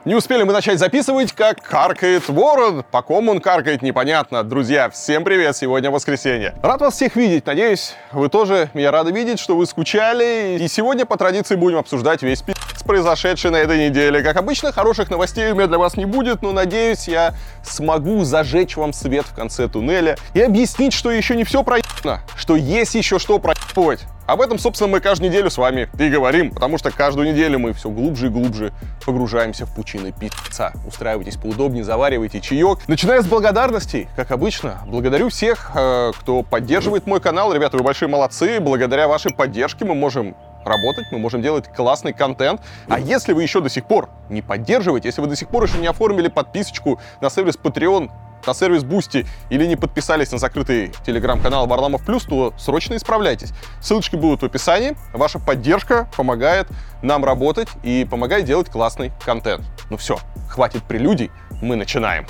Не успели мы начать записывать, как каркает ворон. По ком он каркает, непонятно. Друзья, всем привет, сегодня воскресенье. Рад вас всех видеть, надеюсь, вы тоже меня рады видеть, что вы скучали. И сегодня по традиции будем обсуждать весь пи***ц, произошедший на этой неделе. Как обычно, хороших новостей у меня для вас не будет, но надеюсь, я смогу зажечь вам свет в конце туннеля и объяснить, что еще не все проебано, что есть еще что проебывать. Об этом, собственно, мы каждую неделю с вами и говорим, потому что каждую неделю мы все глубже и глубже погружаемся в пучины пи***ца. Устраивайтесь поудобнее, заваривайте чаек. Начиная с благодарностей, как обычно, благодарю всех, кто поддерживает мой канал. Ребята, вы большие молодцы. Благодаря вашей поддержке мы можем работать, мы можем делать классный контент. А если вы еще до сих пор не поддерживаете, если вы до сих пор еще не оформили подписочку на сервис Patreon, на сервис Boosty или не подписались на закрытый телеграм-канал Варламов Плюс, то срочно исправляйтесь. Ссылочки будут в описании. Ваша поддержка помогает нам работать и помогает делать классный контент. Ну все, хватит прелюдий, мы начинаем.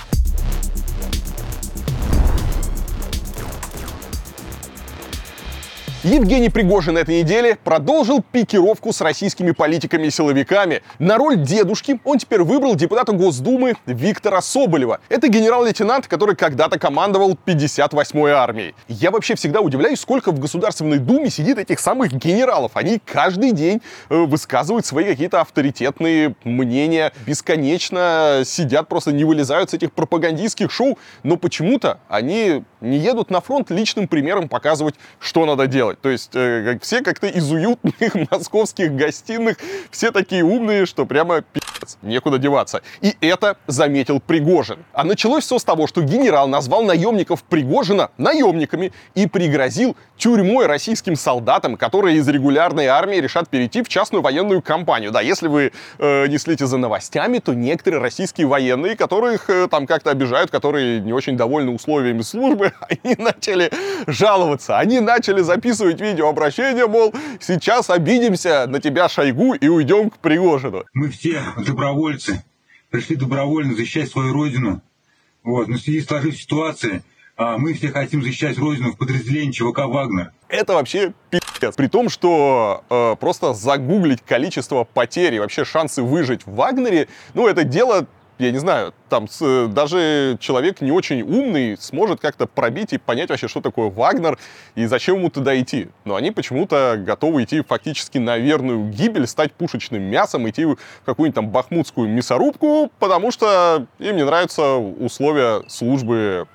Евгений Пригожин на этой неделе продолжил пикировку с российскими политиками и силовиками. На роль дедушки он теперь выбрал депутата Госдумы Виктора Соболева. Это генерал-лейтенант, который когда-то командовал 58-й армией. Я вообще всегда удивляюсь, сколько в Государственной Думе сидит этих самых генералов. Они каждый день высказывают свои какие-то авторитетные мнения, бесконечно сидят, просто не вылезают с этих пропагандистских шоу, но почему-то они не едут на фронт личным примером показывать, что надо делать. То есть все как-то из уютных московских гостиных, все такие умные, что прямо пи***ц, некуда деваться. И это заметил Пригожин. А началось все с того, что генерал назвал наемников Пригожина наемниками и пригрозил тюрьмой российским солдатам, которые из регулярной армии решат перейти в частную военную компанию. Да, если вы не следите за новостями, то некоторые российские военные, которых там как-то обижают, которые не очень довольны условиями службы, они начали жаловаться, они начали записывать видеообращение, мол, сейчас обидимся на тебя, Шойгу, и уйдем к Пригожину. Мы все добровольцы, пришли добровольно защищать свою родину. Вот. Но в связи с сложившейся ситуацией мы все хотим защищать родину в подразделении ЧВК «Вагнер». Это вообще пи***ц. При том, что просто загуглить количество потерь и вообще шансы выжить в Вагнере, ну, это дело, я не знаю, там даже человек не очень умный сможет как-то пробить и понять вообще, что такое Вагнер и зачем ему туда идти. Но они почему-то готовы идти фактически на верную гибель, стать пушечным мясом, идти в какую-нибудь там бахмутскую мясорубку, потому что им не нравятся условия службы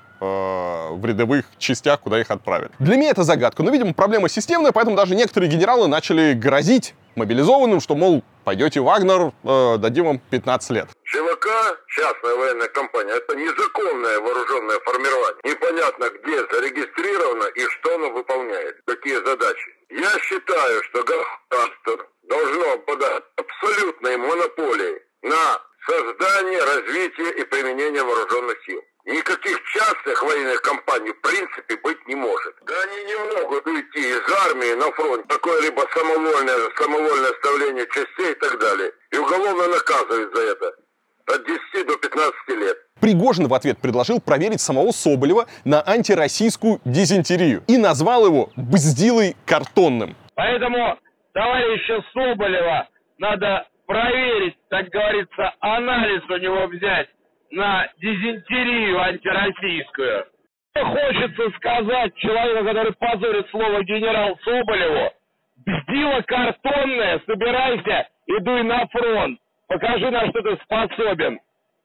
в рядовых частях, куда их отправят. Для меня это загадка, но, видимо, проблема системная, поэтому даже некоторые генералы начали грозить мобилизованным, что, мол, пойдете в Вагнер, дадим вам 15 лет. ЧВК, частная военная компания, это незаконное вооруженное формирование. Непонятно, где зарегистрировано и что оно выполняет, какие задачи. Я считаю, что государство должно подать абсолютной монополией на создание, развитие и применение вооруженных сил. Никаких частных военных компаний в принципе быть не может. Да они не могут уйти из армии на фронт. Такое либо самовольное оставление частей и так далее. И уголовно наказывают за это. От 10 до 15 лет. Пригожин в ответ предложил проверить самого Соболева на антироссийскую дизентерию и назвал его бздилой картонным. Поэтому товарища Соболева надо проверить, так говорится, анализ у него взять на дизентерию антироссийскую. Хочется сказать человеку, который позорит слово генерал Соболеву: бздила картонная, собирайся и дуй на фронт. Покажи, на что ты способен.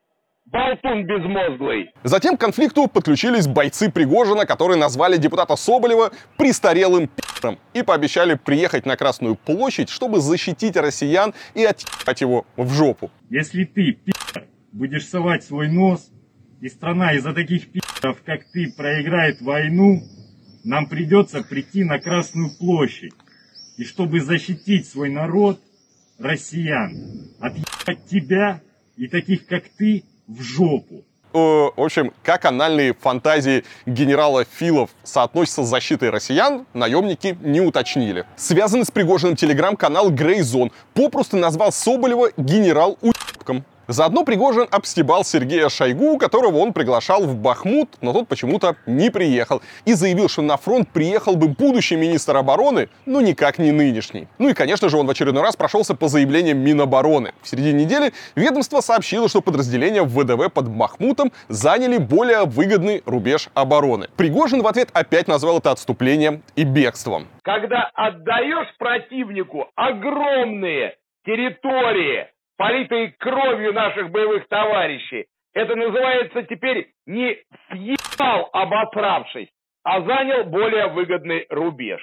Болтун безмозглый. Затем к конфликту подключились бойцы Пригожина, которые назвали депутата Соболева престарелым пи***ом и пообещали приехать на Красную площадь, чтобы защитить россиян и отъебать его в жопу. Если ты, пи***, будешь совать свой нос, и страна из-за таких пи***ов, как ты, проиграет войну, нам придется прийти на Красную площадь. И чтобы защитить свой народ, россиян, отъебать тебя и таких, как ты, в жопу. В общем, как анальные фантазии генерала Филов соотносятся с защитой россиян, наемники не уточнили. Связанный с Пригожиным телеграм-канал Grey Zone попросту назвал Соболева генерал-уебком. Заодно Пригожин обстебал Сергея Шойгу, которого он приглашал в Бахмут, но тот почему-то не приехал. И заявил, что на фронт приехал бы будущий министр обороны, но никак не нынешний. Ну и, конечно же, он в очередной раз прошелся по заявлениям Минобороны. В середине недели ведомство сообщило, что подразделения ВДВ под Бахмутом заняли более выгодный рубеж обороны. Пригожин в ответ опять назвал это отступлением и бегством. Когда отдаешь противнику огромные территории, политые кровью наших боевых товарищей, это называется теперь не съебал, обосравшись, а занял более выгодный рубеж.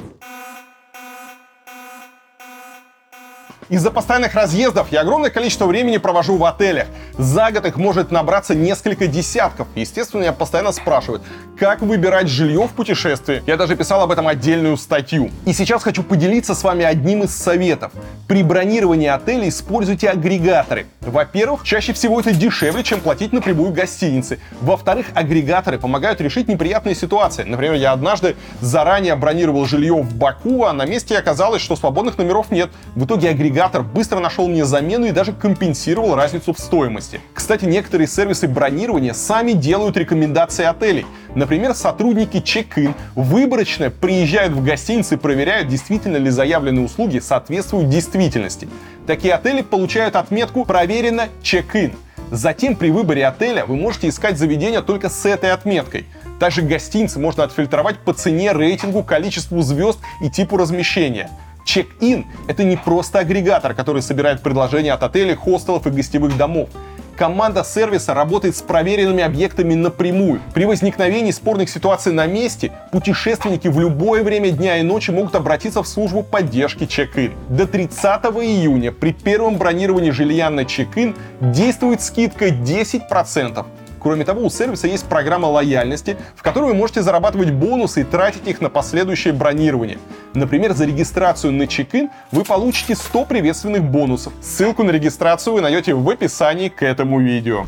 Из-за постоянных разъездов я огромное количество времени провожу в отелях. За год их может набраться несколько десятков. Естественно, меня постоянно спрашивают, как выбирать жилье в путешествии. Я даже писал об этом отдельную статью. И сейчас хочу поделиться с вами одним из советов. При бронировании отелей используйте агрегаторы. Во-первых, чаще всего это дешевле, чем платить напрямую в гостинице. Во-вторых, агрегаторы помогают решить неприятные ситуации. Например, я однажды заранее бронировал жилье в Баку, а на месте оказалось, что свободных номеров нет. В итоге агрегатор быстро нашел мне замену и даже компенсировал разницу в стоимости. Кстати, некоторые сервисы бронирования сами делают рекомендации отелей. Например, сотрудники Check-in выборочно приезжают в гостиницы и проверяют, действительно ли заявленные услуги соответствуют действительности. Такие отели получают отметку «Проверено Check-in». Затем при выборе отеля вы можете искать заведение только с этой отметкой. Также гостиницы можно отфильтровать по цене, рейтингу, количеству звезд и типу размещения. Check-in — это не просто агрегатор, который собирает предложения от отелей, хостелов и гостевых домов. Команда сервиса работает с проверенными объектами напрямую. При возникновении спорных ситуаций на месте путешественники в любое время дня и ночи могут обратиться в службу поддержки Check-in. До 30 июня при первом бронировании жилья на Check-in действует скидка 10%. Кроме того, у сервиса есть программа лояльности, в которой вы можете зарабатывать бонусы и тратить их на последующее бронирование. Например, за регистрацию на Check-in вы получите 100 приветственных бонусов. Ссылку на регистрацию вы найдете в описании к этому видео.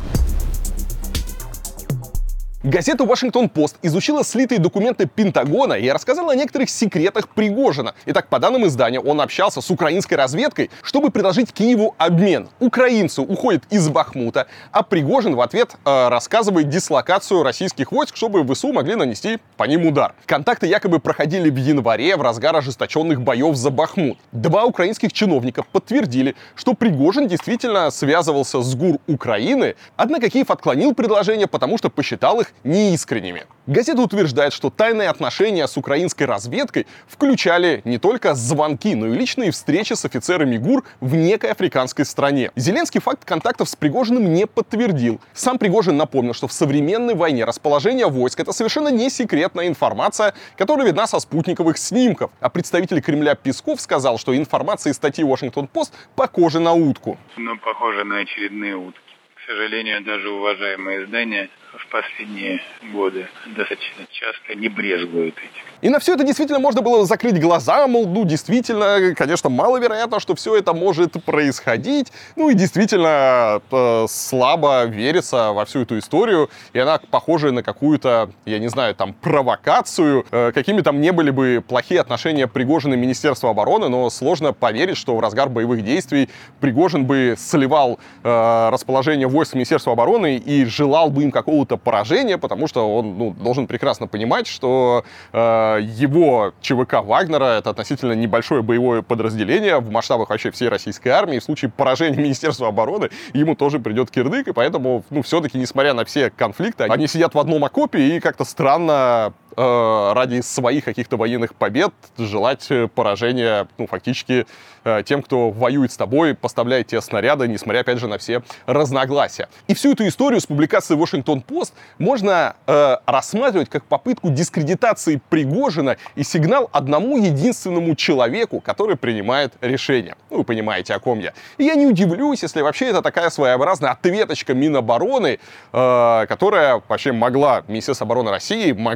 Газета «Вашингтон-Пост» изучила слитые документы Пентагона и рассказала о некоторых секретах Пригожина. Итак, по данным издания, он общался с украинской разведкой, чтобы предложить Киеву обмен. Украинцы уходят из Бахмута, а Пригожин в ответ рассказывает дислокацию российских войск, чтобы ВСУ могли нанести по ним удар. Контакты якобы проходили в январе, в разгар ожесточенных боев за Бахмут. Два украинских чиновника подтвердили, что Пригожин действительно связывался с ГУР Украины, однако Киев отклонил предложение, потому что посчитал их неискренними. Газета утверждает, что тайные отношения с украинской разведкой включали не только звонки, но и личные встречи с офицерами ГУР в некой африканской стране. Зеленский факт контактов с Пригожиным не подтвердил. Сам Пригожин напомнил, что в современной войне расположение войск — это совершенно не секретная информация, которая видна со спутниковых снимков. А представитель Кремля Песков сказал, что информация из статьи «Вашингтон-Пост» похожа на утку. Но похоже на очередные утки. К сожалению, даже уважаемые издания в последние годы достаточно часто не брезгуют этим. И на все это действительно можно было закрыть глаза, мол, действительно, конечно, маловероятно, что все это может происходить. И действительно слабо верится во всю эту историю, и она похожа на какую-то, я не знаю, провокацию. Какими там не были бы плохие отношения Пригожина и Министерства обороны, но сложно поверить, что в разгар боевых действий Пригожин бы сливал расположение войск Министерства обороны и желал бы им какого-то поражения, потому что он должен прекрасно понимать, что его ЧВК Вагнера — это относительно небольшое боевое подразделение в масштабах вообще всей российской армии. В случае поражения Министерства обороны ему тоже придет кирдык, и поэтому, все-таки, несмотря на все конфликты, они сидят в одном окопе и как-то странно ради своих каких-то военных побед желать поражения, фактически тем, кто воюет с тобой, поставляет тебе снаряды, несмотря, опять же, на все разногласия. И всю эту историю с публикацией «Вашингтон-Пост» можно рассматривать как попытку дискредитации Пригожина и сигнал одному единственному человеку, который принимает решения. Вы понимаете, о ком я. И я не удивлюсь, если вообще это такая своеобразная ответочка Минобороны, которая вообще Министерство обороны России могло в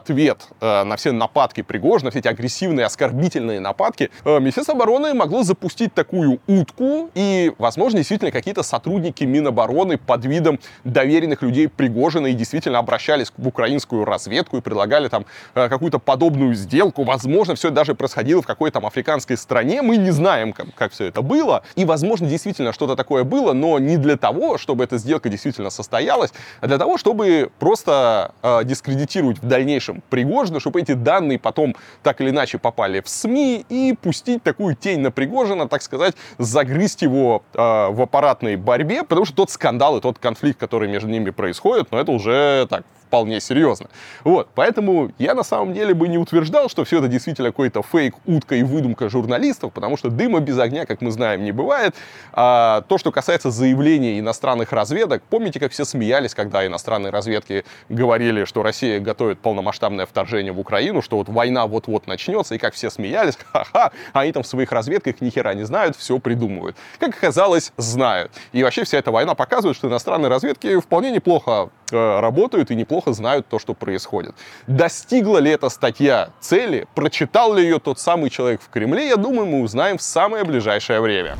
ответ на все нападки Пригожина, все эти агрессивные, оскорбительные нападки, Министерство обороны могло запустить такую утку, и, возможно, действительно какие-то сотрудники Минобороны под видом доверенных людей Пригожина и действительно обращались в украинскую разведку и предлагали там какую-то подобную сделку. Возможно, все это даже происходило в какой-то там африканской стране. Мы не знаем, как все это было. И, возможно, действительно что-то такое было, но не для того, чтобы эта сделка действительно состоялась, а для того, чтобы просто дискредитировать в дальнейшем Пригожина, чтобы эти данные потом так или иначе попали в СМИ и пустить такую тень на Пригожина, так сказать, загрызть его в аппаратной борьбе, потому что тот скандал и тот конфликт, который между ними происходит, это уже так вполне серьезно. Вот, поэтому я на самом деле бы не утверждал, что все это действительно какой-то фейк, утка и выдумка журналистов, потому что дыма без огня, как мы знаем, не бывает. А то, что касается заявлений иностранных разведок, помните, как все смеялись, когда иностранные разведки говорили, что Россия готовит полномасштабное вторжение в Украину, что вот война вот-вот начнется, и как все смеялись, ха-ха, они там в своих разведках ни хера не знают, все придумывают. Как оказалось, знают. И вообще вся эта война показывает, что иностранные разведки вполне неплохо работают и неплохо знают то, что происходит. Достигла ли эта статья цели? Прочитал ли ее тот самый человек в Кремле? Я думаю, мы узнаем в самое ближайшее время.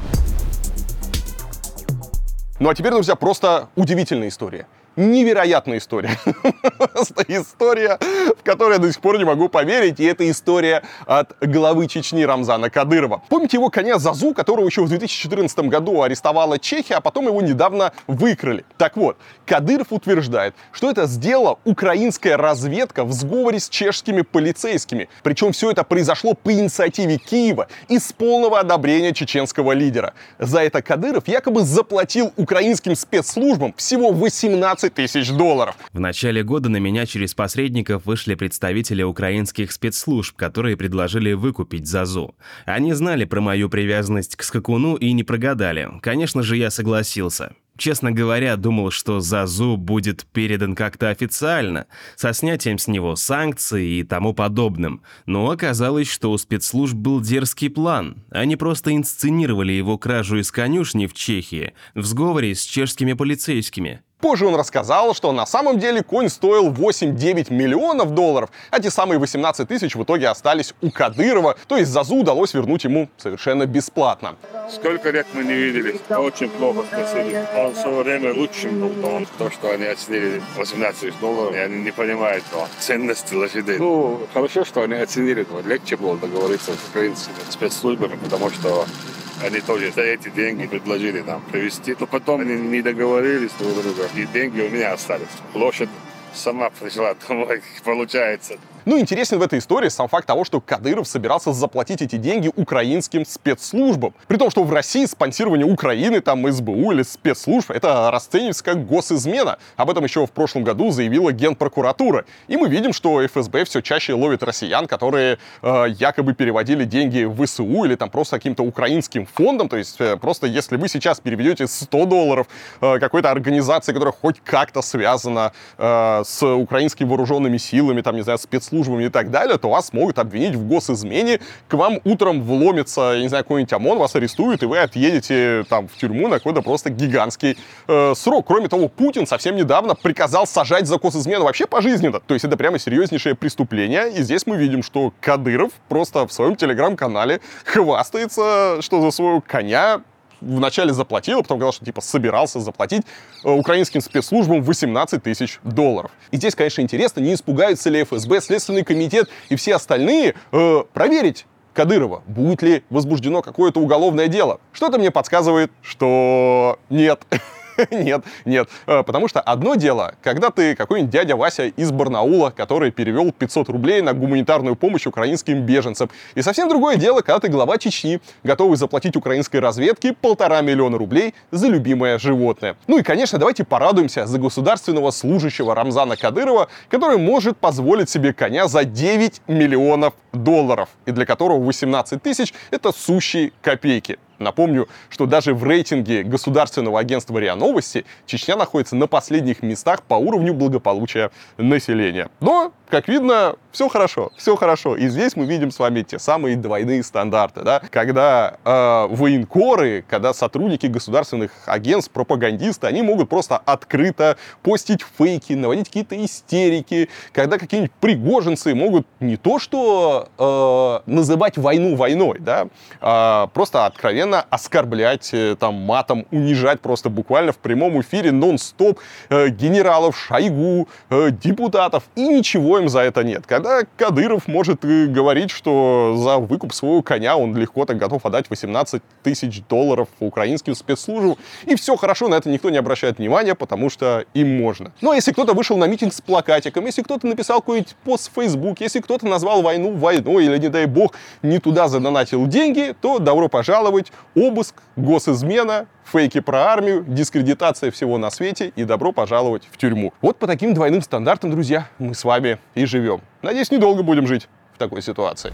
Ну а теперь, друзья, просто удивительная история. Невероятная история. Просто история, в которой я до сих пор не могу поверить. И это история от главы Чечни Рамзана Кадырова. Помните его коня Зазу, которого еще в 2014 году арестовала Чехия, а потом его недавно выкрали? Так вот, Кадыров утверждает, что это сделала украинская разведка в сговоре с чешскими полицейскими. Причем все это произошло по инициативе Киева и с полного одобрения чеченского лидера. За это Кадыров якобы заплатил украинским спецслужбам всего $18 тысяч. В начале года на меня через посредников вышли представители украинских спецслужб, которые предложили выкупить Зазу. Они знали про мою привязанность к скакуну и не прогадали. Конечно же, я согласился. Честно говоря, думал, что Зазу будет передан как-то официально, со снятием с него санкций и тому подобным. Но оказалось, что у спецслужб был дерзкий план. Они просто инсценировали его кражу из конюшни в Чехии в сговоре с чешскими полицейскими. Позже он рассказал, что на самом деле конь стоил 8-9 миллионов долларов, а те самые 18 тысяч в итоге остались у Кадырова, то есть Зазу удалось вернуть ему совершенно бесплатно. Сколько лет мы не виделись, очень плохо спросили. Он в свое время лучшим был, то, что они оценили 18 тысяч долларов, и они не понимают ценности лошадей. Ну, хорошо, что они оценили, но легче было договориться с украинскими спецслужбами, потому что они тоже за эти деньги предложили нам привезти, но потом они не договорились друг друга, и деньги у меня остались. Лошадь сама пришла домой, получается. Ну, интересен в этой истории сам факт того, что Кадыров собирался заплатить эти деньги украинским спецслужбам. При том, что в России спонсирование Украины, там, СБУ или спецслужб, это расценивается как госизмена. Об этом еще в прошлом году заявила Генпрокуратура. И мы видим, что ФСБ все чаще ловит россиян, которые якобы переводили деньги в ВСУ или там просто каким-то украинским фондом. То есть просто если вы сейчас переведете $100 какой-то организации, которая хоть как-то связана с украинскими вооруженными силами, там, не знаю, спецслужбами и так далее, то вас могут обвинить в госизмене, к вам утром вломится, я не знаю, какой-нибудь ОМОН, вас арестуют, и вы отъедете там в тюрьму на какой-то просто гигантский срок. Кроме того, Путин совсем недавно приказал сажать за госизмену вообще пожизненно. То есть это прямо серьезнейшее преступление. И здесь мы видим, что Кадыров просто в своем телеграм-канале хвастается, что за своего коня вначале заплатил, а потом сказал, что типа собирался заплатить украинским спецслужбам $18 тысяч. И здесь, конечно, интересно, не испугаются ли ФСБ, Следственный комитет и все остальные проверить Кадырова, будет ли возбуждено какое-то уголовное дело. Что-то мне подсказывает, что нет. Нет. Потому что одно дело, когда ты какой-нибудь дядя Вася из Барнаула, который перевел 500 рублей на гуманитарную помощь украинским беженцам. И совсем другое дело, когда ты глава Чечни, готовый заплатить украинской разведке $1,5 миллиона рублей за любимое животное. Ну и, конечно, давайте порадуемся за государственного служащего Рамзана Кадырова, который может позволить себе коня за $9 миллионов. И для которого 18 тысяч — это сущие копейки. Напомню, что даже в рейтинге государственного агентства РИА Новости Чечня находится на последних местах по уровню благополучия населения. Но, как видно, все хорошо, все хорошо. И здесь мы видим с вами те самые двойные стандарты, да, когда военкоры, когда сотрудники государственных агентств, пропагандисты, они могут просто открыто постить фейки, наводить какие-то истерики, когда какие-нибудь пригожинцы могут не то что называть войну войной, да, а просто откровенно оскорблять там матом, унижать просто буквально в прямом эфире нон-стоп генералов, Шойгу, депутатов, и ничего им за это нет. Когда Кадыров может говорить, что за выкуп своего коня он легко так готов отдать $18 тысяч украинским спецслужбам, и все хорошо, на это никто не обращает внимания, потому что им можно. Но если кто-то вышел на митинг с плакатиком, если кто-то написал какой-нибудь пост в Facebook, если кто-то назвал войну войной, или, не дай бог, не туда задонатил деньги, то добро пожаловать, обыск, госизмена, фейки про армию, дискредитация всего на свете и добро пожаловать в тюрьму. Вот по таким двойным стандартам, друзья, мы с вами и живем. Надеюсь, недолго будем жить в такой ситуации.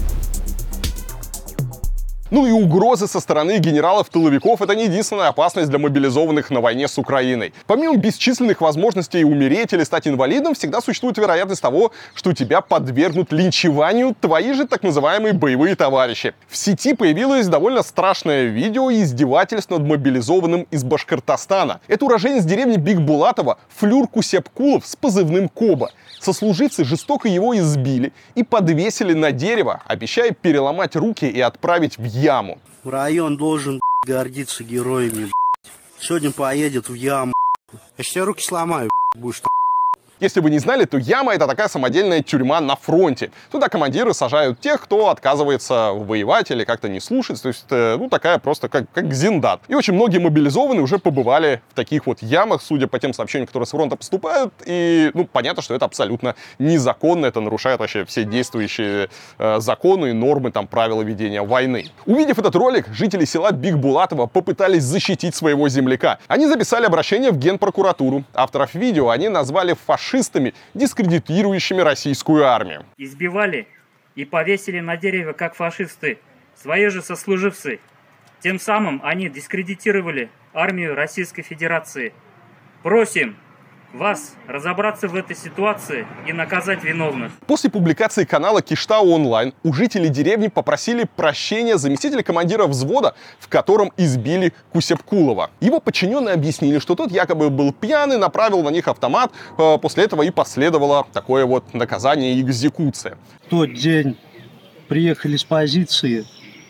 Ну и угрозы со стороны генералов-тыловиков — это не единственная опасность для мобилизованных на войне с Украиной. Помимо бесчисленных возможностей умереть или стать инвалидом, всегда существует вероятность того, что тебя подвергнут линчеванию твои же так называемые боевые товарищи. В сети появилось довольно страшное видео издевательств над мобилизованным из Башкортостана. Это уроженец деревни Бикбулатова Флюр Кусепкулов с позывным Коба. Сослуживцы жестоко его избили и подвесили на дерево, обещая переломать руки и отправить в яму. Район должен гордиться героями. Сегодня поедет в яму. Я все руки сломаю, будешь. Если вы не знали, то яма — это такая самодельная тюрьма на фронте. Туда командиры сажают тех, кто отказывается воевать или как-то не слушать. То есть, ну, такая просто как зиндат. И очень многие мобилизованные уже побывали в таких вот ямах, судя по тем сообщениям, которые с фронта поступают. И, ну, понятно, что это абсолютно незаконно. Это нарушает вообще все действующие законы и нормы, там, правила ведения войны. Увидев этот ролик, жители села Бикбулатова попытались защитить своего земляка. Они записали обращение в Генпрокуратуру. Авторов видео они назвали фашистами, дискредитирующими российскую армию. Избивали и повесили на дереве, как фашисты, свои же сослуживцы. Тем самым они дискредитировали армию Российской Федерации. Просим вас разобраться в этой ситуации и наказать виновных. После публикации канала Киштау онлайн у жителей деревни попросили прощения заместителя командира взвода, в котором избили Кусепкулова. Его подчиненные объяснили, что тот якобы был пьяный, направил на них автомат, после этого и последовало такое вот наказание и экзекуция. В тот день приехали с позиции,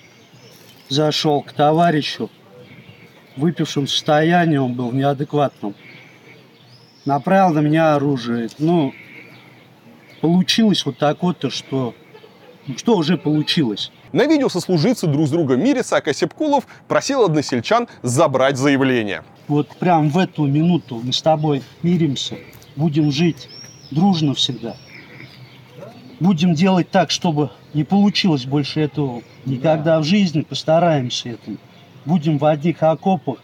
зашел к товарищу, в выпившем состоянии, он был в неадекватном. Направил на меня оружие. Ну, получилось вот так вот, что уже получилось. На видео сослуживцы друг с другом мирятся, а Кусепкулов просил односельчан забрать заявление. Вот прям в эту минуту мы с тобой миримся, будем жить дружно всегда. Будем делать так, чтобы не получилось больше этого никогда в жизни, постараемся этому. Будем в одних окопах.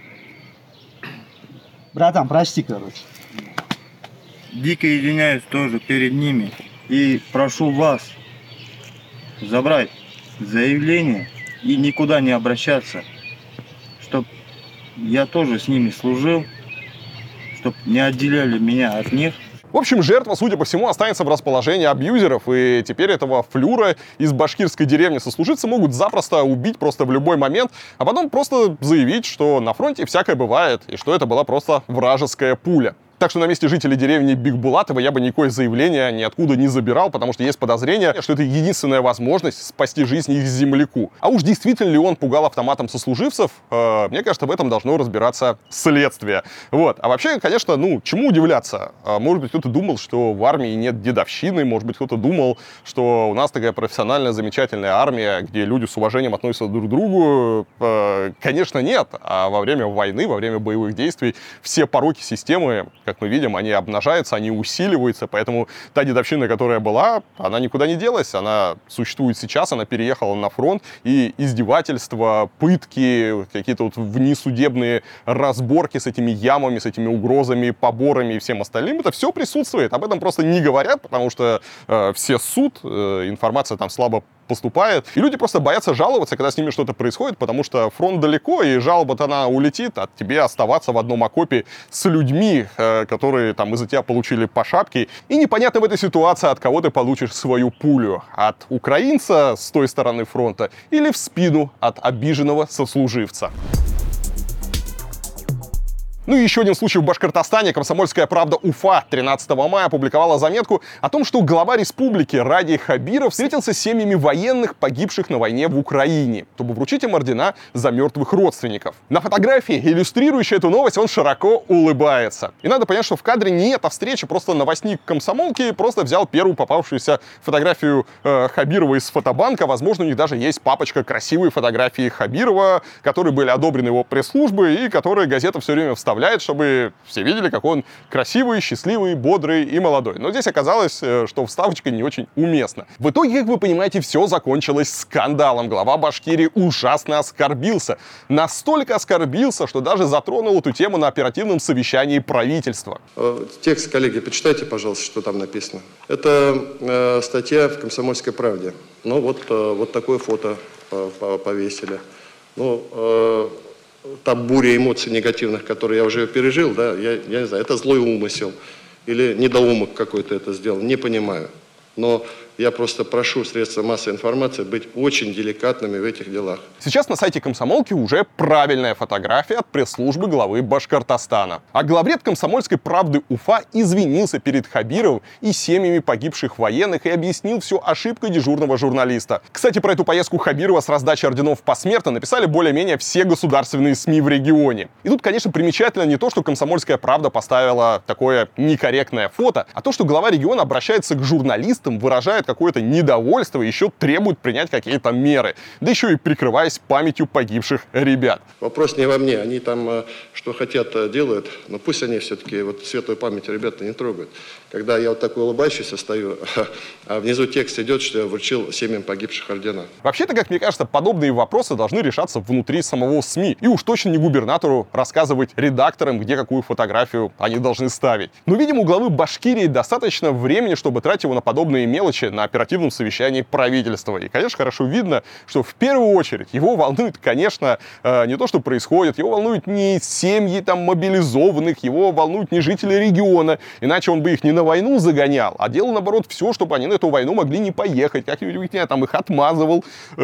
Братан, прости, короче. Дико извиняюсь тоже перед ними и прошу вас забрать заявление и никуда не обращаться, чтобы я тоже с ними служил, чтобы не отделяли меня от них. В общем, жертва, судя по всему, останется в расположении абьюзеров, и теперь этого Флюра из башкирской деревни сослуживцы могут запросто убить просто в любой момент, а потом просто заявить, что на фронте всякое бывает, и что это была просто вражеская пуля. Так что на месте жителей деревни Бикбулатова я бы никакое заявление ниоткуда не забирал, потому что есть подозрение, что это единственная возможность спасти жизнь их земляку. А уж действительно ли он пугал автоматом сослуживцев, мне кажется, в этом должно разбираться следствие. Вот. А вообще, конечно, ну, чему удивляться? Может быть, кто-то думал, что в армии нет дедовщины, может быть, кто-то думал, что у нас такая профессиональная, замечательная армия, где люди с уважением относятся друг к другу. Конечно, нет. А во время войны, во время боевых действий все пороки системы, как мы видим, они обнажаются, они усиливаются, поэтому та дедовщина, которая была, она никуда не делась, она существует сейчас, она переехала на фронт, и издевательства, пытки, какие-то вот внесудебные разборки с этими ямами, с этими угрозами, поборами и всем остальным, это все присутствует, об этом просто не говорят, потому что все суд, информация там слабо поступает. И люди просто боятся жаловаться, когда с ними что-то происходит, потому что фронт далеко, и жалоба-то она улетит, а тебе оставаться в одном окопе с людьми, которые там из-за тебя получили по шапке. И непонятно в этой ситуации, от кого ты получишь свою пулю. От украинца с той стороны фронта или в спину от обиженного сослуживца. Ну и еще один случай в Башкортостане. «Комсомольская правда» Уфа 13 мая опубликовала заметку о том, что глава республики Радий Хабиров встретился с семьями военных, погибших на войне в Украине, чтобы вручить им ордена за мертвых родственников. На фотографии, иллюстрирующей эту новость, он широко улыбается. И надо понять, что в кадре не эта встреча, просто новостник комсомолки просто взял первую попавшуюся фотографию Хабирова из фотобанка. Возможно, у них даже есть папочка красивые фотографии Хабирова, которые были одобрены его пресс-службой и которые газета все время вставляет, чтобы все видели, как он красивый, счастливый, бодрый и молодой. Но здесь оказалось, что вставочка не очень уместна. В итоге, как вы понимаете, все закончилось скандалом. Глава Башкирии ужасно оскорбился. Настолько оскорбился, что даже затронул эту тему на оперативном совещании правительства. Текст, коллеги, почитайте, пожалуйста, что там написано. Это статья в «Комсомольской правде». Ну, вот такое фото повесили. Ну, та буря эмоций негативных, которые я уже пережил, да, я не знаю, это злой умысел или недоумок какой-то это сделал, не понимаю. Но я просто прошу средства массовой информации быть очень деликатными в этих делах. Сейчас на сайте комсомолки уже правильная фотография от пресс-службы главы Башкортостана. А главред «Комсомольской правды» Уфа извинился перед Хабировым и семьями погибших военных и объяснил все ошибкой дежурного журналиста. Кстати, про эту поездку Хабирова с раздачей орденов посмертно написали более-менее все государственные СМИ в регионе. И тут, конечно, примечательно не то, что «Комсомольская правда» поставила такое некорректное фото, а то, что глава региона обращается к журналистам, выражает какое-то недовольство и еще требует принять какие-то меры. Да еще и прикрываясь памятью погибших ребят. Вопрос не во мне. Они там что хотят делают, но пусть они все-таки вот светлую память ребят не трогают. Когда я вот такой улыбающийся стою, а внизу текст идет, что я вручил семьям погибших ордена. Вообще-то, как мне кажется, подобные вопросы должны решаться внутри самого СМИ. И уж точно не губернатору рассказывать редакторам, где какую фотографию они должны ставить. Но, видимо, у главы Башкирии достаточно времени, чтобы тратить его на подобные мелочи на оперативном совещании правительства. И, конечно, хорошо видно, что в первую очередь его волнует, конечно, не то, что происходит, его волнуют не семьи там мобилизованных, его волнуют не жители региона, иначе он бы их не на войну загонял, а делал, наоборот, все, чтобы они на эту войну могли не поехать, как-нибудь там их отмазывал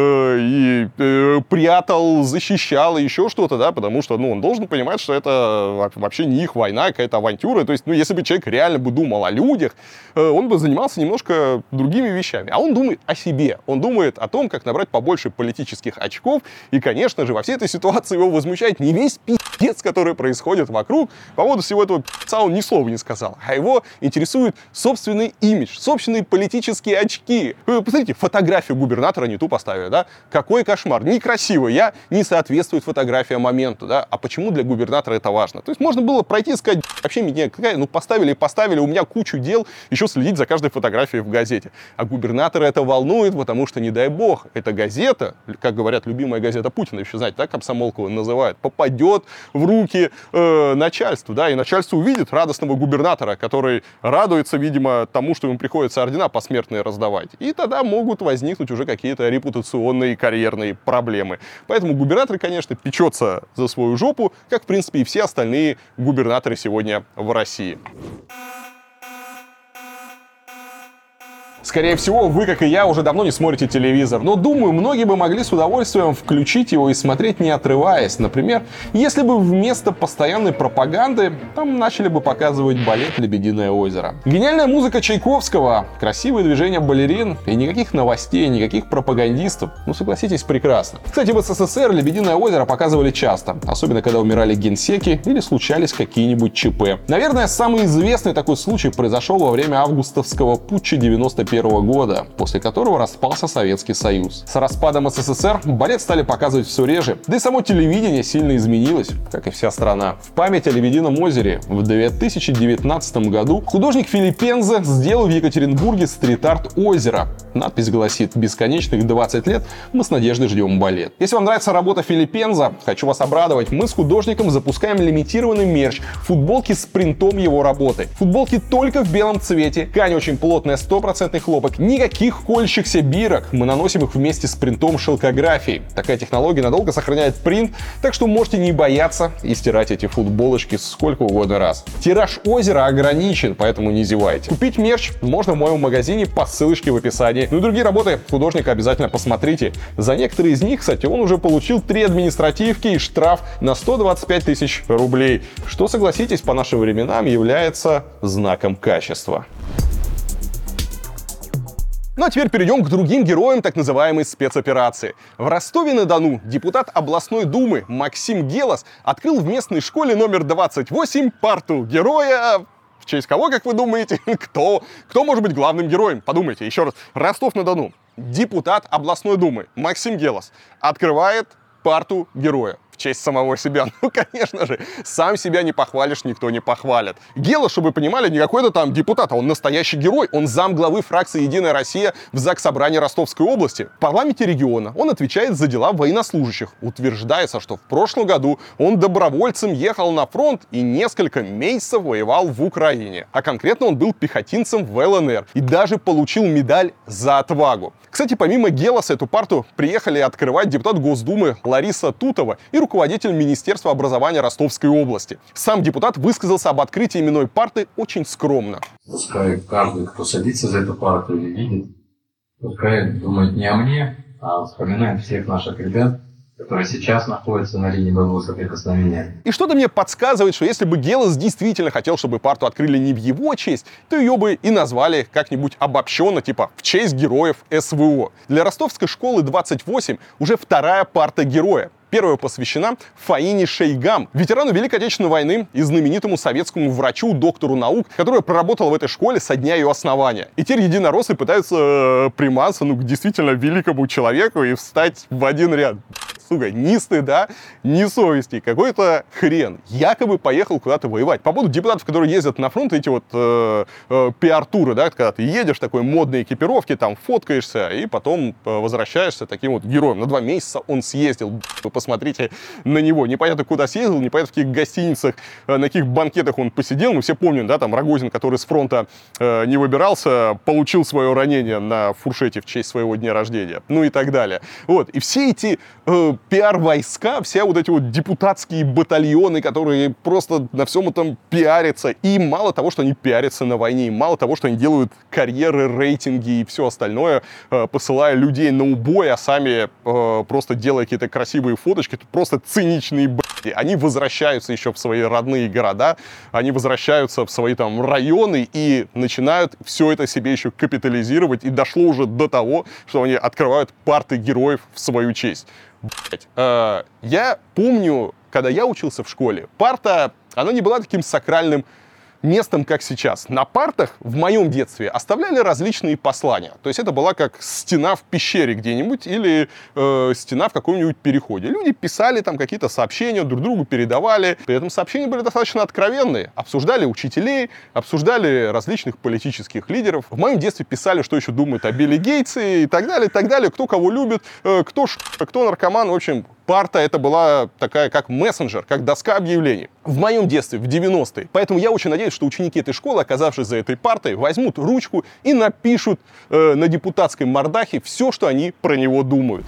и прятал, защищал и еще что-то, да, потому что, он должен понимать, что это вообще не их война, какая-то авантюра, то есть, если бы человек реально бы думал о людях, он бы занимался немножко другими вещами. А он думает о себе. Он думает о том, как набрать побольше политических очков. И, конечно же, во всей этой ситуации его возмущает не весь пиздец, который происходит вокруг. По поводу всего этого пиздца он ни слова не сказал. А его интересует собственный имидж, собственные политические очки. Вы посмотрите, фотографию губернатора не ту поставили, да? Какой кошмар. Некрасиво. Не соответствует фотография моменту, да? А почему для губернатора это важно? То есть можно было пройти и сказать, вообще меня поставили, у меня кучу дел, еще следить за каждой фотографией в газете. А губернатора это волнует, потому что, не дай бог, эта газета, как говорят, любимая газета Путина, еще, знаете, так комсомолку называют, попадет в руки начальству, да, и начальство увидит радостного губернатора, который радуется, видимо, тому, что ему приходится ордена посмертные раздавать. И тогда могут возникнуть уже какие-то репутационные и карьерные проблемы. Поэтому губернатор, конечно, печется за свою жопу, как, в принципе, и все остальные губернаторы сегодня в России. Скорее всего, вы, как и я, уже давно не смотрите телевизор, но, думаю, многие бы могли с удовольствием включить его и смотреть, не отрываясь. Например, если бы вместо постоянной пропаганды там начали бы показывать балет «Лебединое озеро». Гениальная музыка Чайковского, красивые движения балерин и никаких новостей, никаких пропагандистов. Согласитесь, прекрасно. Кстати, в СССР «Лебединое озеро» показывали часто, особенно когда умирали генсеки или случались какие-нибудь ЧП. Наверное, самый известный такой случай произошел во время августовского путча 91 года, после которого распался Советский Союз. С распадом СССР балет стали показывать все реже, да и само телевидение сильно изменилось, как и вся страна. В память о Лебедином озере в 2019 году художник Филипп Пенза сделал в Екатеринбурге стрит-арт озера. Надпись гласит: «Бесконечных 20 лет мы с надеждой ждем балет». Если вам нравится работа Филиппа Пенза, хочу вас обрадовать, мы с художником запускаем лимитированный мерч, футболки с принтом его работы. Футболки только в белом цвете, ткань очень плотная, 100% скобок, никаких колющихся бирок, мы наносим их вместе с принтом шелкографии. Такая технология надолго сохраняет принт, так что можете не бояться и стирать эти футболочки сколько угодно раз. Тираж озера ограничен, поэтому не зевайте. Купить мерч можно в моем магазине по ссылочке в описании. Ну и другие работы художника обязательно посмотрите. За некоторые из них, кстати, он уже получил 3 административки и штраф на 125 тысяч рублей, что, согласитесь, по нашим временам является знаком качества. Ну а теперь перейдем к другим героям так называемой спецоперации. В Ростове-на-Дону депутат областной думы Максим Гелос открыл в местной школе номер 28 парту героя. В честь кого, как вы думаете? Кто может быть главным героем? Подумайте еще раз. Ростов-на-Дону. Депутат областной думы Максим Гелос открывает парту героя. В честь самого себя. Ну, конечно же, сам себя не похвалишь, никто не похвалит. Гелос, чтобы вы понимали, не какой-то там депутат, а он настоящий герой. Он замглавы фракции «Единая Россия» в Заксобрании Ростовской области. В парламенте региона он отвечает за дела военнослужащих. Утверждается, что в прошлом году он добровольцем ехал на фронт и несколько месяцев воевал в Украине. А конкретно он был пехотинцем в ЛНР и даже получил медаль за отвагу. Кстати, помимо Гелоса эту парту приехали открывать депутат Госдумы Лариса Тутова и руководитель Министерства образования Ростовской области. Сам депутат высказался об открытии именной парты очень скромно. Пускай каждый, кто садится за эту парту или видит, пускай думает не о мне, а вспоминает всех наших ребят, которые сейчас находятся на линии боевого соприкосновения. И что-то мне подсказывает, что если бы Гелос действительно хотел, чтобы парту открыли не в его честь, то ее бы и назвали как-нибудь обобщенно, типа в честь героев СВО. Для ростовской школы 28 уже вторая парта героя. Первая посвящена Фаине Шейгам, ветерану Великой Отечественной войны и знаменитому советскому врачу, доктору наук, которая проработала в этой школе со дня ее основания. И теперь единороссы пытаются примазаться к действительно великому человеку и встать в один ряд. Сука, ни стыда, ни совести. Какой-то хрен. Якобы поехал куда-то воевать. По поводу депутатов, которые ездят на фронт, эти вот пиар-туры, да, когда ты едешь в такой модной экипировке, там фоткаешься, и потом возвращаешься таким вот героем. На 2 месяца он съездил. Вы посмотрите на него. Непонятно, куда съездил, непонятно, в каких гостиницах, на каких банкетах он посидел. Мы все помним, да, там Рогозин, который с фронта не выбирался, получил свое ранение на фуршете в честь своего дня рождения. Ну и так далее. Вот. И все эти пиар-войска, все вот эти вот депутатские батальоны, которые просто на всем этом пиарятся. И мало того, что они пиарятся на войне, и мало того, что они делают карьеры, рейтинги и все остальное, посылая людей на убой, а сами просто делая какие-то красивые фоточки, тут просто циничные б***ь. Они возвращаются еще в свои родные города, они возвращаются в свои там районы и начинают все это себе еще капитализировать. И дошло уже до того, что они открывают парты героев в свою честь. Я помню, когда я учился в школе, парта, она не была таким сакральным местом, как сейчас. На партах в моем детстве оставляли различные послания. То есть это была как стена в пещере где-нибудь или стена в каком-нибудь переходе. Люди писали там какие-то сообщения, друг другу передавали. При этом сообщения были достаточно откровенные. Обсуждали учителей, обсуждали различных политических лидеров. В моем детстве писали, что еще думают о Билли Гейтсе и так далее, кто кого любит, кто наркоман. В общем, парта это была такая как мессенджер, как доска объявлений. В моем детстве, в 90-е. Поэтому я очень надеюсь, что ученики этой школы, оказавшись за этой партой, возьмут ручку и напишут на депутатской мордахе все, что они про него думают.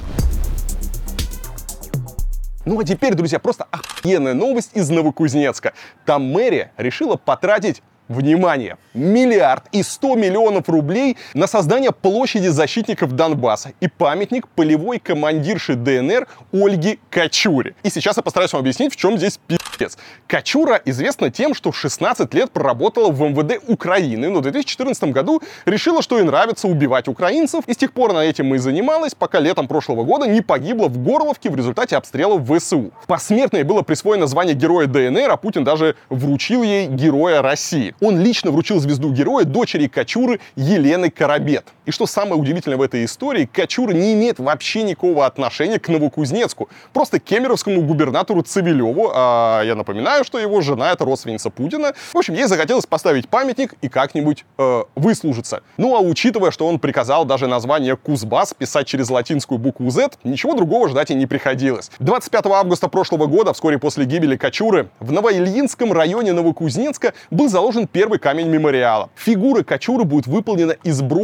Ну а теперь, друзья, просто охуенная новость из Новокузнецка. Там мэрия решила потратить, внимание, 1 100 000 000 рублей на создание площади защитников Донбасса и памятник полевой командирше ДНР Ольге Качуре. И сейчас я постараюсь вам объяснить, в чем здесь пи***ц. Качура известна тем, что 16 лет проработала в МВД Украины, но в 2014 году решила, что ей нравится убивать украинцев, и с тех пор она этим и занималась, пока летом прошлого года не погибла в Горловке в результате обстрелов ВСУ. Посмертно ей было присвоено звание Героя ДНР, а Путин даже вручил ей Героя России. Он лично вручил звезду Героя дочери Качуры Елены Карабет. И что самое удивительное в этой истории, Качура не имеет вообще никакого отношения к Новокузнецку, просто к кемеровскому губернатору Цивилеву. А я напоминаю, что его жена — это родственница Путина. В общем, ей захотелось поставить памятник и как-нибудь выслужиться. Ну а учитывая, что он приказал даже название Кузбасс писать через латинскую букву Z, ничего другого ждать и не приходилось. 25 августа прошлого года, вскоре после гибели Качуры, в Новоильинском районе Новокузнецка был заложен первый камень мемориала. Фигура Качуры будет выполнена из бронзы и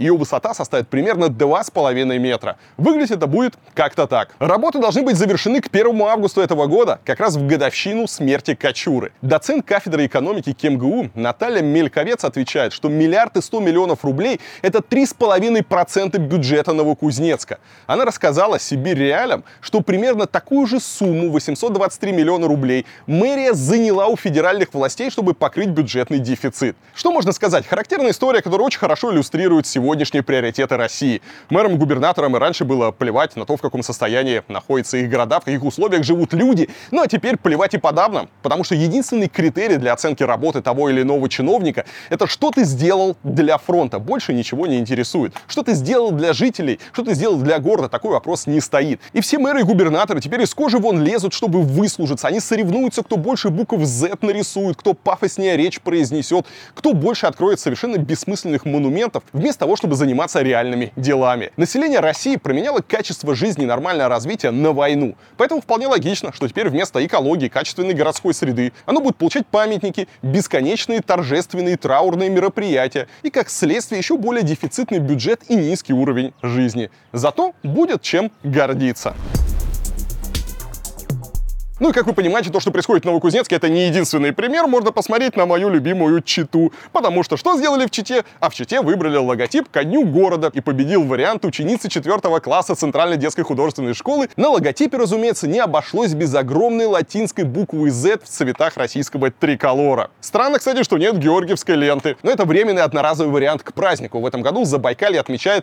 Ее высота составит примерно 2,5 метра. Выглядеть это будет как-то так. Работы должны быть завершены к 1 августа этого года, как раз в годовщину смерти Качуры. Доцент кафедры экономики КемГУ Наталья Мельковец отвечает, что 1 100 000 000 рублей – это 3,5% бюджета Новокузнецка. Она рассказала Сибирь-Реалям, что примерно такую же сумму, 823 миллиона рублей, мэрия заняла у федеральных властей, чтобы покрыть бюджетный дефицит. Что можно сказать? Характерная история, которая очень хорошо иллюстрирует сегодняшние приоритеты России. Мэрам и губернаторам и раньше было плевать на то, в каком состоянии находятся их города, в каких условиях живут люди. Ну а теперь плевать и подавно, потому что единственный критерий для оценки работы того или иного чиновника — это что ты сделал для фронта. Больше ничего не интересует. Что ты сделал для жителей, что ты сделал для города, такой вопрос не стоит. И все мэры и губернаторы теперь из кожи вон лезут, чтобы выслужиться. Они соревнуются, кто больше букв Z нарисует, кто пафоснее речь произнесет, кто больше откроет совершенно бессмысленных монументов, вместо того, чтобы заниматься реальными делами. Население России променяло качество жизни и нормальное развитие на войну. Поэтому вполне логично, что теперь вместо экологии, качественной городской среды, оно будет получать памятники, бесконечные торжественные траурные мероприятия и, как следствие, еще более дефицитный бюджет и низкий уровень жизни. Зато будет чем гордиться. Ну и, как вы понимаете, то, что происходит в Новокузнецке, это не единственный пример. Можно посмотреть на мою любимую Читу. Потому что сделали в Чите? А в Чите выбрали логотип ко дню города. И победил вариант ученицы 4 класса Центральной детской художественной школы. На логотипе, разумеется, не обошлось без огромной латинской буквы Z в цветах российского триколора. Странно, кстати, что нет георгиевской ленты. Но это временный одноразовый вариант к празднику. В этом году Забайкалье отмечает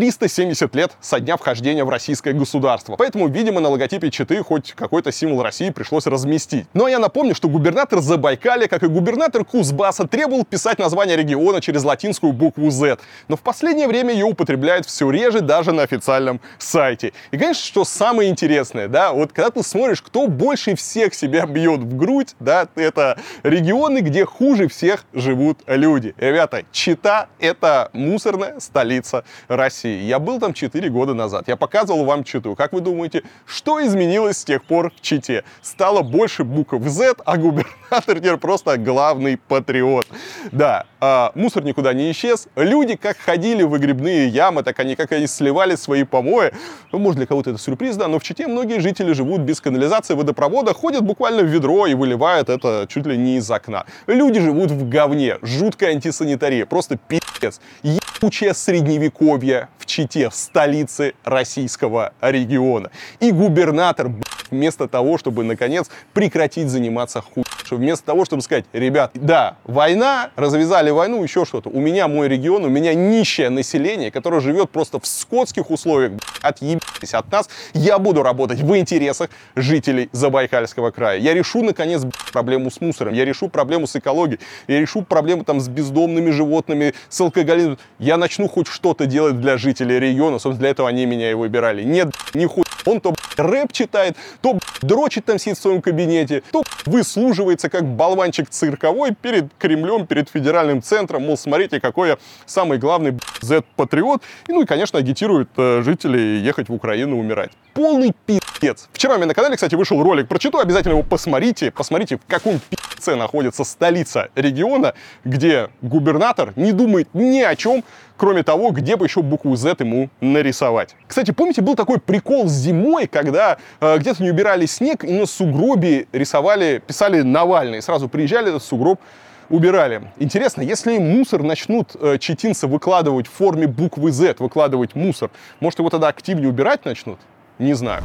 370 лет со дня вхождения в российское государство. Поэтому, видимо, на логотипе Читы хоть какой-то символ России пришлось разместить. Но я напомню, что губернатор Забайкалья, как и губернатор Кузбасса, требовал писать название региона через латинскую букву Z. Но в последнее время ее употребляют все реже даже на официальном сайте. И, конечно, что самое интересное, да, вот когда ты смотришь, кто больше всех себя бьет в грудь, да, это регионы, где хуже всех живут люди. Ребята, Чита — это мусорная столица России. Я был там 4 года назад. Я показывал вам Читу. Как вы думаете, что изменилось с тех пор в Чите? Стало больше букв Z, а губернатор теперь просто главный патриот. Да, мусор никуда не исчез. Люди как ходили в выгребные ямы, так они сливали свои помои. Ну, может, для кого-то это сюрприз, да, но в Чите многие жители живут без канализации, водопровода, ходят буквально в ведро и выливают это чуть ли не из окна. Люди живут в говне, жуткая антисанитария, просто пиздец. Ебучее средневековье в Чите, в столице российского региона. И губернатор, вместо того, чтобы, наконец, прекратить заниматься хуйней. Вместо того, чтобы сказать: ребят, да, война, развязали войну, еще что-то. У меня мой регион, у меня нищее население, которое живет просто в скотских условиях, отъебитесь от нас. Я буду работать в интересах жителей Забайкальского края. Я решу, наконец, проблему с мусором, я решу проблему с экологией, я решу проблему там с бездомными животными, с алкоголизмом. Я начну хоть что-то делать для жителей региона, собственно, для этого они меня и выбирали. Нет, нихуя. Он то рэп читает, то дрочит там, сидит в своем кабинете, то выслуживается как болванчик цирковой перед Кремлем, перед федеральным центром, мол, смотрите, какой я самый главный Z-патриот. И, ну и, конечно, агитирует жителей ехать в Украину умирать. Полный пиздец. Вчера у меня на канале, кстати, вышел ролик про Читу, обязательно его посмотрите. Посмотрите, в каком пиздце находится столица региона, где губернатор не думает ни о чем, кроме того, где бы еще букву Z ему нарисовать. Кстати, помните, был такой прикол зимой, когда где-то не убирали снег и на сугробе писали Навальный. Сразу приезжали, этот сугроб убирали. Интересно, если мусор начнут читинцы выкладывать в форме буквы Z, выкладывать мусор, может, его тогда активнее убирать начнут? Не знаю.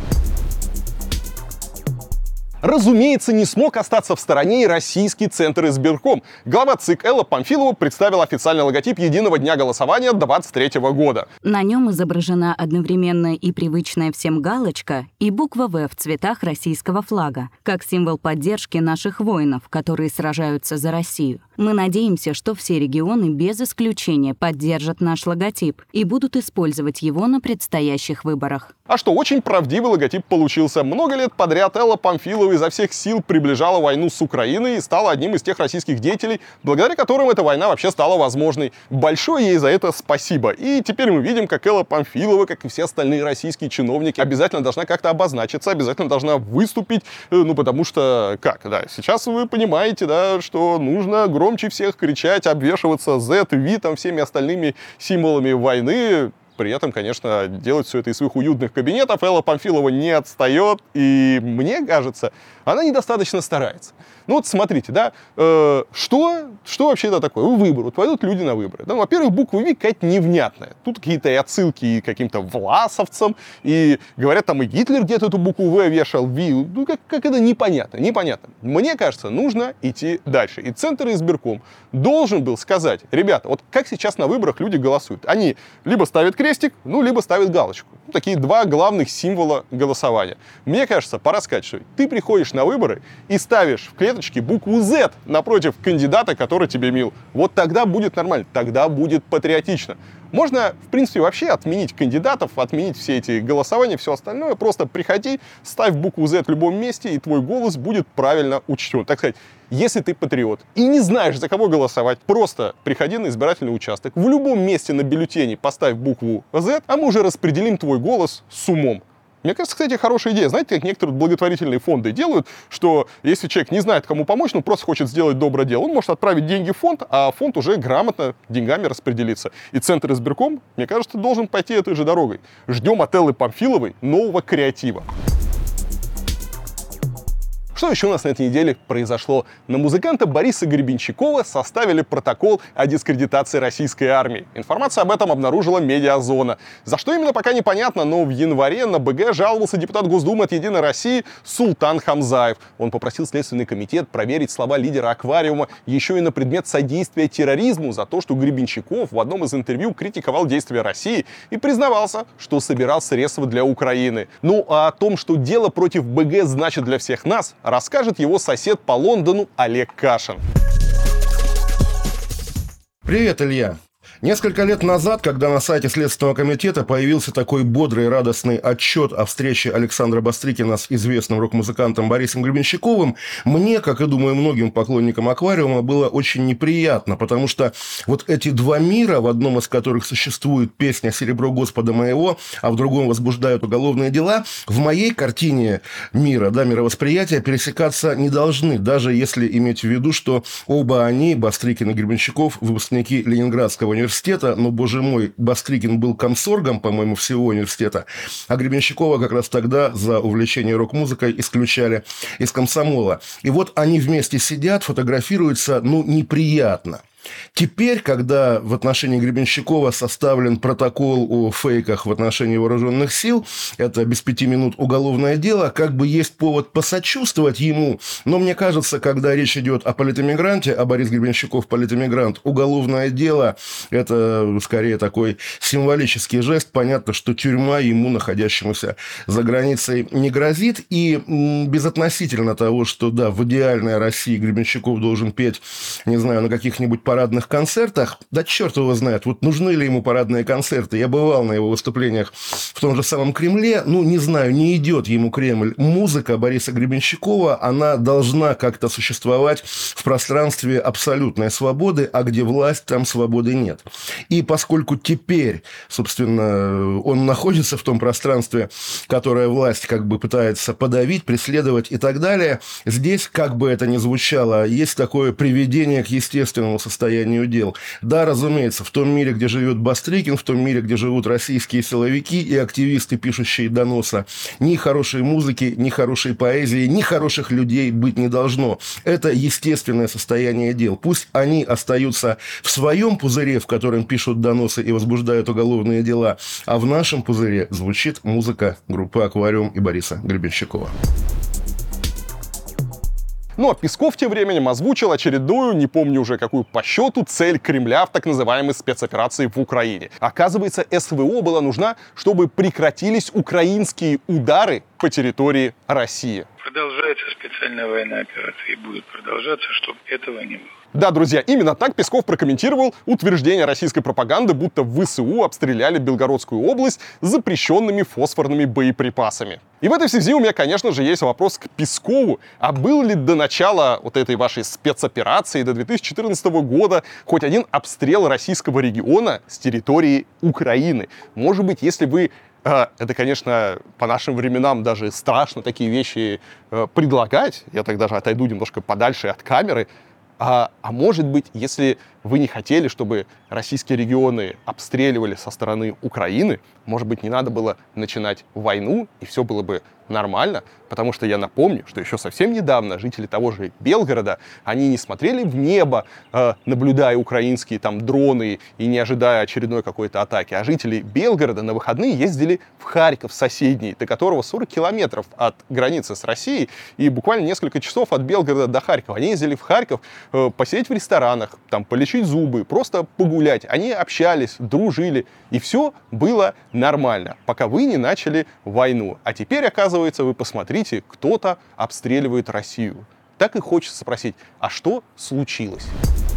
Разумеется, не смог остаться в стороне и российский центр избирком. Глава ЦИК Элла Памфилова представила официальный логотип единого дня голосования 2023 года. На нем изображена одновременно и привычная всем галочка, и буква «В» в цветах российского флага, как символ поддержки наших воинов, которые сражаются за Россию. Мы надеемся, что все регионы без исключения поддержат наш логотип и будут использовать его на предстоящих выборах. А что, очень правдивый логотип получился. Много лет подряд Элла Памфилова изо всех сил приближала войну с Украиной и стала одним из тех российских деятелей, благодаря которым эта война вообще стала возможной. Большое ей за это спасибо. И теперь мы видим, как Элла Памфилова, как и все остальные российские чиновники, обязательно должна как-то обозначиться, обязательно должна выступить, потому что, сейчас вы понимаете, что нужно громче всех кричать, обвешиваться Z, V, всеми остальными символами войны. При этом, конечно, делать все это из своих уютных кабинетов. Элла Памфилова не отстает, и мне кажется, она недостаточно старается. Смотрите, что вообще это такое? Выбор. Пойдут люди на выборы. Во-первых, буква V какая-то невнятная. Тут какие-то отсылки и каким-то власовцам, и говорят, там и Гитлер где-то эту букву V вешал, V. Как это непонятно. Мне кажется, нужно идти дальше. И Центр избирком должен был сказать: ребята, вот как сейчас на выборах люди голосуют? Они либо ставят крестик, либо ставят галочку. Такие два главных символа голосования. Мне кажется, пора сказать, что ты приходишь на выборы и ставишь в клеточке букву Z напротив кандидата, который тебе мил. Вот тогда будет нормально, тогда будет патриотично. Можно, в принципе, вообще отменить кандидатов, отменить все эти голосования, все остальное. Просто приходи, ставь букву Z в любом месте, и твой голос будет правильно учтен. Так сказать, если ты патриот и не знаешь, за кого голосовать, просто приходи на избирательный участок. В любом месте на бюллетене поставь букву Z, а мы уже распределим твой голос с умом. Мне кажется, кстати, хорошая идея. Знаете, как некоторые благотворительные фонды делают, что если человек не знает, кому помочь, но просто хочет сделать доброе дело, он может отправить деньги в фонд, а фонд уже грамотно деньгами распределится. И Центр избирком, мне кажется, должен пойти этой же дорогой. Ждем от Эллы Памфиловой нового креатива. Что еще у нас на этой неделе произошло? На музыканта Бориса Гребенщикова составили протокол о дискредитации российской армии. Информацию об этом обнаружила Медиазона. За что именно, пока непонятно, но в январе на БГ жаловался депутат Госдумы от «Единой России» Султан Хамзаев. Он попросил Следственный комитет проверить слова лидера «Аквариума» еще и на предмет содействия терроризму за то, что Гребенщиков в одном из интервью критиковал действия России и признавался, что собирал средства для Украины. А о том, что дело против БГ значит для всех нас, расскажет его сосед по Лондону Олег Кашин. Привет, Илья. Несколько лет назад, когда на сайте Следственного комитета появился такой бодрый и радостный отчет о встрече Александра Бастрыкина с известным рок-музыкантом Борисом Гребенщиковым, мне, как и, думаю, многим поклонникам «Аквариума», было очень неприятно, потому что вот эти два мира, в одном из которых существует песня «Серебро Господа моего», а в другом возбуждают уголовные дела, в моей картине мира, мировосприятия, пересекаться не должны, даже если иметь в виду, что оба они, Бастрыкин и Гребенщиков, выпускники Ленинградского университета, но, боже мой, Бастрыкин был комсоргом, по-моему, всего университета, а Гребенщикова как раз тогда за увлечение рок-музыкой исключали из комсомола. И вот они вместе сидят, фотографируются, неприятно. Теперь, когда в отношении Гребенщикова составлен протокол о фейках в отношении вооруженных сил, это без 5 минут уголовное дело, как бы есть повод посочувствовать ему. Но мне кажется, когда речь идет о политэмигранте, а Борис Гребенщиков политэмигрант, уголовное дело – это скорее такой символический жест. Понятно, что тюрьма ему, находящемуся за границей, не грозит. И безотносительно того, что, в идеальной России Гребенщиков должен петь, не знаю, на каких-нибудь парадных концертах, черт его знает, нужны ли ему парадные концерты. Я бывал на его выступлениях в том же самом Кремле, не знаю, не идет ему Кремль. Музыка Бориса Гребенщикова, она должна как-то существовать в пространстве абсолютной свободы, а где власть, там свободы нет. И поскольку теперь, собственно, он находится в том пространстве, которое власть как бы пытается подавить, преследовать и так далее, здесь, как бы это ни звучало, есть такое приведение к естественному состоянию дел. Да, разумеется, в том мире, где живет Бастрыкин, в том мире, где живут российские силовики и активисты, пишущие доноса, ни хорошей музыки, ни хорошей поэзии, ни хороших людей быть не должно. Это естественное состояние дел. Пусть они остаются в своем пузыре, в котором пишут доносы и возбуждают уголовные дела, а в нашем пузыре звучит музыка группы «Аквариум» и Бориса Гребенщикова. А Песков тем временем озвучил очередную, не помню уже какую по счету, цель Кремля в так называемой спецоперации в Украине. Оказывается, СВО была нужна, чтобы прекратились украинские удары по территории России. Продолжается специальная военная операция и будет продолжаться, чтобы этого не было. Да, друзья, именно так Песков прокомментировал утверждение российской пропаганды, будто в ВСУ обстреляли Белгородскую область запрещенными фосфорными боеприпасами. И в этой связи у меня, конечно же, есть вопрос к Пескову. А был ли до начала вот этой вашей спецоперации, до 2014 года, хоть один обстрел российского региона с территории Украины? Может быть, если вы... Это, конечно, по нашим временам даже страшно такие вещи предлагать. Я так даже отойду немножко подальше от камеры. А может быть, если вы не хотели, чтобы российские регионы обстреливали со стороны Украины, может быть, не надо было начинать войну, и все было бы нормально, потому что я напомню, что еще совсем недавно жители того же Белгорода, они не смотрели в небо, наблюдая украинские там дроны и не ожидая очередной какой-то атаки, а жители Белгорода на выходные ездили в Харьков соседний, до которого 40 километров от границы с Россией, и буквально несколько часов от Белгорода до Харькова. Они ездили в Харьков посидеть в ресторанах, там, полечить зубы, просто погулять. Они общались, дружили, и все было нормально, пока вы не начали войну. А теперь, оказывается, вы посмотрите, кто-то обстреливает Россию. Так и хочется спросить, а что случилось?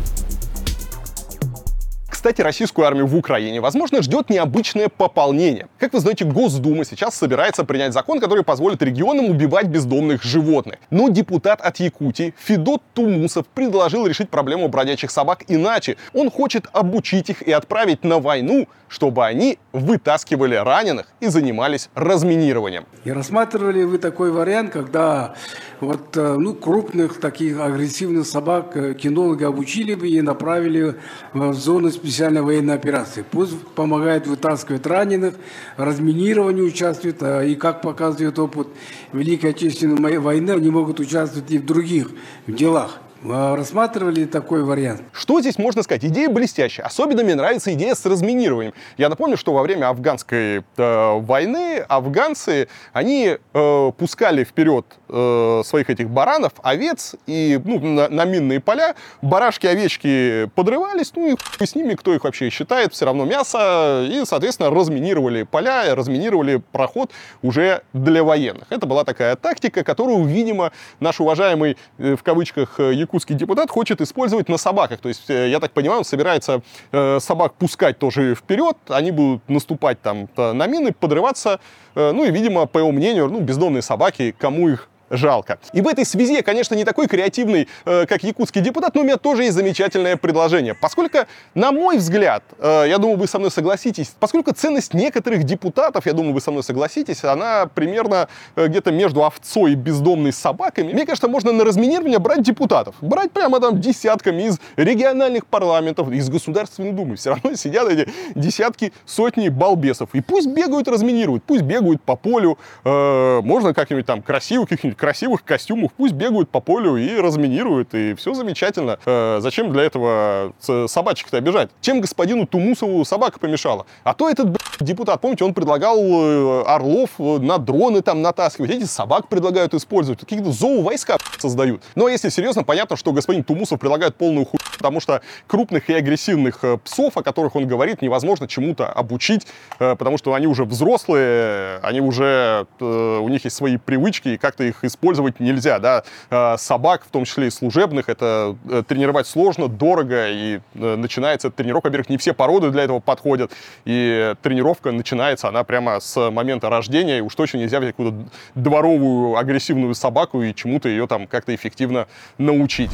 Кстати, российскую армию в Украине, возможно, ждет необычное пополнение. Как вы знаете, Госдума сейчас собирается принять закон, который позволит регионам убивать бездомных животных. Но депутат от Якутии Федот Тумусов предложил решить проблему бродячих собак иначе. Он хочет обучить их и отправить на войну, чтобы они вытаскивали раненых и занимались разминированием. И рассматривали вы такой вариант, когда вот, крупных таких агрессивных собак кинологи обучили бы и направили в зону специальной военной операции. Пусть помогает вытаскивать раненых, разминированию участвует, и, как показывает опыт Великой Отечественной войны, они могут участвовать и в других делах. Рассматривали такой вариант? Что здесь можно сказать? Идея блестящая. Особенно мне нравится идея с разминированием. Я напомню, что во время афганской войны афганцы, они пускали вперед своих этих баранов, овец и на минные поля. Барашки, овечки подрывались, и с ними, кто их вообще считает, все равно мясо. И, соответственно, разминировали поля, разминировали проход уже для военных. Это была такая тактика, которую, видимо, наш уважаемый, в кавычках, якутский депутат хочет использовать на собаках. То есть, я так понимаю, он собирается собак пускать тоже вперед, они будут наступать там на мины, подрываться. И, видимо, по его мнению, бездомные собаки, кому их жалко. И в этой связи я, конечно, не такой креативный, как якутский депутат, но у меня тоже есть замечательное предложение. Поскольку, на мой взгляд, я думаю, вы со мной согласитесь, поскольку ценность некоторых депутатов, я думаю, вы со мной согласитесь, она примерно где-то между овцой и бездомной собаками, мне кажется, можно на разминирование брать депутатов. Брать прямо там десятками из региональных парламентов, из Государственной Думы. Все равно сидят эти десятки, сотни балбесов. И пусть бегают, разминируют, пусть бегают по полю, можно как-нибудь там каких-нибудь красивых костюмах, пусть бегают по полю и разминируют, и все замечательно. Зачем для этого собачек-то обижать? Чем господину Тумусову собака помешала? А то этот депутат, помните, он предлагал орлов на дроны там натаскивать, эти собак предлагают использовать, какие-то зоовойска создают. Но если серьезно, понятно, что господин Тумусов предлагает полную хуйню, потому что крупных и агрессивных псов, о которых он говорит, невозможно чему-то обучить, потому что они уже взрослые, они уже, у них есть свои привычки, и как-то их использовать нельзя, да, собак, в том числе и служебных, это тренировать сложно, дорого, и начинается тренировка, во-первых, не все породы для этого подходят, и тренировка начинается, она прямо с момента рождения, и уж точно нельзя взять какую-то дворовую агрессивную собаку и чему-то ее там как-то эффективно научить.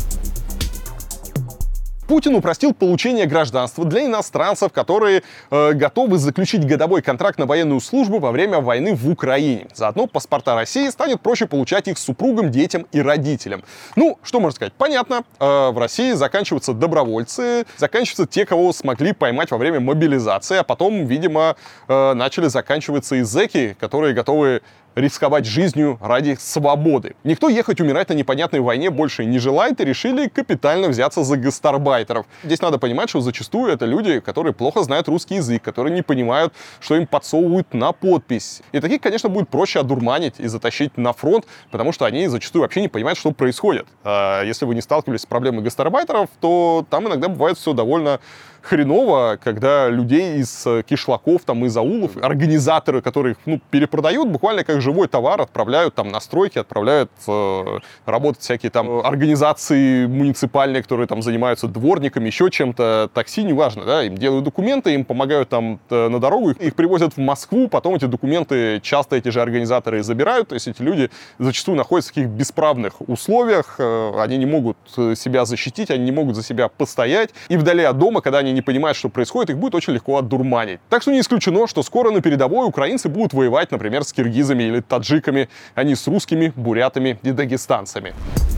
Путин упростил получение гражданства для иностранцев, которые готовы заключить годовой контракт на военную службу во время войны в Украине. Заодно паспорта России станет проще получать их супругам, детям и родителям. Что можно сказать? Понятно, в России заканчиваются добровольцы, заканчиваются те, кого смогли поймать во время мобилизации, а потом, видимо, начали заканчиваться и зэки, которые готовы рисковать жизнью ради свободы. Никто ехать умирать на непонятной войне больше не желает и решили капитально взяться за гастарбайтеров. Здесь надо понимать, что зачастую это люди, которые плохо знают русский язык, которые не понимают, что им подсовывают на подпись. И таких, конечно, будет проще одурманить и затащить на фронт, потому что они зачастую вообще не понимают, что происходит. Если вы не сталкивались с проблемой гастарбайтеров, то там иногда бывает все довольно хреново, когда людей из кишлаков, там, из аулов, организаторы, которые их перепродают буквально как живой товар отправляют там на стройки, отправляют работать всякие там организации муниципальные, которые там занимаются дворниками, еще чем-то, такси, неважно, да, им делают документы, им помогают там на дорогу, их привозят в Москву, потом эти документы часто эти же организаторы забирают, то есть эти люди зачастую находятся в таких бесправных условиях, они не могут себя защитить, они не могут за себя постоять, и вдали от дома, когда они не понимают, что происходит, их будет очень легко отдурманить. Так что не исключено, что скоро на передовой украинцы будут воевать, например, с киргизами или таджиками, а не с русскими, бурятами и дагестанцами.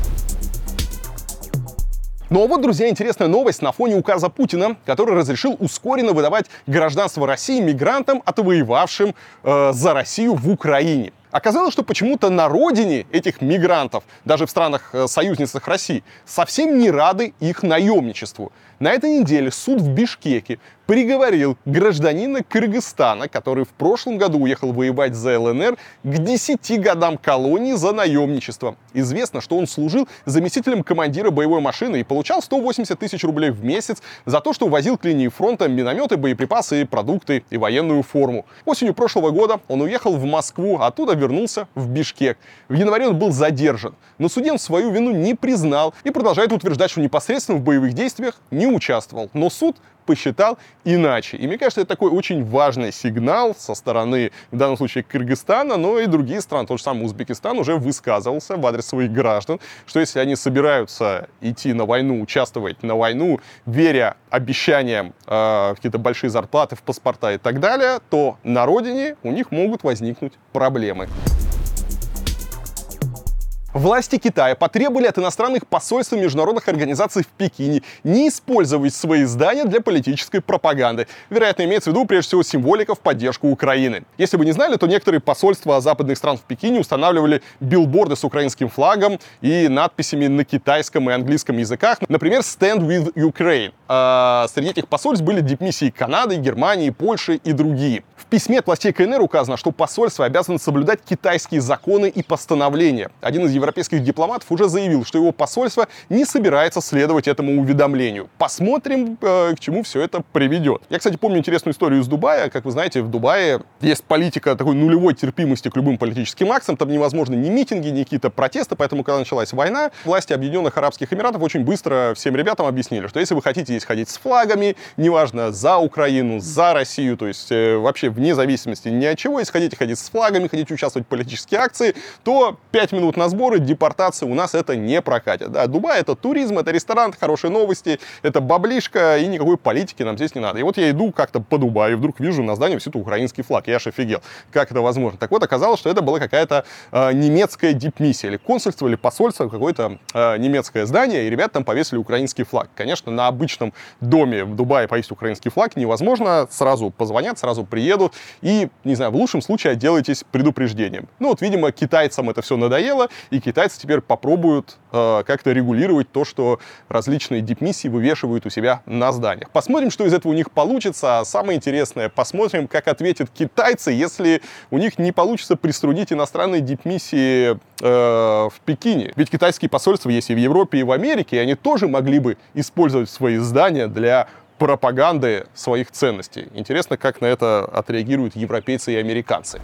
Ну а вот, друзья, интересная новость на фоне указа Путина, который разрешил ускоренно выдавать гражданство России мигрантам, отвоевавшим за Россию в Украине. Оказалось, что почему-то на родине этих мигрантов, даже в странах-союзницах России, совсем не рады их наемничеству. На этой неделе суд в Бишкеке приговорил гражданина Кыргызстана, который в прошлом году уехал воевать за ЛНР, к 10 годам колонии за наемничество. Известно, что он служил заместителем командира боевой машины и получал 180 тысяч рублей в месяц за то, что возил к линии фронта минометы, боеприпасы, продукты и военную форму. Осенью прошлого года он уехал в Москву, оттуда вернулся в Бишкек. В январе он был задержан, но суде он свою вину не признал и продолжает утверждать, что непосредственно в боевых действиях не участвовал. Но суд посчитал иначе. И мне кажется, это такой очень важный сигнал со стороны, в данном случае, Кыргызстана, но и другие страны. Тот же самый Узбекистан уже высказывался в адрес своих граждан, что если они собираются идти на войну, участвовать на войну, веря обещаниям какие-то большие зарплаты в паспорта и так далее, то на родине у них могут возникнуть проблемы. Власти Китая потребовали от иностранных посольств и международных организаций в Пекине не использовать свои здания для политической пропаганды. Вероятно, имеется в виду, прежде всего, символика в поддержку Украины. Если вы не знали, то некоторые посольства западных стран в Пекине устанавливали билборды с украинским флагом и надписями на китайском и английском языках. Например, «Stand with Ukraine». Среди этих посольств были дипмиссии Канады, Германии, Польши и другие. В письме от властей КНР указано, что посольство обязано соблюдать китайские законы и постановления. Один из европейских дипломатов уже заявил, что его посольство не собирается следовать этому уведомлению. Посмотрим, к чему все это приведет. Я, кстати, помню интересную историю из Дубая. Как вы знаете, в Дубае есть политика такой нулевой терпимости к любым политическим акциям. Там невозможны ни митинги, ни какие-то протесты. Поэтому, когда началась война, власти Объединенных Арабских Эмиратов очень быстро всем ребятам объяснили, что если вы хотите здесь ходить с флагами, неважно, за Украину, за Россию, то есть вообще вне зависимости ни от чего, если хотите ходить с флагами, хотите участвовать в политические акции, то 5 минут на сборы, депортации у нас это не прокатит. Да, Дубай — это туризм, это ресторан, хорошие новости, это баблишка, и никакой политики нам здесь не надо. И вот я иду как-то по Дубаю, и вдруг вижу на здании висит украинский флаг. Я аж офигел. Как это возможно? Так вот, оказалось, что это была какая-то немецкая дипмиссия, или консульство, или посольство, какое-то немецкое здание, и ребята там повесили украинский флаг. Конечно, на обычном доме в Дубае повесить украинский флаг невозможно. Сразу позвонят, сразу приедут, и, не знаю, в лучшем случае отделаетесь предупреждением. Ну вот, видимо, китайцам это все надоело, и китайцы теперь попробуют как-то регулировать то, что различные дипмиссии вывешивают у себя на зданиях. Посмотрим, что из этого у них получится. А самое интересное, посмотрим, как ответят китайцы, если у них не получится приструнить иностранные дипмиссии в Пекине. Ведь китайские посольства есть и в Европе, и в Америке, и они тоже могли бы использовать свои здания для пропаганды своих ценностей. Интересно, как на это отреагируют европейцы и американцы.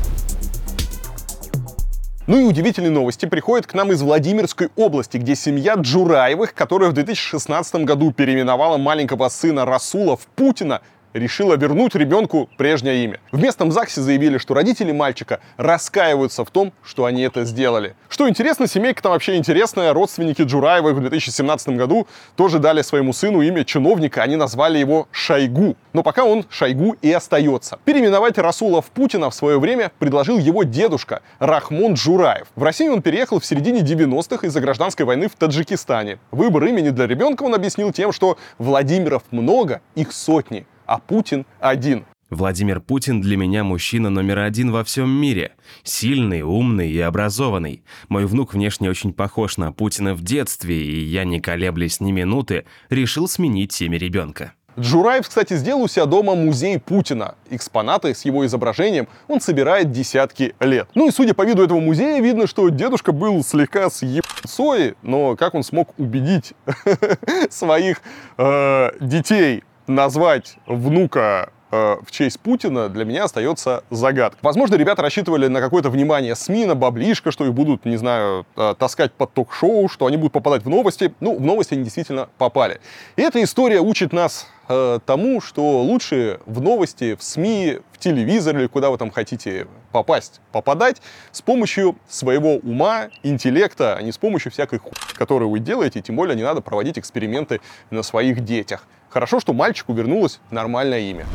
Ну и удивительные новости приходят к нам из Владимирской области, где семья Джураевых, которая в 2016 году переименовала маленького сына Расула в Путина, решила вернуть ребенку прежнее имя. В местном ЗАГСе заявили, что родители мальчика раскаиваются в том, что они это сделали. Что интересно, семейка там вообще интересная. Родственники Джураевых в 2017 году тоже дали своему сыну имя чиновника. Они назвали его Шойгу. Но пока он Шойгу и остается. Переименовать Расула в Путина в свое время предложил его дедушка Рахмон Джураев. В Россию он переехал в середине 90-х из-за гражданской войны в Таджикистане. Выбор имени для ребенка он объяснил тем, что Владимиров много, их сотни, а Путин один. Владимир Путин для меня мужчина номер один во всем мире. Сильный, умный и образованный. Мой внук внешне очень похож на Путина в детстве, и я, не колеблясь ни минуты, решил сменить имя ребенка. Джураев, кстати, сделал у себя дома музей Путина. Экспонаты с его изображением он собирает десятки лет. Ну и судя по виду этого музея, видно, что дедушка был слегка съебцой, но как он смог убедить своих детей назвать внука в честь Путина для меня остается загадкой. Возможно, ребята рассчитывали на какое-то внимание СМИ, на баблишко, что их будут, не знаю, таскать под ток-шоу, что они будут попадать в новости. Ну, в новости они действительно попали. И эта история учит нас тому, что лучше в новости, в СМИ, в телевизор или куда вы там хотите попадать с помощью своего ума, интеллекта, а не с помощью всякой хуйни, которую вы делаете, тем более не надо проводить эксперименты на своих детях. Хорошо, что мальчику вернулось нормальное имя.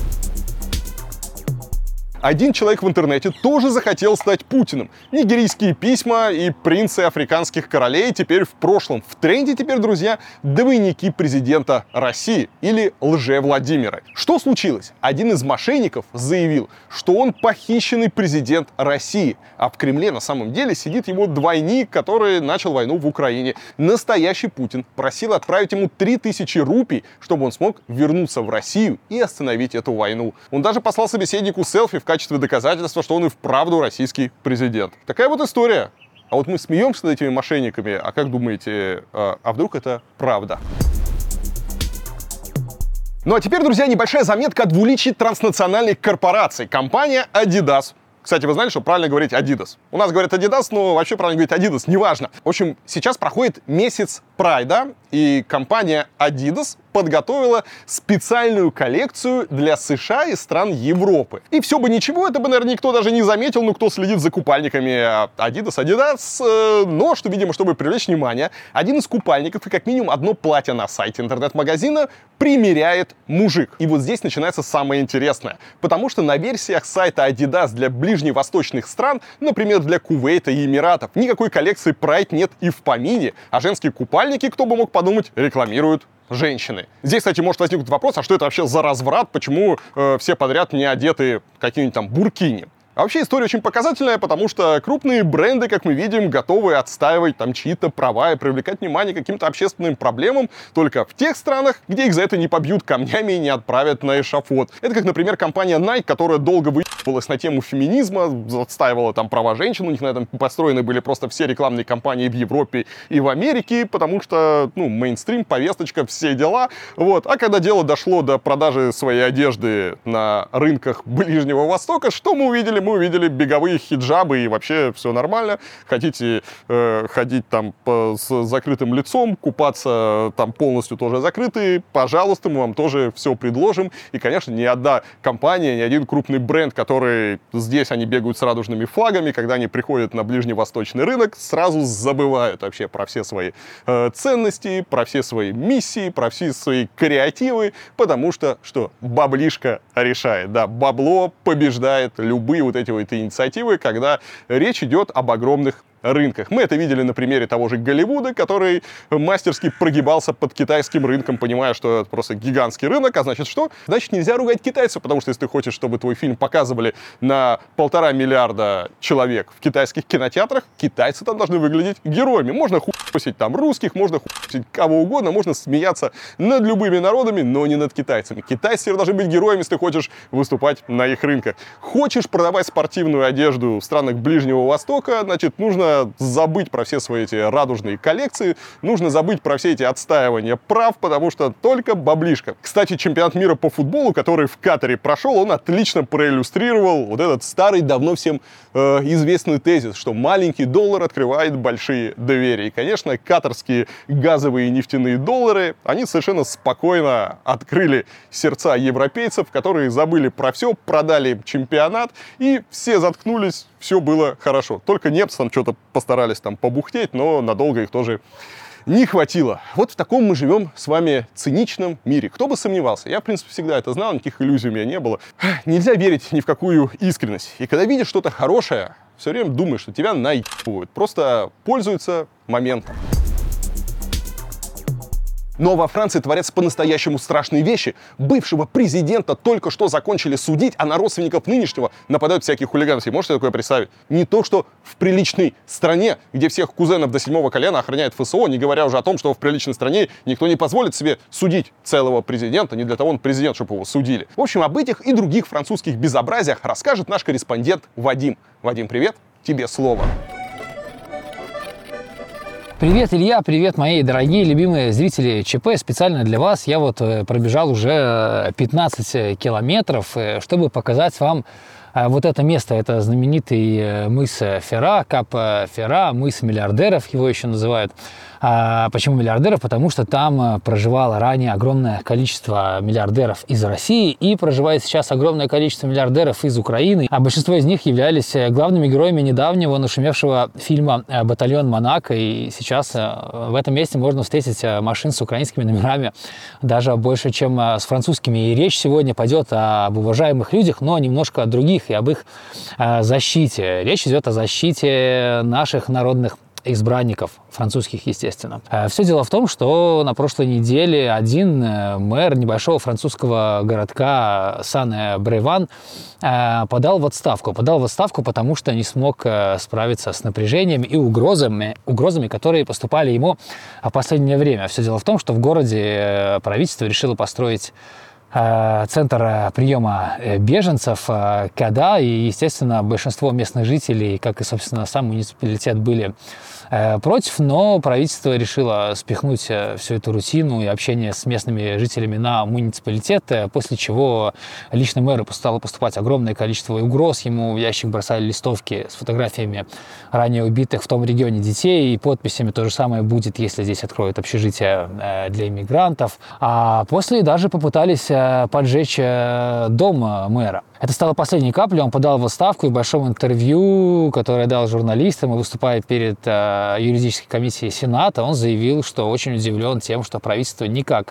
Один человек в интернете тоже захотел стать Путиным. Нигерийские письма и принцы африканских королей теперь в прошлом. В тренде теперь, друзья, двойники президента России или лже-Владимиры. Что случилось? Один из мошенников заявил, что он похищенный президент России, а в Кремле на самом деле сидит его двойник, который начал войну в Украине. Настоящий Путин просил отправить ему 3000 рупий, чтобы он смог вернуться в Россию и остановить эту войну. Он даже послал собеседнику селфи в качестве доказательства, что он и вправду российский президент. Такая вот история. А вот мы смеемся над этими мошенниками, а как думаете, а вдруг это правда? Ну а теперь, друзья, небольшая заметка о двуличии транснациональной корпорации. Компания Adidas. Кстати, вы знали, что правильно говорить Adidas? У нас говорят Adidas, но вообще правильно говорить Adidas, неважно. В общем, сейчас проходит месяц Прайда, и компания Adidas подготовила специальную коллекцию для США и стран Европы. И все бы ничего, это бы, наверное, никто даже не заметил, ну, кто следит за купальниками Adidas. Но, что, видимо, чтобы привлечь внимание, один из купальников и как минимум одно платье на сайте интернет-магазина примеряет мужик. И вот здесь начинается самое интересное. Потому что на версиях сайта Adidas для ближневосточных стран, например, для Кувейта и Эмиратов, никакой коллекции Pride нет и в помине, а женские купальники, кто бы мог подумать, рекламируют женщины. Здесь, кстати, может возникнуть вопрос, а что это вообще за разврат, почему все подряд не одеты какие-нибудь там буркини? А вообще история очень показательная, потому что крупные бренды, как мы видим, готовы отстаивать там чьи-то права и привлекать внимание к каким-то общественным проблемам только в тех странах, где их за это не побьют камнями и не отправят на эшафот. Это как, например, компания Nike, которая долго выебывалась на тему феминизма, отстаивала там права женщин, у них на этом построены были просто все рекламные кампании в Европе и в Америке, потому что, ну, мейнстрим, повесточка, все дела. Вот. А когда дело дошло до продажи своей одежды на рынках Ближнего Востока, что мы увидели? Мы увидели беговые хиджабы и вообще все нормально. Хотите ходить там с закрытым лицом, купаться там полностью тоже закрытые, пожалуйста, мы вам тоже все предложим. И, конечно, ни одна компания, ни один крупный бренд, который здесь они бегают с радужными флагами, когда они приходят на ближневосточный рынок, сразу забывают вообще про все свои ценности, про все свои миссии, про все свои креативы, потому что, что баблишка решает. Да, бабло побеждает любые вот эти вот инициативы, когда речь идет об огромных рынках. Мы это видели на примере того же Голливуда, который мастерски прогибался под китайским рынком, понимая, что это просто гигантский рынок, а значит что? Значит, нельзя ругать китайцев, потому что если ты хочешь, чтобы твой фильм показывали на 1,5 миллиарда человек в китайских кинотеатрах, китайцы там должны выглядеть героями. Можно хуесить там русских, можно хуесить кого угодно, можно смеяться над любыми народами, но не над китайцами. Китайцы должны быть героями, если ты хочешь выступать на их рынках. Хочешь продавать спортивную одежду в странах Ближнего Востока, значит, нужно забыть про все свои эти радужные коллекции, нужно забыть про все эти отстаивания прав, потому что только баблишка. Кстати, чемпионат мира по футболу, который в Катаре прошел, он отлично проиллюстрировал вот этот старый, давно всем известный тезис, что маленький доллар открывает большие двери. И, конечно, катарские газовые и нефтяные доллары, они совершенно спокойно открыли сердца европейцев, которые забыли про все, продали им чемпионат, и все заткнулись, все было хорошо. Только немцы там что-то постарались там побухтеть, но надолго их тоже не хватило. Вот в таком мы живем с вами циничном мире. Кто бы сомневался? Я, в принципе, всегда это знал, никаких иллюзий у меня не было. Нельзя верить ни в какую искренность. И когда видишь что-то хорошее, все время думаешь, что тебя наебывают. Просто пользуются моментом. Но во Франции творятся по-настоящему страшные вещи. Бывшего президента только что закончили судить, а на родственников нынешнего нападают всякие хулиганы. Вы можете такое представить? Не то, что в приличной стране, где всех кузенов до 7-го колена охраняет ФСО, не говоря уже о том, что в приличной стране никто не позволит себе судить целого президента. Не для того он президент, чтобы его судили. В общем, об этих и других французских безобразиях расскажет наш корреспондент Вадим. Вадим, привет, тебе слово. Привет, Илья, привет, мои дорогие, любимые зрители ЧП. Специально для вас я вот пробежал уже 15 километров, чтобы показать вам вот это место. Это знаменитый мыс Ферра, Кап Ферра, мыс миллиардеров его еще называют. Почему миллиардеров? Потому что там проживало ранее огромное количество миллиардеров из России и проживает сейчас огромное количество миллиардеров из Украины. А большинство из них являлись главными героями недавнего нашумевшего фильма «Батальон Монако». И сейчас в этом месте можно встретить машин с украинскими номерами даже больше, чем с французскими. И речь сегодня пойдет об уважаемых людях, но немножко о других и об их защите. Речь идет о защите наших народных избранников, французских, естественно. Все дело в том, что на прошлой неделе один мэр небольшого французского городка Сан-Бреван подал в отставку. Потому что не смог справиться с напряжением и угрозами, которые поступали ему в последнее время. Все дело в том, что в городе правительство решило построить центр приема беженцев КАДА, и, естественно, большинство местных жителей, как и, собственно, сам муниципалитет, были против, но правительство решило спихнуть всю эту рутину и общение с местными жителями на муниципалитет, после чего лично мэру стало поступать огромное количество угроз. Ему в ящик бросали листовки с фотографиями ранее убитых в том регионе детей и подписями: то же самое будет, если здесь откроют общежитие для иммигрантов. А после даже попытались поджечь дом мэра. Это стало последней каплей. Он подал в отставку, и в большом интервью, которое дал журналистам и выступая перед юридической комиссией Сената, он заявил, что очень удивлен тем, что правительство никак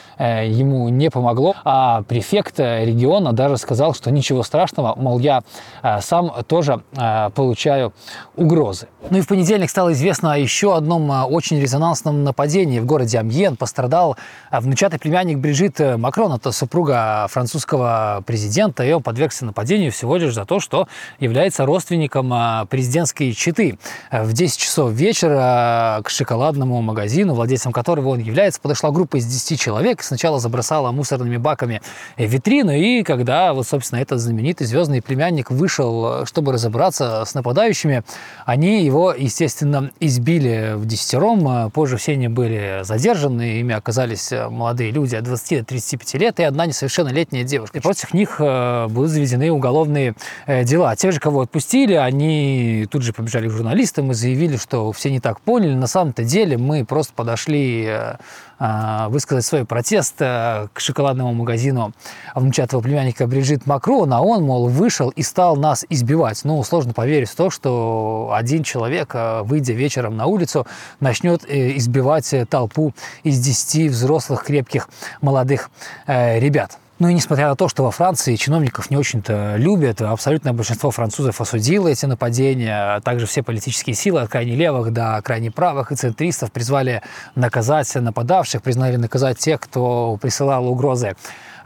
ему не помогло, а префект региона даже сказал, что ничего страшного, мол, я сам тоже получаю угрозы. Ну и в понедельник стало известно о еще одном очень резонансном нападении в городе Амьен. Пострадал внучатый племянник Брижит Макрон, это супруга французского президента, и он подвергся нападению всего лишь за то, что является родственником президентской четы. В 10 часов вечера к шоколадному магазину, владельцем которого он является, подошла группа из 10 человек. Сначала забросала мусорными баками витрину, и когда, вот, собственно, этот знаменитый звездный племянник вышел, чтобы разобраться с нападающими, они его, естественно, избили вдесятером. Позже все они были задержаны, ими оказались молодые люди от 20 до 35 лет и одна несовершеннолетняя девушка. И против них будут заведены уголовные дела. Те же, кого отпустили, они тут же побежали к журналистам и заявили, что все не так поняли. На самом-то деле мы просто подошли высказать свой протест к шоколадному магазину внучатого племянника Брижит Макрон, а он, мол, вышел и стал нас избивать. Ну, сложно поверить в то, что один человек, выйдя вечером на улицу, начнет избивать толпу из 10 взрослых, крепких, молодых ребят. Ну и несмотря на то, что во Франции чиновников не очень-то любят, абсолютное большинство французов осудило эти нападения. Также все политические силы, от крайне левых до крайне правых и центристов, призвали наказать нападавших, признали наказать тех, кто присылал угрозы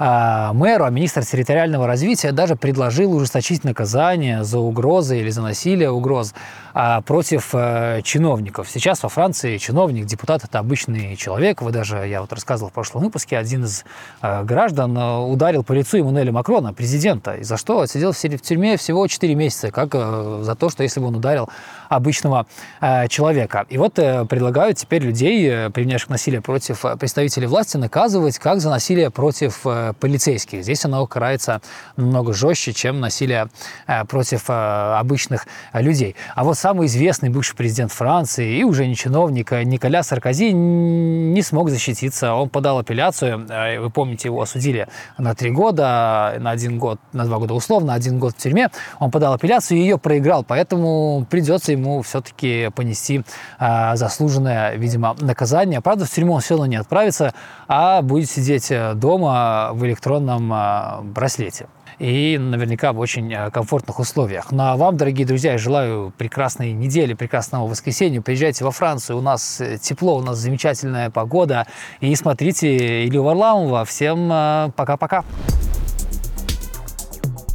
мэру, а министр территориального развития даже предложил ужесточить наказание за угрозы или за насилие угроз против чиновников. Сейчас во Франции чиновник, депутат – это обычный человек. Я вот рассказывал в прошлом выпуске, один из граждан ударил по лицу Эммануэля Макрона, президента, и за что отсидел в тюрьме всего 4 месяца, как за то, что если бы он ударил обычного человека. И вот предлагают теперь людей, применяющих насилие против представителей власти, наказывать как за насилие против полицейских. Здесь оно карается намного жестче, чем насилие против обычных людей. А вот самый известный бывший президент Франции и уже не чиновник Николя Саркози не смог защититься. Он подал апелляцию. Вы помните, его осудили на 3 года, на 1 год, на 2 года условно, 1 год в тюрьме. Он подал апелляцию и ее проиграл, поэтому придется ему все-таки понести заслуженное, видимо, наказание. Правда, в тюрьму он все равно не отправится, а будет сидеть дома в электронном браслете. И наверняка в очень комфортных условиях. Ну а вам, дорогие друзья, я желаю прекрасной недели, прекрасного воскресенья. Приезжайте во Францию, у нас тепло, у нас замечательная погода. И смотрите Илью Варламова. Всем пока-пока. В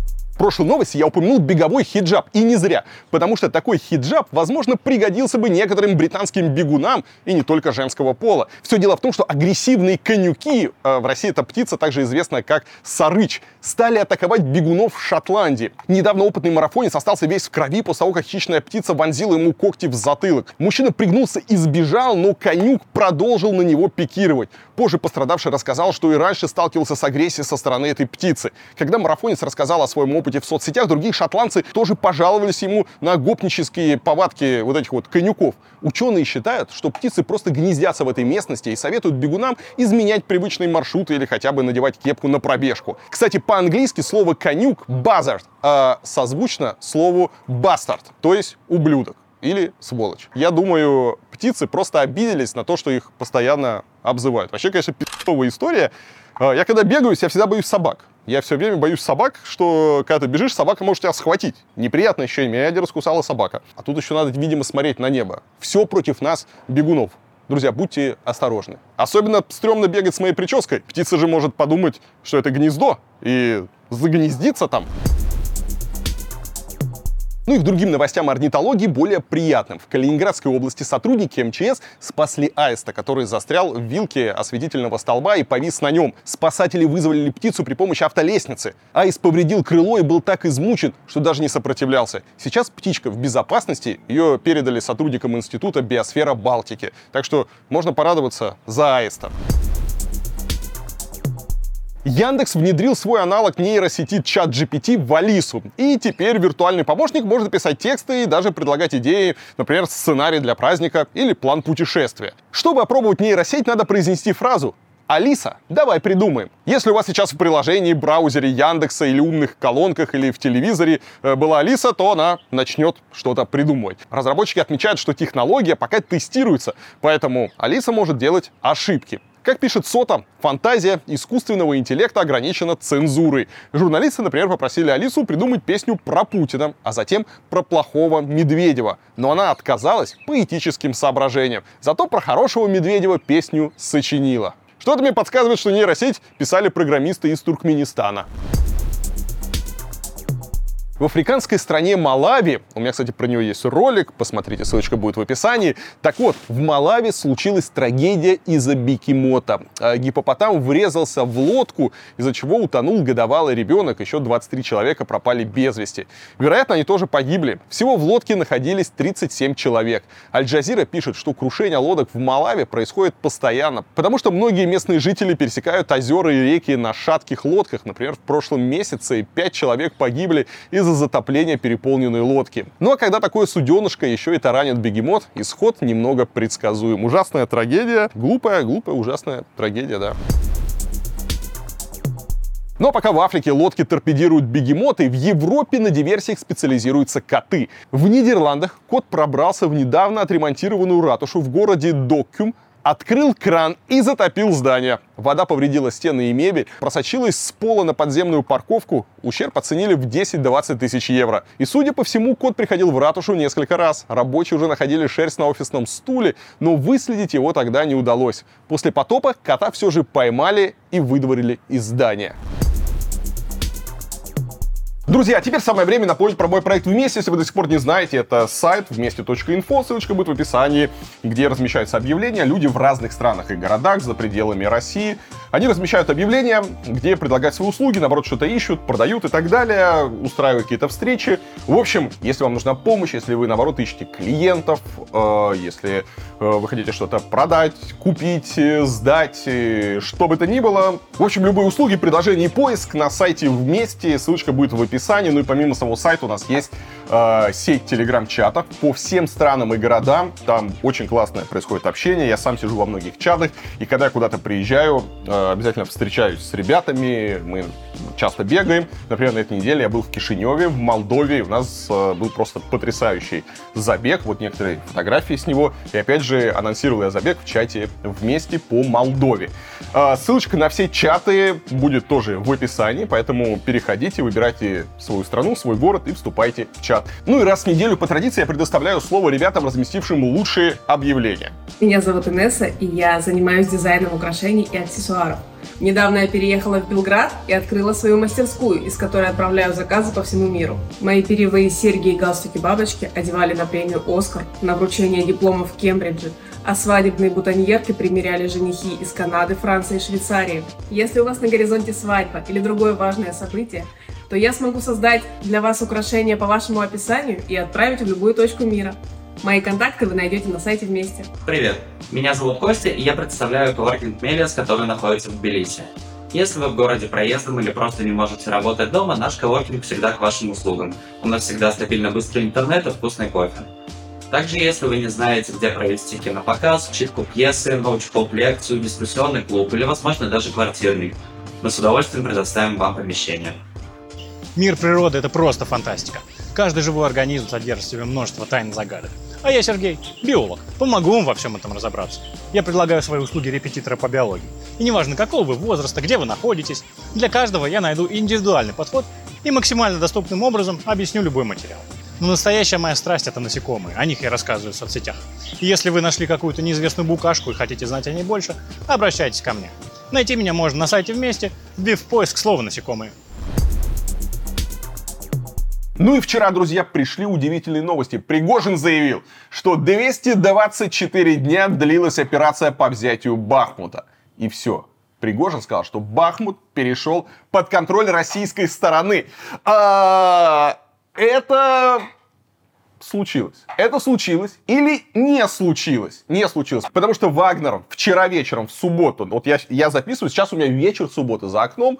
прошлой новости я упомянул беговой хиджаб, и не зря, потому что такой хиджаб, возможно, пригодился бы некоторым британским бегунам, и не только женского пола. Все дело в том, что агрессивные конюки, в России эта птица также известна как сарыч, стали атаковать бегунов в Шотландии. Недавно опытный марафонец остался весь в крови после того, как хищная птица вонзила ему когти в затылок. Мужчина пригнулся и сбежал, но конюк продолжил на него пикировать. Позже пострадавший рассказал, что и раньше сталкивался с агрессией со стороны этой птицы. Когда марафонец рассказал о своем опыте в соцсетях, другие шотландцы тоже пожаловались ему на гопнические повадки вот этих вот конюков. Ученые считают, что птицы просто гнездятся в этой местности и советуют бегунам изменять привычные маршруты или хотя бы надевать кепку на пробежку. Кстати, по-английски слово конюк buzzard созвучно слову bastard, то есть ублюдок или сволочь. Я думаю, птицы просто обиделись на то, что их постоянно обзывают. Вообще, конечно, пи***овая история. Я когда бегаю, я всегда боюсь собак. Я все время боюсь собак, что когда ты бежишь, собака может тебя схватить. Неприятное ощущение. Меня один раскусала собака. А тут еще надо, видимо, смотреть на небо. Все против нас, бегунов. Друзья, будьте осторожны. Особенно стрёмно бегать с моей прической. Птица же может подумать, что это гнездо, и загнездиться там. Ну и к другим новостям орнитологии более приятным. В Калининградской области сотрудники МЧС спасли аиста, который застрял в вилке осветительного столба и повис на нем. Спасатели вызвали птицу при помощи автолестницы. Аист повредил крыло и был так измучен, что даже не сопротивлялся. Сейчас птичка в безопасности, ее передали сотрудникам Института Биосфера Балтики. Так что можно порадоваться за аиста. Яндекс внедрил свой аналог нейросети ChatGPT в Алису. И теперь виртуальный помощник может писать тексты и даже предлагать идеи, например, сценарий для праздника или план путешествия. Чтобы опробовать нейросеть, надо произнести фразу «Алиса, давай придумаем». Если у вас сейчас в приложении, браузере Яндекса или умных колонках или в телевизоре была Алиса, то она начнет что-то придумывать. Разработчики отмечают, что технология пока тестируется, поэтому Алиса может делать ошибки. Как пишет Сота, фантазия искусственного интеллекта ограничена цензурой. Журналисты, например, попросили Алису придумать песню про Путина, а затем про плохого Медведева. Но она отказалась по этическим соображениям. Зато про хорошего Медведева песню сочинила. Что-то мне подсказывает, что нейросеть писали программисты из Туркменистана. В африканской стране Малави, у меня, кстати, про нее есть ролик, посмотрите, ссылочка будет в описании. Так вот, в Малави случилась трагедия из-за бегемота. Гиппопотам врезался в лодку, из-за чего утонул годовалый ребенок, еще 23 человека пропали без вести. Вероятно, они тоже погибли. Всего в лодке находились 37 человек. Аль-Джазира пишет, что крушение лодок в Малави происходит постоянно, потому что многие местные жители пересекают озера и реки на шатких лодках. Например, в прошлом месяце 5 человек погибли из-за затопления переполненной лодки. Ну а когда такое суденышко еще и таранит бегемот, исход немного предсказуем. Ужасная трагедия, глупая, ужасная трагедия, да. Но пока в Африке лодки торпедируют бегемоты, в Европе на диверсиях специализируются коты. В Нидерландах кот пробрался в недавно отремонтированную ратушу в городе Доккюм, открыл кран и затопил здание. Вода повредила стены и мебель, просочилась с пола на подземную парковку. Ущерб оценили в 10-20 тысяч евро. И, судя по всему, кот приходил в ратушу несколько раз. Рабочие уже находили шерсть на офисном стуле, но выследить его тогда не удалось. После потопа кота все же поймали и выдворили из здания. Друзья, теперь самое время напомнить про мой проект «Вместе». Если вы до сих пор не знаете, это сайт вместе.инфо, ссылочка будет в описании, где размещаются объявления. Люди в разных странах и городах за пределами России, они размещают объявления, где предлагают свои услуги, наоборот, что-то ищут, продают и так далее, устраивают какие-то встречи. В общем, если вам нужна помощь, если вы, наоборот, ищете клиентов, если вы хотите что-то продать, купить, сдать, что бы то ни было. В общем, любые услуги, предложения и поиск на сайте «Вместе», ссылочка будет в описании. Ну и помимо самого сайта у нас есть сеть телеграм-чатов по всем странам и городам. Там очень классное происходит общение. Я сам сижу во многих чатах, и когда я куда-то приезжаю, обязательно встречаюсь с ребятами, мы часто бегаем. Например, на этой неделе я был в Кишиневе, в Молдове, у нас был просто потрясающий забег, вот некоторые фотографии с него, и опять же анонсировал я забег в чате «Вместе» по Молдове. Ссылочка на все чаты будет тоже в описании, поэтому переходите, выбирайте свою страну, свой город и вступайте в чат. Ну и раз в неделю по традиции я предоставляю слово ребятам, разместившим лучшие объявления. Меня зовут Инесса, и я занимаюсь дизайном украшений и аксессуаров. Недавно я переехала в Белград и открыла свою мастерскую, из которой отправляю заказы по всему миру. Мои перьевые серьги и галстуки-бабочки одевали на премию «Оскар», на вручение дипломов в Кембридже, а свадебные бутоньерки примеряли женихи из Канады, Франции и Швейцарии. Если у вас на горизонте свадьба или другое важное событие, то я смогу создать для вас украшения по вашему описанию и отправить в любую точку мира. Мои контакты вы найдете на сайте вместе. Привет, меня зовут Костя, и я представляю коворкинг Мелиас, который находится в Тбилиси. Если вы в городе проездом или просто не можете работать дома, наш коворкинг всегда к вашим услугам. У нас всегда стабильно быстрый интернет и вкусный кофе. Также, если вы не знаете, где провести кинопоказ, читку пьесы, научпоп-лекцию, дискуссионный клуб или, возможно, даже квартирник, мы с удовольствием предоставим вам помещение. Мир природы – это просто фантастика. Каждый живой организм содержит в себе множество тайн и загадок. А я Сергей, биолог. Помогу вам во всем этом разобраться. Я предлагаю свои услуги репетитора по биологии. И неважно, какого вы возраста, где вы находитесь, для каждого я найду индивидуальный подход и максимально доступным образом объясню любой материал. Но настоящая моя страсть – это насекомые. О них я рассказываю в соцсетях. И если вы нашли какую-то неизвестную букашку и хотите знать о ней больше, обращайтесь ко мне. Найти меня можно на сайте вместе, вбив в поиск слово «насекомые». Ну и вчера, друзья, пришли удивительные новости. Пригожин заявил, что 224 дня длилась операция по взятию Бахмута. И все. Пригожин сказал, что Бахмут перешел под контроль российской стороны. Это случилось. Это случилось или не случилось? Не случилось. Потому что Вагнер вчера вечером, в субботу, вот я записываю, сейчас у меня вечер субботы за окном,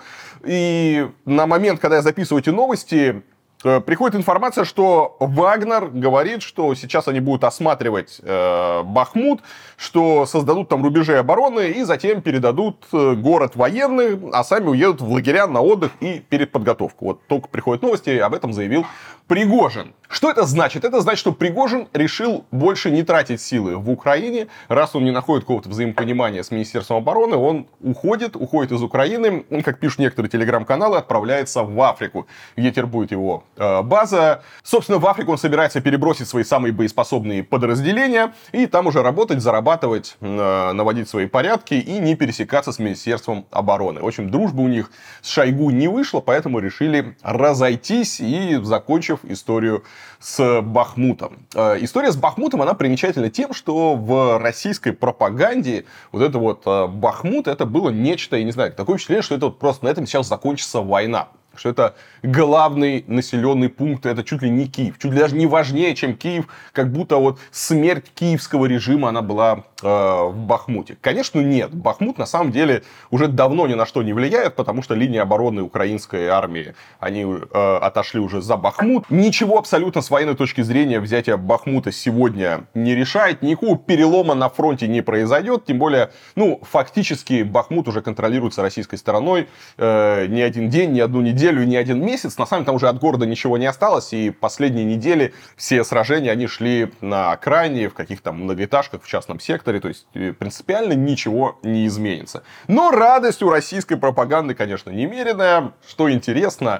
и на момент, когда я записываю эти новости, приходит информация, что Вагнер говорит, что сейчас они будут осматривать Бахмут, что создадут там рубежи обороны и затем передадут город военный, а сами уедут в лагеря на отдых и перед подготовку. Вот только приходят новости, об этом заявил Пригожин. Что это значит? Это значит, что Пригожин решил больше не тратить силы в Украине. Раз он не находит какого-то взаимопонимания с Министерством обороны, он уходит из Украины. Он, как пишут некоторые телеграм-каналы, отправляется в Африку, где теперь будет его база. Собственно, в Африку он собирается перебросить свои самые боеспособные подразделения и там уже работать, зарабатывать, наводить свои порядки и не пересекаться с Министерством обороны. В общем, дружба у них с Шойгу не вышла, поэтому решили разойтись и закончив историю с Бахмутом. История с Бахмутом, она примечательна тем, что в российской пропаганде вот это вот Бахмут, это было нечто, я не знаю, такое впечатление, что это вот просто на этом сейчас закончится война. Что это главный населенный пункт, это чуть ли не Киев, чуть ли даже не важнее, чем Киев, как будто вот смерть киевского режима, она была в Бахмуте. Конечно, нет. Бахмут на самом деле уже давно ни на что не влияет, потому что линии обороны украинской армии, они отошли уже за Бахмут. Ничего абсолютно с военной точки зрения взятие Бахмута сегодня не решает, никакого перелома на фронте не произойдет, тем более, фактически Бахмут уже контролируется российской стороной не один день, не одну неделю, не один месяц. На самом деле там уже от города ничего не осталось, и последние недели все сражения, они шли на окраине, в каких-то многоэтажках, в частном секторе, то есть принципиально ничего не изменится. Но радость у российской пропаганды, конечно, немеренная, что интересно,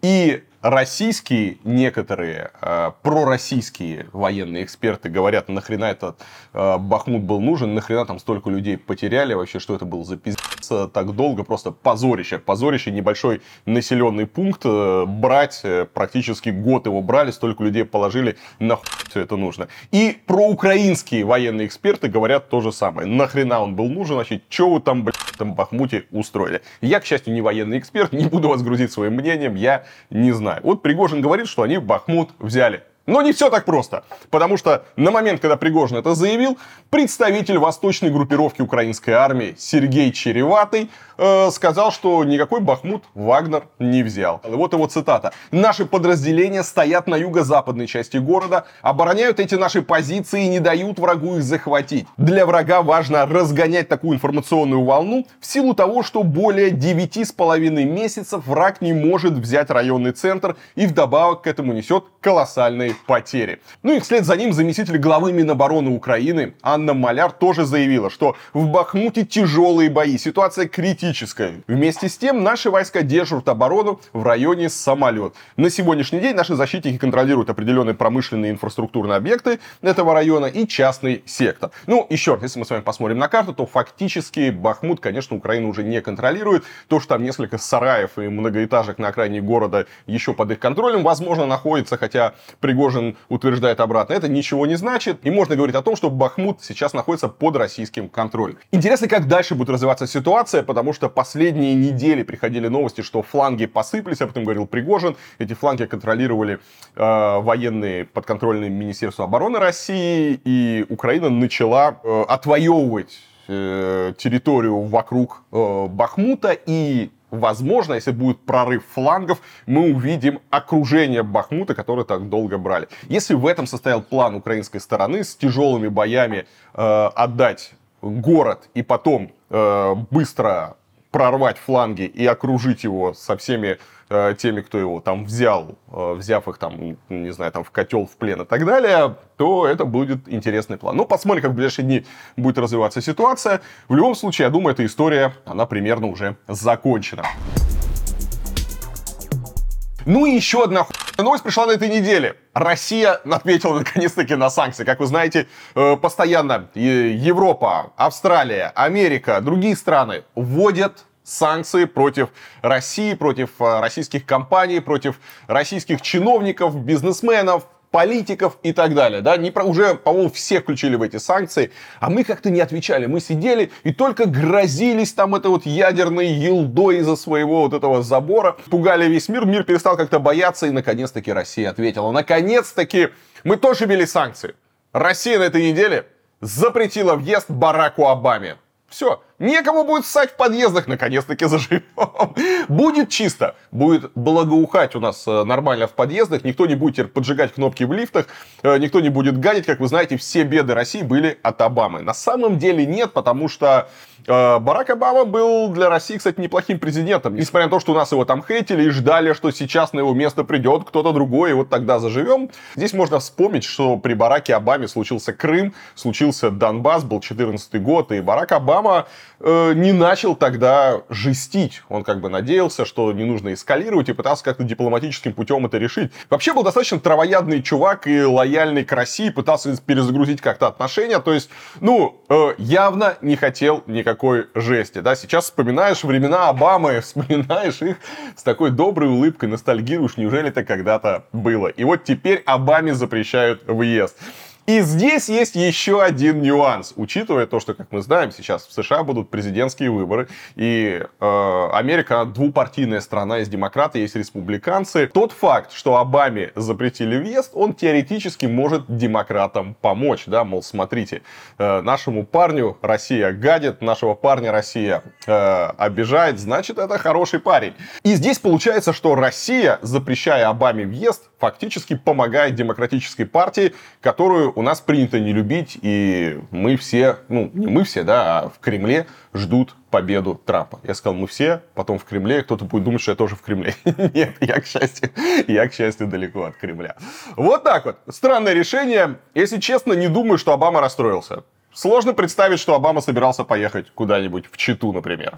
и российские некоторые пророссийские военные эксперты говорят, нахрена этот Бахмут был нужен, нахрена там столько людей потеряли, вообще, что это был за пиздец так долго, просто позорище. Позорище, небольшой населенный пункт, брать, практически год его брали, столько людей положили, нахуй все это нужно. И проукраинские военные эксперты говорят то же самое. Нахрена он был нужен, вообще, что вы там, блядь, в этом Бахмуте устроили? Я, к счастью, не военный эксперт, не буду вас грузить своим мнением, я не знаю. Вот Пригожин говорит, что они Бахмут взяли. Но не все так просто, потому что на момент, когда Пригожин это заявил, представитель восточной группировки украинской армии Сергей Череватый сказал, что никакой Бахмут Вагнер не взял. Вот его цитата. «Наши подразделения стоят на юго-западной части города, обороняют эти наши позиции и не дают врагу их захватить. Для врага важно разгонять такую информационную волну в силу того, что более 9,5 месяцев враг не может взять районный центр и вдобавок к этому несет колоссальные серьезные потери. Ну и вслед за ним заместитель главы Минобороны Украины Анна Маляр тоже заявила, что в Бахмуте тяжелые бои, ситуация критическая. Вместе с тем наши войска держат оборону в районе Самолет. На сегодняшний день наши защитники контролируют определенные промышленные и инфраструктурные объекты этого района и частный сектор. Ну, еще раз, если мы с вами посмотрим на карту, то фактически Бахмут, конечно, Украина уже не контролирует. То, что там несколько сараев и многоэтажек на окраине города еще под их контролем, возможно, находится, хотя Пригожин утверждает обратно, это ничего не значит. И можно говорить о том, что Бахмут сейчас находится под российским контролем. Интересно, как дальше будет развиваться ситуация, потому что последние недели приходили новости, что фланги посыпались, об этом говорил Пригожин. Эти фланги контролировали военные подконтрольные Министерству обороны России, и Украина начала отвоевывать территорию вокруг Бахмута, и возможно, если будет прорыв флангов, мы увидим окружение Бахмута, которое так долго брали. Если в этом состоял план украинской стороны с тяжелыми боями отдать город и потом быстро прорвать фланги и окружить его со всеми теми, кто его там взял, взяв их там, не знаю, там в котел, в плен и так далее, то это будет интересный план. Ну, посмотрим, как в ближайшие дни будет развиваться ситуация. В любом случае, я думаю, эта история, она примерно уже закончена. Ну и еще одна новость пришла на этой неделе. Россия ответила наконец-таки на санкции. Как вы знаете, постоянно Европа, Австралия, Америка, другие страны вводят санкции против России, против российских компаний, против российских чиновников, бизнесменов, политиков и так далее. Да? Уже, по-моему, все включили в эти санкции, а мы как-то не отвечали. Мы сидели и только грозились там этой вот ядерной елдой из-за своего вот этого забора. Пугали весь мир, мир перестал как-то бояться, и наконец-таки Россия ответила. Наконец-таки мы тоже ввели санкции. Россия на этой неделе запретила въезд Бараку Обаме. Все, некому будет ссать в подъездах, наконец-таки заживем. Будет чисто, будет благоухать у нас нормально в подъездах, никто не будет поджигать кнопки в лифтах, никто не будет гадить. Как вы знаете, все беды России были от Обамы. На самом деле нет, потому что Барак Обама был для России, кстати, неплохим президентом. Несмотря на то, что у нас его там хейтили и ждали, что сейчас на его место придет кто-то другой, и вот тогда заживем. Здесь можно вспомнить, что при Бараке Обаме случился Крым, случился Донбасс, был 2014 год, и Барак Обама не начал тогда жестить. Он как бы надеялся, что не нужно эскалировать, и пытался как-то дипломатическим путем это решить. Вообще был достаточно травоядный чувак и лояльный к России, пытался перезагрузить как-то отношения. То есть, явно не хотел никакой жести. Да? Сейчас вспоминаешь времена Обамы, вспоминаешь их с такой доброй улыбкой, ностальгируешь, неужели это когда-то было. И вот теперь Обаме запрещают въезд. И здесь есть еще один нюанс, учитывая то, что, как мы знаем, сейчас в США будут президентские выборы, и Америка двупартийная страна, есть демократы, есть республиканцы. Тот факт, что Обаме запретили въезд, он теоретически может демократам помочь, да, мол, смотрите, нашему парню Россия гадит, нашего парня Россия обижает, значит, это хороший парень. И здесь получается, что Россия, запрещая Обаме въезд, фактически помогает демократической партии, которую у нас принято не любить, и мы все, не мы все, да, а в Кремле ждут победу Трампа. Я сказал, мы все, потом в Кремле, кто-то будет думать, что я тоже в Кремле. Нет, я, к счастью, далеко от Кремля. Вот так вот. Странное решение. Если честно, не думаю, что Обама расстроился. Сложно представить, что Обама собирался поехать куда-нибудь в Читу, например.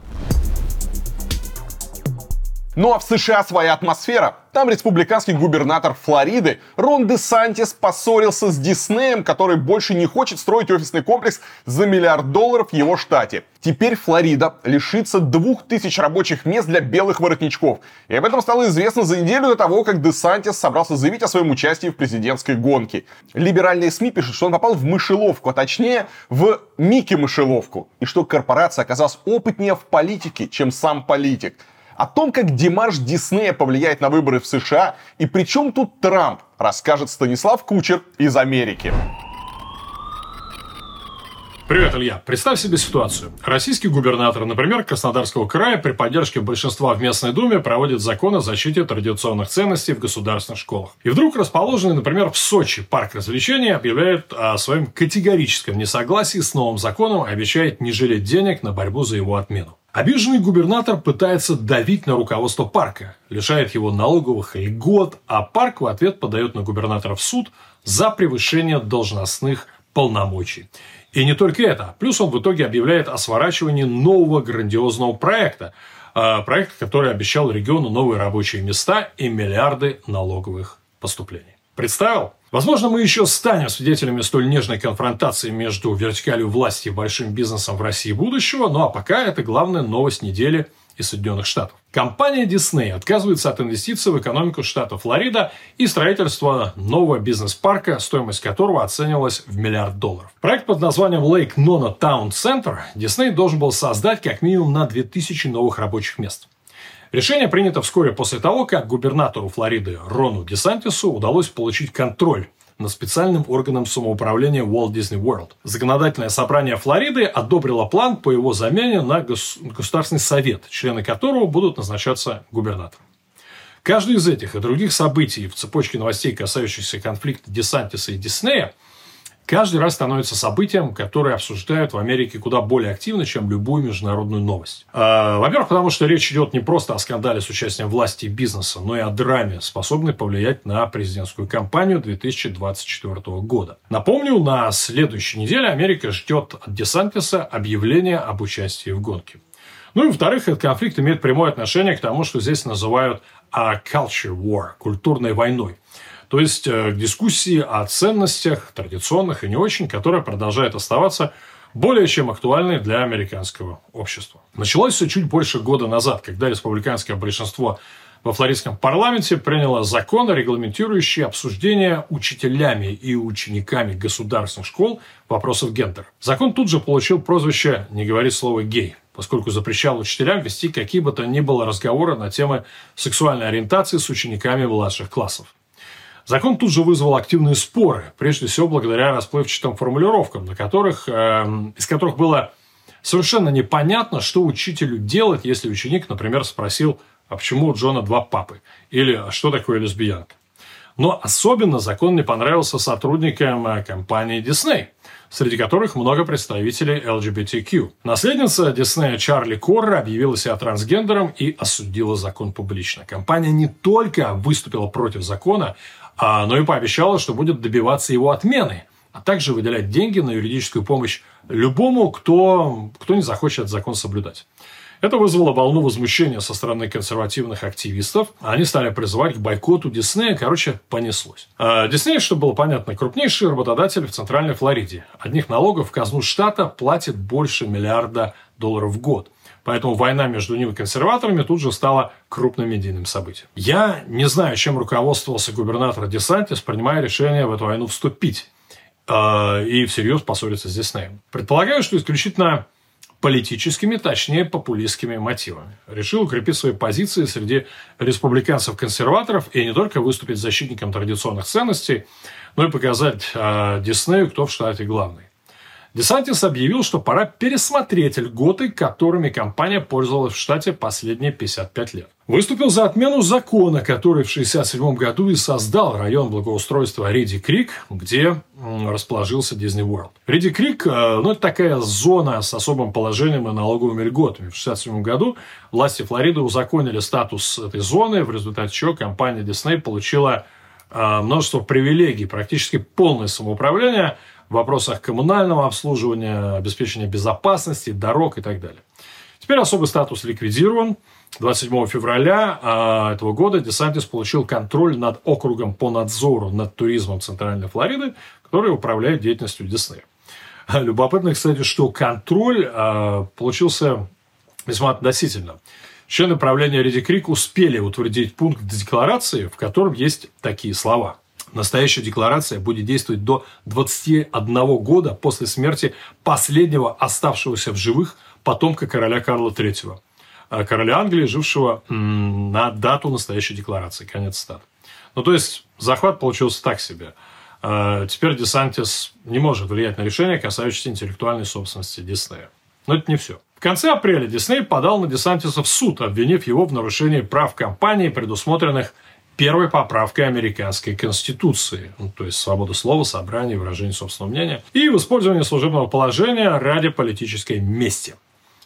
Ну а в США своя атмосфера. Там республиканский губернатор Флориды Рон Де Сантис поссорился с Диснеем, который больше не хочет строить офисный комплекс за $1 миллиард в его штате. Теперь Флорида лишится 2000 рабочих мест для белых воротничков. И об этом стало известно за неделю до того, как Де Сантис собрался заявить о своем участии в президентской гонке. Либеральные СМИ пишут, что он попал в мышеловку, а точнее в Микки-мышеловку. И что корпорация оказалась опытнее в политике, чем сам политик. О том, как демарш Диснея повлияет на выборы в США и при чем тут Трамп, расскажет Станислав Кучер из Америки. Привет, Илья. Представь себе ситуацию. Российский губернатор, например, Краснодарского края, при поддержке большинства в местной думе проводит закон о защите традиционных ценностей в государственных школах. И вдруг расположенный, например, в Сочи парк развлечений объявляет о своем категорическом несогласии с новым законом и обещает не жалеть денег на борьбу за его отмену. Обиженный губернатор пытается давить на руководство парка, лишает его налоговых льгот, а парк в ответ подает на губернатора в суд за превышение должностных полномочий. И не только это. Плюс он в итоге объявляет о сворачивании нового грандиозного проекта. Проект, который обещал региону новые рабочие места и миллиарды налоговых поступлений. Представил? Возможно, мы еще станем свидетелями столь нежной конфронтации между вертикалью власти и большим бизнесом в России будущего, ну а пока это главная новость недели из Соединенных Штатов. Компания Disney отказывается от инвестиций в экономику штата Флорида и строительства нового бизнес-парка, стоимость которого оценивалась в $1 миллиард. Проект под названием Lake Nona Town Center Disney должен был создать как минимум на 2000 новых рабочих мест. Решение принято вскоре после того, как губернатору Флориды Рону Десантису удалось получить контроль над специальным органом самоуправления Walt Disney World. Законодательное собрание Флориды одобрило план по его замене на Государственный совет, члены которого будут назначаться губернатором. Каждое из этих и других событий в цепочке новостей, касающихся конфликта Десантиса и Диснея, каждый раз становится событием, которое обсуждают в Америке куда более активно, чем любую международную новость. Во-первых, потому что речь идет не просто о скандале с участием власти и бизнеса, но и о драме, способной повлиять на президентскую кампанию 2024 года. Напомню, на следующей неделе Америка ждет от Десантиса объявления об участии в гонке. Ну и, во-вторых, этот конфликт имеет прямое отношение к тому, что здесь называют culture war, культурной войной. То есть к дискуссии о ценностях, традиционных и не очень, которая продолжает оставаться более чем актуальной для американского общества. Началось все чуть больше года назад, когда республиканское большинство во флоридском парламенте приняло закон, регламентирующий обсуждение учителями и учениками государственных школ вопросов гендера. Закон тут же получил прозвище «Не говори слово гей», поскольку запрещал учителям вести какие бы то ни было разговоры на темы сексуальной ориентации с учениками младших классов. Закон тут же вызвал активные споры, прежде всего благодаря расплывчатым формулировкам, из которых было совершенно непонятно, что учителю делать, если ученик, например, спросил, а почему у Джона 2 папы? Или а что такое лесбиянка? Но особенно закон не понравился сотрудникам компании Disney, среди которых много представителей LGBTQ. Наследница Disney Чарли Корра объявила себя трансгендером и осудила закон публично. Компания не только выступила против закона, но и пообещала, что будет добиваться его отмены, а также выделять деньги на юридическую помощь любому, кто не захочет закон соблюдать. Это вызвало волну возмущения со стороны консервативных активистов. Они стали призывать к бойкоту Диснея. Короче, понеслось. Дисней, чтобы было понятно, крупнейший работодатель в Центральной Флориде. Одних налогов в казну штата платит больше $1 миллиарда в год. Поэтому война между ним и консерваторами тут же стала крупным медийным событием. Я не знаю, чем руководствовался губернатор Десантис, принимая решение в эту войну вступить и всерьез поссориться с Диснеем. Предполагаю, что исключительно политическими, точнее популистскими мотивами. Решил укрепить свои позиции среди республиканцев-консерваторов и не только выступить защитником традиционных ценностей, но и показать Диснею, кто в штате главный. Десантис объявил, что пора пересмотреть льготы, которыми компания пользовалась в штате последние 55 лет. Выступил за отмену закона, который в 1967 году и создал район благоустройства Риди-Крик, где расположился Disney World. Риди-Крик это такая зона с особым положением и налоговыми льготами. В 1967 году власти Флориды узаконили статус этой зоны, в результате чего компания Disney получила множество привилегий, практически полное самоуправление в вопросах коммунального обслуживания, обеспечения безопасности, дорог и так далее. Теперь особый статус ликвидирован. 27 февраля этого года Десантис получил контроль над округом по надзору над туризмом Центральной Флориды, который управляет деятельностью Диснея. Любопытно, кстати, что контроль получился весьма относительно. Члены правления Риди-Крик успели утвердить пункт декларации, в котором есть такие слова. Настоящая декларация будет действовать до 21 года после смерти последнего оставшегося в живых потомка короля Карла III, короля Англии, жившего на дату настоящей декларации. Конец цитаты. То есть, захват получился так себе. Теперь Десантис не может влиять на решения, касающиеся интеллектуальной собственности Диснея. Но это не все. В конце апреля Дисней подал на Десантиса в суд, обвинив его в нарушении прав компании, предусмотренных первой поправкой американской конституции, то есть свобода слова, собрания, выражения собственного мнения, и в использовании служебного положения ради политической мести.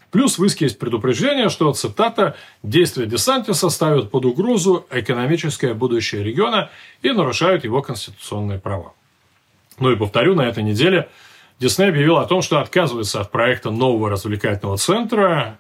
Плюс в иске есть предупреждение, что, цитата, «действия Десантиса ставят под угрозу экономическое будущее региона и нарушают его конституционные права». Ну и повторю, на этой неделе Дисней объявил о том, что отказывается от проекта нового развлекательного центра.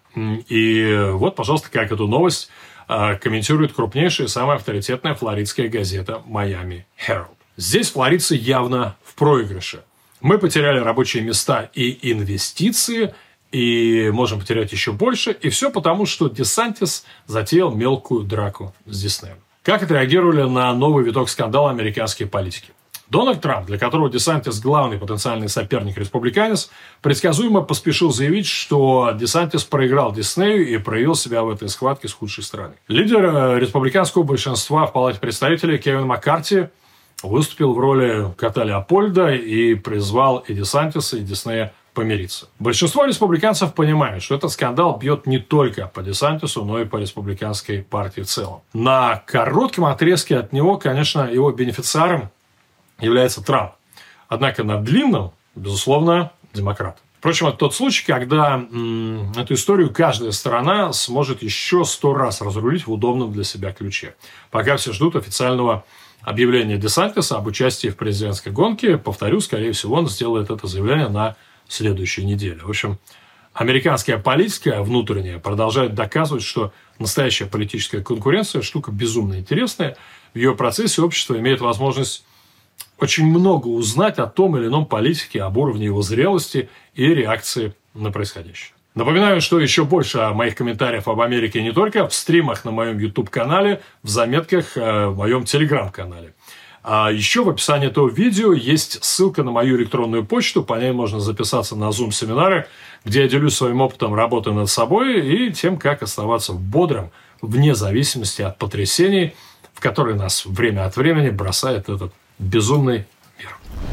И вот, пожалуйста, как эту новость комментирует крупнейшая и самая авторитетная флоридская газета «Miami Herald». Здесь флоридцы явно в проигрыше. Мы потеряли рабочие места и инвестиции, и можем потерять еще больше. И все потому, что Десантис затеял мелкую драку с Диснеем. Как отреагировали на новый виток скандала американские политики? Дональд Трамп, для которого Десантис главный потенциальный соперник-республиканец, предсказуемо поспешил заявить, что Десантис проиграл Диснею и проявил себя в этой схватке с худшей стороны. Лидер республиканского большинства в Палате представителей Кевин Маккарти выступил в роли кота Леопольда и призвал и Десантиса, и Диснея помириться. Большинство республиканцев понимает, что этот скандал бьет не только по Десантису, но и по республиканской партии в целом. На коротком отрезке от него, конечно, его бенефициаром является Трамп. Однако на длинном, безусловно, демократ. Впрочем, это тот случай, когда эту историю каждая сторона сможет еще 100 раз разрулить в удобном для себя ключе. Пока все ждут официального объявления Десантиса об участии в президентской гонке. Повторю, скорее всего, он сделает это заявление на следующей неделе. В общем, американская политика внутренняя продолжает доказывать, что настоящая политическая конкуренция – штука безумно интересная. В ее процессе общество имеет возможность очень много узнать о том или ином политике, об уровне его зрелости и реакции на происходящее. Напоминаю, что еще больше моих комментариев об Америке не только в стримах на моем YouTube-канале, в заметках в моем Telegram-канале. А еще в описании этого видео есть ссылка на мою электронную почту, по ней можно записаться на Zoom-семинары, где я делюсь своим опытом работы над собой и тем, как оставаться бодрым, вне зависимости от потрясений, в которые нас время от времени бросает этот безумный мир.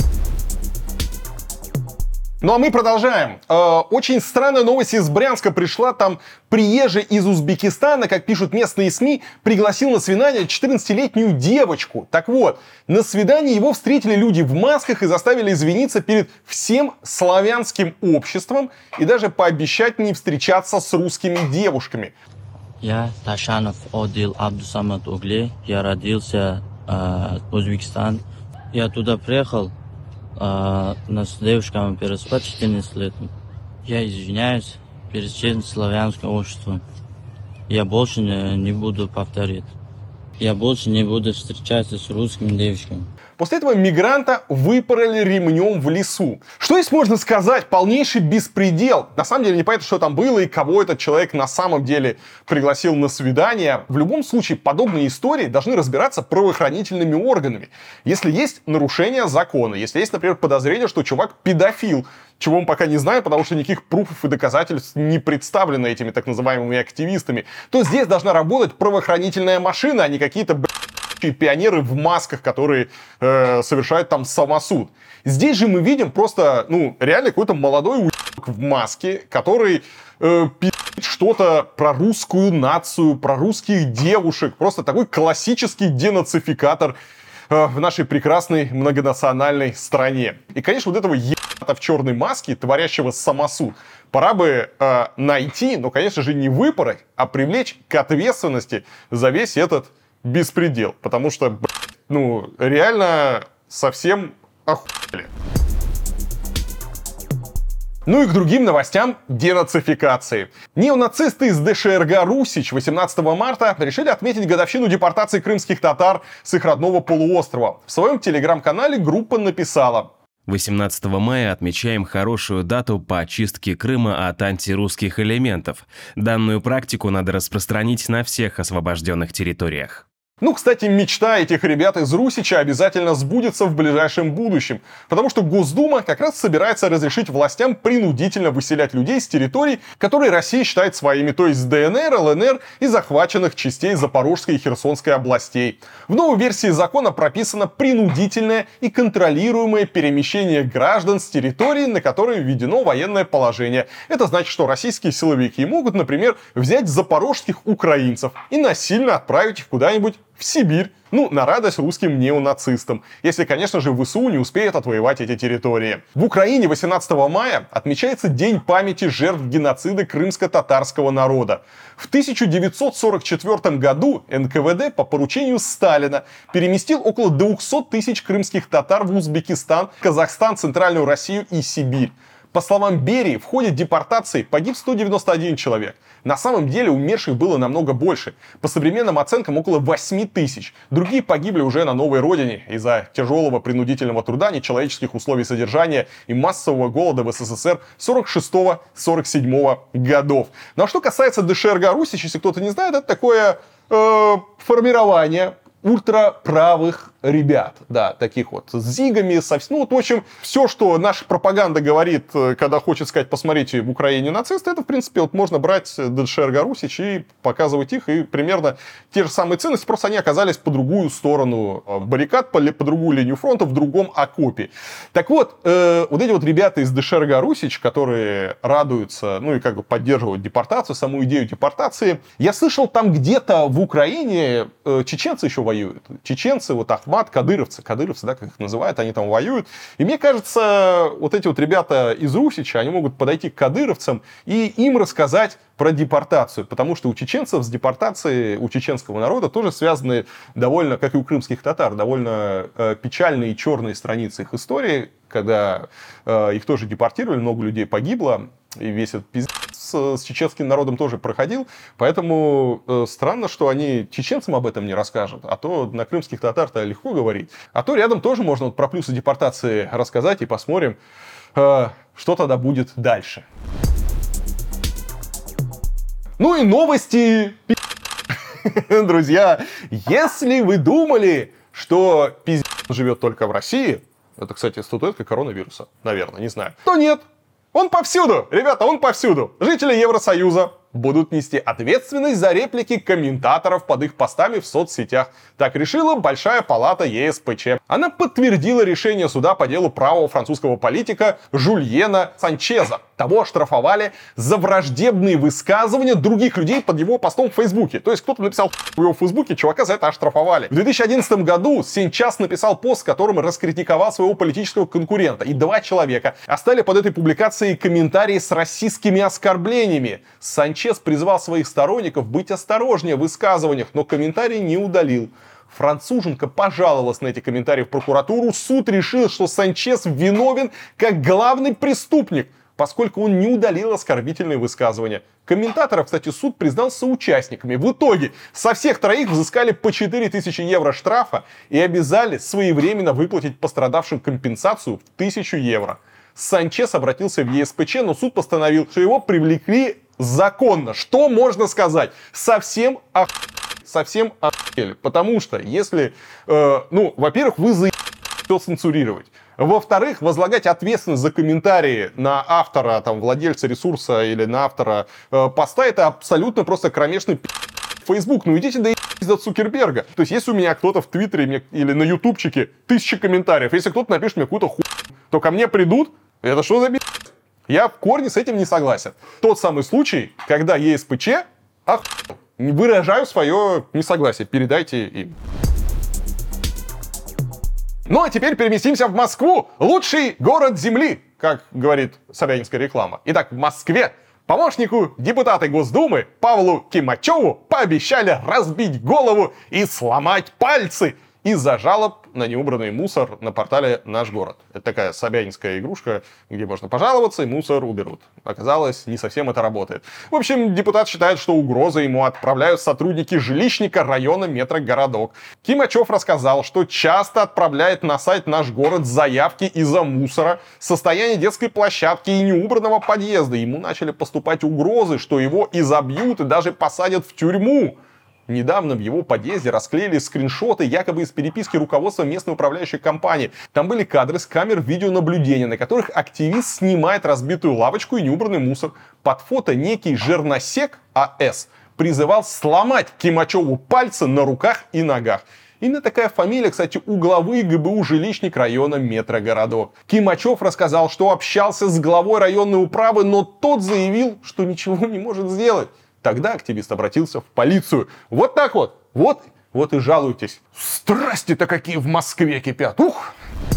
Ну а мы продолжаем. Очень странная новость из Брянска пришла. Там приезжий из Узбекистана, как пишут местные СМИ, пригласил на свидание 14-летнюю девочку. Так вот, на свидании его встретили люди в масках и заставили извиниться перед всем славянским обществом и даже пообещать не встречаться с русскими девушками. Я Ташанов Одил Абдусамат Угли. Я родился в Узбекистане. Я туда приехал, с девушками переспать 14 лет. Я извиняюсь перед всем славянским обществом. Я больше не буду повторять. Я больше не буду встречаться с русскими девушками. После этого мигранта выпороли ремнем в лесу. Что здесь можно сказать? Полнейший беспредел. На самом деле непонятно, что там было и кого этот человек на самом деле пригласил на свидание. В любом случае, подобные истории должны разбираться правоохранительными органами. Если есть нарушение закона, если есть, например, подозрение, что чувак педофил, чего мы пока не знаем, потому что никаких пруфов и доказательств не представлено этими так называемыми активистами, то здесь должна работать правоохранительная машина, а не какие-то пионеры в масках, которые совершают там самосуд. Здесь же мы видим просто, реально какой-то молодой уебок в маске, который пи***т что-то про русскую нацию, про русских девушек. Просто такой классический денацификатор в нашей прекрасной многонациональной стране. И, конечно, вот этого ебата в черной маске, творящего самосуд, пора бы найти, но, конечно же, не выпороть, а привлечь к ответственности за весь этот беспредел. Потому что, реально совсем охуели. Ну и к другим новостям денацификации. Неонацисты из ДШРГ «Русич» 18 марта решили отметить годовщину депортации крымских татар с их родного полуострова. В своем телеграм-канале группа написала: 18 мая отмечаем хорошую дату по очистке Крыма от антирусских элементов. Данную практику надо распространить на всех освобожденных территориях. Кстати, мечта этих ребят из Русича обязательно сбудется в ближайшем будущем, потому что Госдума как раз собирается разрешить властям принудительно выселять людей с территорий, которые Россия считает своими, то есть с ДНР, ЛНР и захваченных частей Запорожской и Херсонской областей. В новой версии закона прописано принудительное и контролируемое перемещение граждан с территории, на которой введено военное положение. Это значит, что российские силовики могут, например, взять запорожских украинцев и насильно отправить их куда-нибудь в Сибирь, ну, на радость русским неонацистам, если, конечно же, ВСУ не успеют отвоевать эти территории. В Украине 18 мая отмечается День памяти жертв геноцида крымско-татарского народа. В 1944 году НКВД по поручению Сталина переместил около 200 тысяч крымских татар в Узбекистан, Казахстан, Центральную Россию и Сибирь. По словам Берии, в ходе депортации погиб 191 человек. На самом деле умерших было намного больше. По современным оценкам около 8 тысяч. Другие погибли уже на новой родине из-за тяжелого принудительного труда, нечеловеческих условий содержания и массового голода в СССР 46-47 годов. Ну а что касается ДШРГ-Русич, если кто-то не знает, это такое формирование ультраправых ребят, да, таких вот с зигами, ну, вот, в общем, все, что наша пропаганда говорит, когда хочет сказать, посмотрите, в Украине нацисты, это, в принципе, вот можно брать ДШРГ-Русич и показывать их, и примерно те же самые ценности, просто они оказались по другую сторону баррикад, по другую линию фронта, в другом окопе. Так вот, вот эти вот ребята из ДШРГ-Русич, которые радуются, ну, и как бы поддерживают депортацию, саму идею депортации, я слышал, там где-то в Украине чеченцы еще воюют. Чеченцы, вот Ахмат, кадыровцы, да, как их называют, они там воюют. И мне кажется, вот эти вот ребята из Русича, они могут подойти к кадыровцам и им рассказать про депортацию, потому что у чеченцев с депортацией, у чеченского народа тоже связаны довольно, как и у крымских татар, довольно печальные и черные страницы их истории, когда их тоже депортировали, много людей погибло, и весь этот пиздец с чеченским народом тоже проходил, поэтому странно, что они чеченцам об этом не расскажут, а то на крымских татар-то легко говорить, а то рядом тоже можно вот про плюсы депортации рассказать и посмотрим, что тогда будет дальше. Ну и новости, друзья, если вы думали, что пиздец живет только в России, это, кстати, статуэтка коронавируса, наверное, не знаю, то нет. Он повсюду, ребята, он повсюду. Жители Евросоюза будут нести ответственность за реплики комментаторов под их постами в соцсетях. Так решила Большая палата ЕСПЧ. Она подтвердила решение суда по делу правого французского политика Жульена Санчеза. Того оштрафовали за враждебные высказывания других людей под его постом в Фейсбуке. То есть кто-то написал в его Фейсбуке, чувака за это оштрафовали. В 2011 году Санчез написал пост, в котором раскритиковал своего политического конкурента. И 2 человека оставили под этой публикацией комментарии с расистскими оскорблениями. Санчез призвал своих сторонников быть осторожнее в высказываниях, но комментарий не удалил. Француженка пожаловалась на эти комментарии в прокуратуру. Суд решил, что Санчез виновен как главный преступник, поскольку он не удалил оскорбительные высказывания. Комментаторов, кстати, суд признал соучастниками. В итоге со всех 3 взыскали по 4000 евро штрафа и обязали своевременно выплатить пострадавшим компенсацию в 1000 евро. Санчез обратился в ЕСПЧ, но суд постановил, что его привлекли законно. Что можно сказать? Совсем охуели. Потому что если, во-первых, вы заебали все цензурировать. Во-вторых, возлагать ответственность за комментарии на автора, там, владельца ресурса или на автора поста, это абсолютно просто кромешный Facebook. Ну идите до Цукерберга. То есть, если у меня кто-то в Твиттере или на Ютубчике 1000 комментариев, если кто-то напишет мне какую-то хуйню, то ко мне придут, это что за Я в корне с этим не согласен. Тот самый случай, когда ЕСПЧ выражаю свое несогласие. Передайте им. Ну а теперь переместимся в Москву. Лучший город Земли, как говорит собянинская реклама. Итак, в Москве помощнику депутата Госдумы Павлу Кимачеву пообещали разбить голову и сломать пальцы из-за жалоб на неубранный мусор на портале «Наш город». Это такая собянинская игрушка, где можно пожаловаться, и мусор уберут. Оказалось, не совсем это работает. В общем, депутат считает, что угрозы ему отправляют сотрудники жилищника района метрогородок. Кимачев рассказал, что часто отправляет на сайт «Наш город» заявки из-за мусора, состояния детской площадки и неубранного подъезда. Ему начали поступать угрозы, что его изобьют и даже посадят в тюрьму. Недавно в его подъезде расклеили скриншоты якобы из переписки руководства местной управляющей компании. Там были кадры с камер видеонаблюдения, на которых активист снимает разбитую лавочку и неубранный мусор. Под фото некий Жерносек А.С. призывал сломать Кимачеву пальцы на руках и ногах. Именно такая фамилия, кстати, у главы ГБУ жилищник района метрогородок. Кимачев рассказал, что общался с главой районной управы, но тот заявил, что ничего не может сделать. Тогда активист обратился в полицию. Вот так вот. Вот Вот и жалуйтесь. Страсти-то какие в Москве кипят. Ух!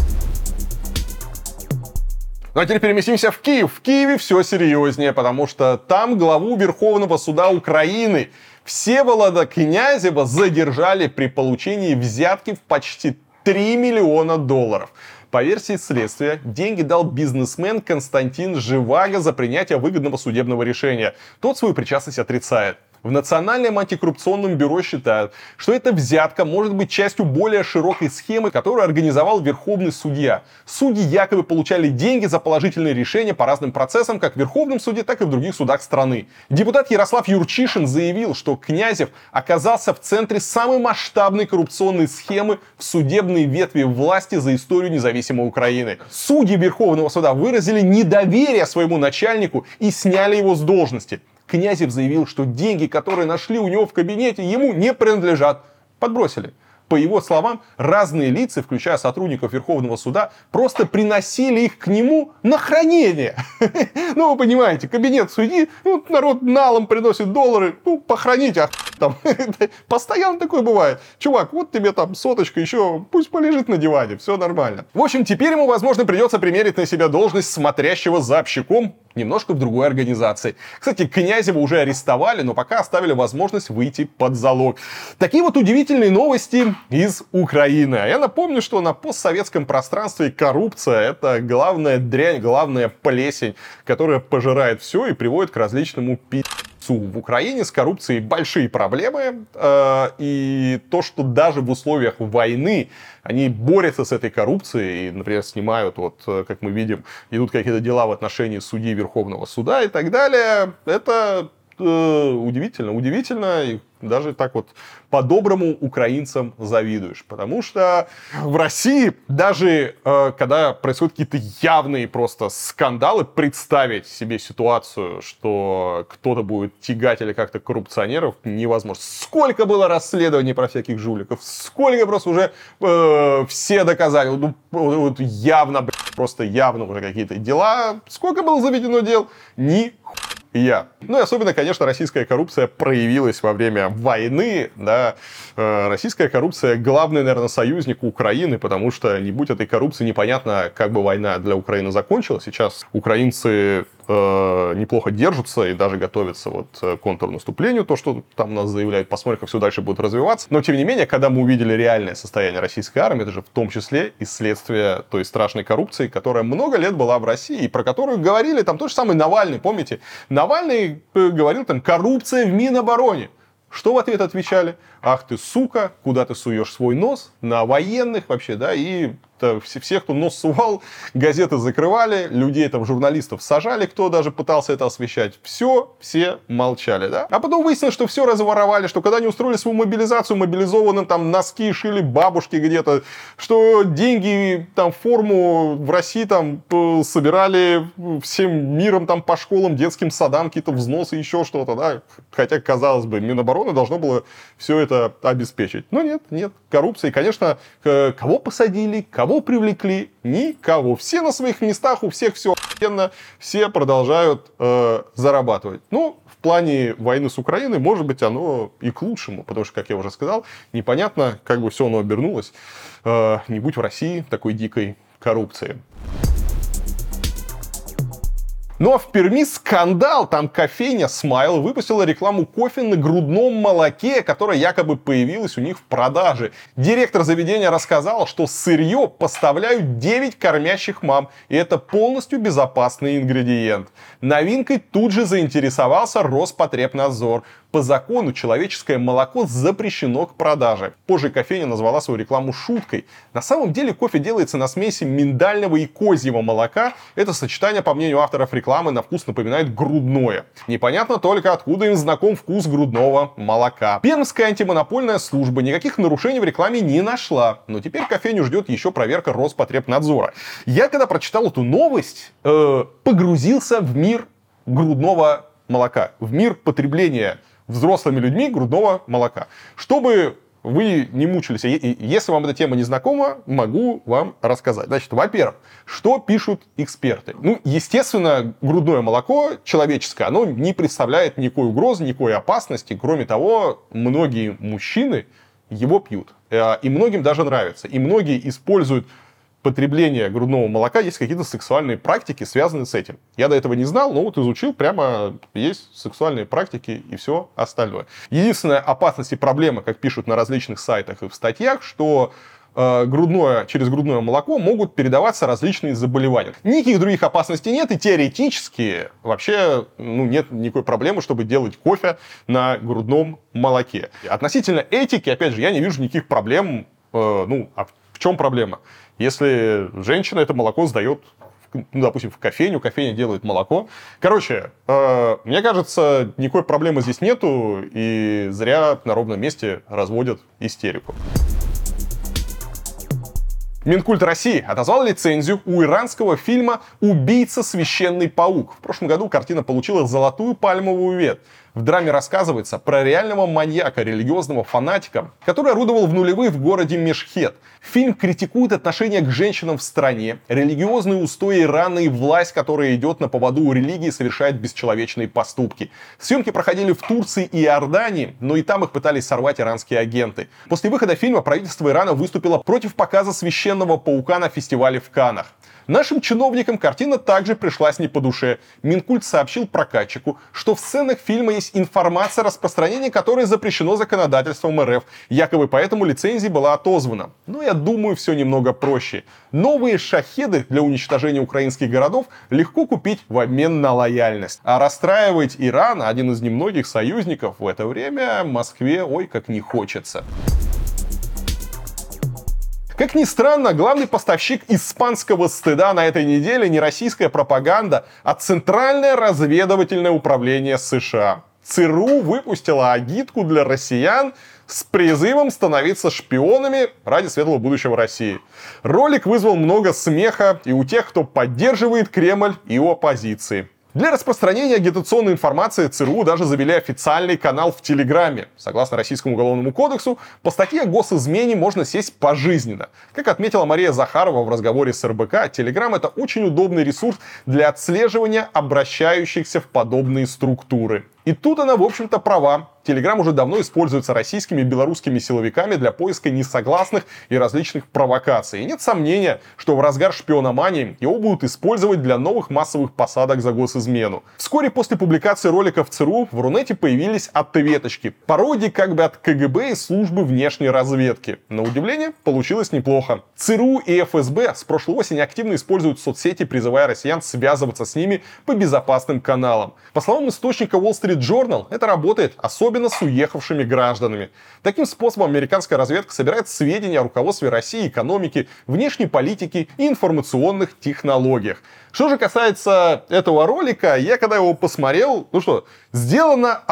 Ну а теперь переместимся в Киев. В Киеве все серьезнее, потому что там главу Верховного суда Украины Всеволода Князева задержали при получении взятки в почти $3 миллиона. По версии следствия, деньги дал бизнесмен Константин Живаго за принятие выгодного судебного решения. Тот свою причастность отрицает. В Национальном антикоррупционном бюро считают, что эта взятка может быть частью более широкой схемы, которую организовал Верховный судья. Судьи якобы получали деньги за положительные решения по разным процессам, как в Верховном суде, так и в других судах страны. Депутат Ярослав Юрчишин заявил, что Князев оказался в центре самой масштабной коррупционной схемы в судебной ветви власти за историю независимой Украины. Судьи Верховного суда выразили недоверие своему начальнику и сняли его с должности. Князев заявил, что деньги, которые нашли у него в кабинете, ему не принадлежат. Подбросили. По его словам, разные лица, включая сотрудников Верховного суда, просто приносили их к нему на хранение. Ну, вы понимаете, кабинет судьи, народ налом приносит доллары, похороните, там. Постоянно такое бывает. Чувак, вот тебе там соточка еще, пусть полежит на диване, все нормально. В общем, теперь ему, возможно, придется примерить на себя должность смотрящего за общаком немножко в другой организации. Кстати, Князева уже арестовали, но пока оставили возможность выйти под залог. Такие вот удивительные новости из Украины. А я напомню, что на постсоветском пространстве коррупция — это главная дрянь, главная плесень, которая пожирает все и приводит к различному пи***цу. В Украине с коррупцией большие проблемы. И то, что даже в условиях войны они борются с этой коррупцией и, например, снимают, вот как мы видим, идут какие-то дела в отношении судей Верховного суда и так далее, это удивительно. И даже так вот по-доброму украинцам завидуешь. Потому что в России даже когда происходят какие-то явные просто скандалы, представить себе ситуацию, что кто-то будет тягать или как-то коррупционеров, невозможно. Сколько было расследований про всяких жуликов, сколько просто уже все доказали. Ну, вот явно, просто явно уже какие-то дела. Сколько было заведено дел? Нихуя. Ну и особенно, конечно, российская коррупция проявилась во время войны, да. Российская коррупция — главный, наверное, союзник Украины, потому что не будь этой коррупции, непонятно, как бы война для Украины закончилась. Сейчас украинцы неплохо держатся и даже готовятся вот к контрнаступлению, то, что там нас заявляют. Посмотрим, как все дальше будет развиваться. Но, тем не менее, когда мы увидели реальное состояние российской армии, это же в том числе и следствие той страшной коррупции, которая много лет была в России, и про которую говорили там тот же самый Навальный, помните? Навальный говорил там: коррупция в Минобороне. Что в ответ отвечали? Ах ты, сука, куда ты суешь свой нос? На военных вообще, да, и все, кто нос сувал, газеты закрывали, людей там, журналистов сажали, кто даже пытался это освещать. Все молчали, да. А потом выяснилось, что все разворовали, что когда они устроили свою мобилизацию, мобилизованным там носки шили бабушки где-то, что деньги, там, форму в России там собирали всем миром там по школам, детским садам, какие-то взносы, еще что-то, да. Хотя, казалось бы, Минобороны должно было все это обеспечить. Но нет, коррупция. И, конечно, кого посадили, кого привлекли? Никого. Все на своих местах, у всех все охуенно, все продолжают зарабатывать. Ну, в плане войны с Украиной, может быть, оно и к лучшему, потому что, как я уже сказал, непонятно, как бы все оно обернулось, не будь в России такой дикой коррупции. Ну а в Перми скандал. Там кофейня Смайл выпустила рекламу кофе на грудном молоке, которое якобы появилось у них в продаже. Директор заведения рассказал, что сырье поставляют 9 кормящих мам, и это полностью безопасный ингредиент. Новинкой тут же заинтересовался Роспотребнадзор. По закону человеческое молоко запрещено к продаже. Позже кофейня назвала свою рекламу шуткой. На самом деле кофе делается на смеси миндального и козьего молока. Это сочетание, по мнению авторов рекламы, на вкус напоминает грудное. Непонятно только, откуда им знаком вкус грудного молока. Пермская антимонопольная служба никаких нарушений в рекламе не нашла. Но теперь кофейню ждет еще проверка Роспотребнадзора. Я, когда прочитал эту новость, погрузился в мир грудного молока. В мир потребления взрослыми людьми грудного молока. Чтобы вы не мучились, если вам эта тема не знакома, могу вам рассказать. Значит, во-первых, что пишут эксперты? Ну, естественно, грудное молоко человеческое, оно не представляет никакой угрозы, никакой опасности. Кроме того, многие мужчины его пьют. И многим даже нравится. И многие используют потребление грудного молока, есть какие-то сексуальные практики, связанные с этим. Я до этого не знал, но вот изучил, прямо есть сексуальные практики и все остальное. Единственная опасность и проблема, как пишут на различных сайтах и в статьях, что через грудное молоко могут передаваться различные заболевания. Никаких других опасностей нет, и теоретически вообще нет никакой проблемы, чтобы делать кофе на грудном молоке. Относительно этики, опять же, я не вижу никаких проблем. А в чем проблема? Если женщина это молоко сдает, допустим, в кофейню, кофейня делает молоко. Короче, мне кажется, никакой проблемы здесь нету, и зря на ровном месте разводят истерику. Минкульт России отозвал лицензию у иранского фильма «Убийца. Священный паук». В прошлом году картина получила золотую пальмовую ветвь. В драме рассказывается про реального маньяка, религиозного фанатика, который орудовал в нулевых в городе Мешхед. Фильм критикует отношение к женщинам в стране, религиозные устои Ирана и власть, которая идет на поводу у религии и совершает бесчеловечные поступки. Съемки проходили в Турции и Иордании, но и там их пытались сорвать иранские агенты. После выхода фильма правительство Ирана выступило против показа «Священного паука» на фестивале в Каннах. Нашим чиновникам картина также пришлась не по душе. Минкульт сообщил прокатчику, что в сценах фильма есть информация, распространение которой запрещено законодательством РФ. Якобы поэтому лицензия была отозвана. Но я думаю, все немного проще. Новые шахеды для уничтожения украинских городов легко купить в обмен на лояльность. А расстраивать Иран, один из немногих союзников, в это время Москве ой как не хочется. Как ни странно, главный поставщик испанского стыда на этой неделе не российская пропаганда, а Центральное разведывательное управление США. ЦРУ выпустила агитку для россиян с призывом становиться шпионами ради светлого будущего России. Ролик вызвал много смеха и у тех, кто поддерживает Кремль, и у оппозиции. Для распространения агитационной информации ЦРУ даже завели официальный канал в Телеграме. Согласно Российскому уголовному кодексу, по статье о госизмене можно сесть пожизненно. Как отметила Мария Захарова в разговоре с РБК, Телеграм — это очень удобный ресурс для отслеживания обращающихся в подобные структуры. И тут она, в общем-то, права. Телеграм уже давно используется российскими и белорусскими силовиками для поиска несогласных и различных провокаций. И нет сомнения, что в разгар шпиономании его будут использовать для новых массовых посадок за госизмену. Вскоре после публикации ролика в ЦРУ в Рунете появились ответочки. Пародии как бы от КГБ и службы внешней разведки. На удивление, получилось неплохо. ЦРУ и ФСБ с прошлой осени активно используют соцсети, призывая россиян связываться с ними по безопасным каналам. По словам источника Wall Street Journal, это работает особенно с уехавшими гражданами. Таким способом американская разведка собирает сведения о руководстве России, экономике, внешней политике и информационных технологиях. Что же касается этого ролика, я когда его посмотрел, сделано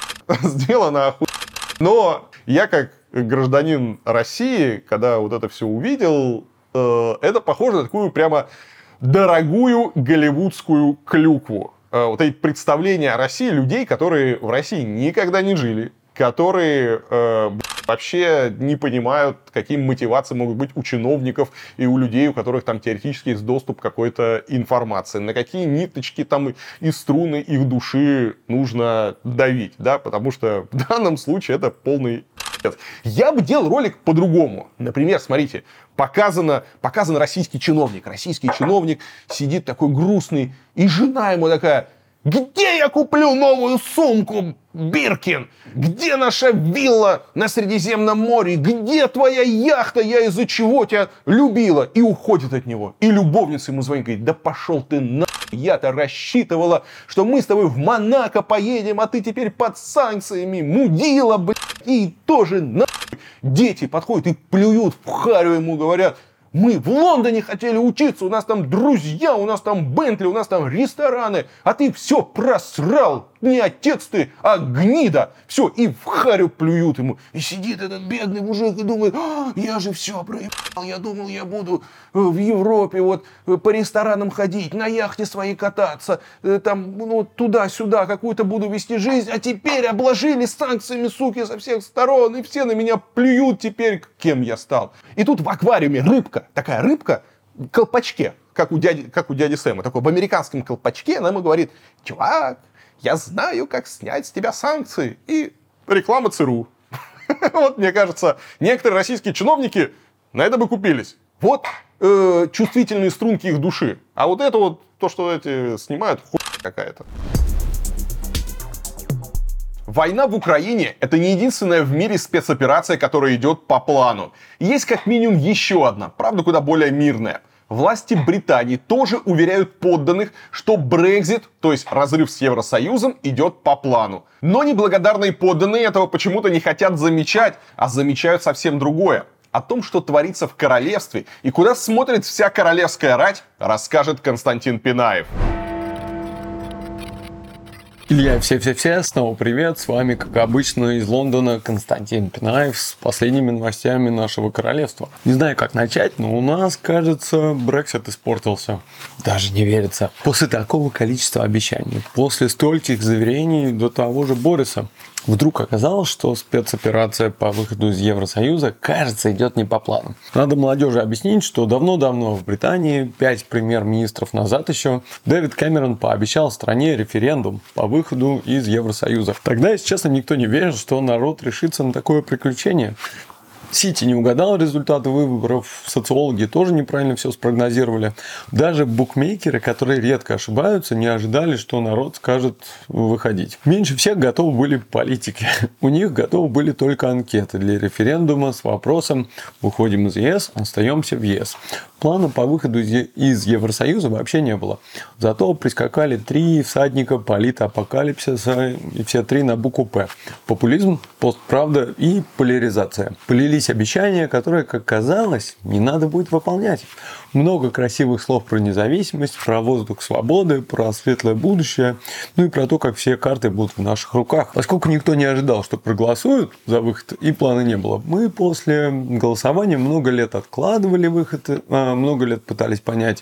Но я как гражданин России, когда вот это все увидел, это похоже на такую прямо дорогую голливудскую клюкву. Вот эти представления о России людей, которые в России никогда не жили, которые вообще не понимают, какие мотивации могут быть у чиновников и у людей, у которых там теоретически есть доступ к какой-то информации, на какие ниточки там и струны их души нужно давить, да, потому что в данном случае это полный... Я бы делал ролик по-другому. Например, смотрите, показан российский чиновник. Российский чиновник сидит такой грустный, и жена ему такая: где я куплю новую сумку Биркин? Где наша вилла на Средиземном море? Где твоя яхта? Я из-за чего тебя любила? И уходит от него. И любовница ему звонит, говорит: да пошел ты нахуй. Я-то рассчитывала, что мы с тобой в Монако поедем, а ты теперь под санкциями, мудила, блядь, и тоже нахуй. Дети подходят и плюют в харю ему, говорят: мы в Лондоне хотели учиться, у нас там друзья, у нас там Бентли, у нас там рестораны, а ты все просрал. Не отец ты, а гнида. Все, и в харю плюют ему. И сидит этот бедный мужик и думает: я же все проебал, я думал, я буду в Европе вот по ресторанам ходить, на яхте своей кататься, там туда-сюда какую-то буду вести жизнь, а теперь обложили санкциями, суки, со всех сторон, и все на меня плюют теперь, кем я стал. И тут в аквариуме рыбка, такая рыбка в колпачке, как у дяди Сэма, такой в американском колпачке, она ему говорит: чувак, я знаю, как снять с тебя санкции. И реклама ЦРУ. Вот, мне кажется, некоторые российские чиновники на это бы купились. Вот чувствительные струнки их души. А вот это вот, то, что эти снимают, хуйня какая-то. Война в Украине – это не единственная в мире спецоперация, которая идет по плану. Есть как минимум еще одна, правда, куда более мирная. Власти Британии тоже уверяют подданных, что Брексит, то есть разрыв с Евросоюзом, идет по плану. Но неблагодарные подданные этого почему-то не хотят замечать, а замечают совсем другое. О том, что творится в королевстве и куда смотрит вся королевская рать, расскажет Константин Пинаев. Илья, все-все-все, снова привет, с вами, как обычно, из Лондона Константин Пинаев с последними новостями нашего королевства. Не знаю, как начать, но у нас, кажется, Брексит испортился. Даже не верится. После такого количества обещаний, после стольких заверений до того же Бориса, вдруг оказалось, что спецоперация по выходу из Евросоюза, кажется, идет не по плану. Надо молодежи объяснить, что давно-давно в Британии, 5 премьер-министров назад еще, Дэвид Кэмерон пообещал стране референдум по выходу из Евросоюза. Тогда, если честно, никто не верил, что народ решится на такое приключение. Сити не угадал результаты выборов, социологи тоже неправильно все спрогнозировали. Даже букмекеры, которые редко ошибаются, не ожидали, что народ скажет выходить. Меньше всех готовы были политики. У них готовы были только анкеты для референдума с вопросом «Выходим из ЕС, остаемся в ЕС». Плана по выходу из Евросоюза вообще не было. Зато прискакали 3 всадника политапокалипсиса, и все 3 на букву «П». Популизм, постправда и поляризация. Полились обещания, которые, как казалось, не надо будет выполнять. Много красивых слов про независимость, про воздух свободы, про светлое будущее, ну и про то, как все карты будут в наших руках. Поскольку никто не ожидал, что проголосуют за выход, и плана не было, мы после голосования много лет откладывали выход, много лет пытались понять,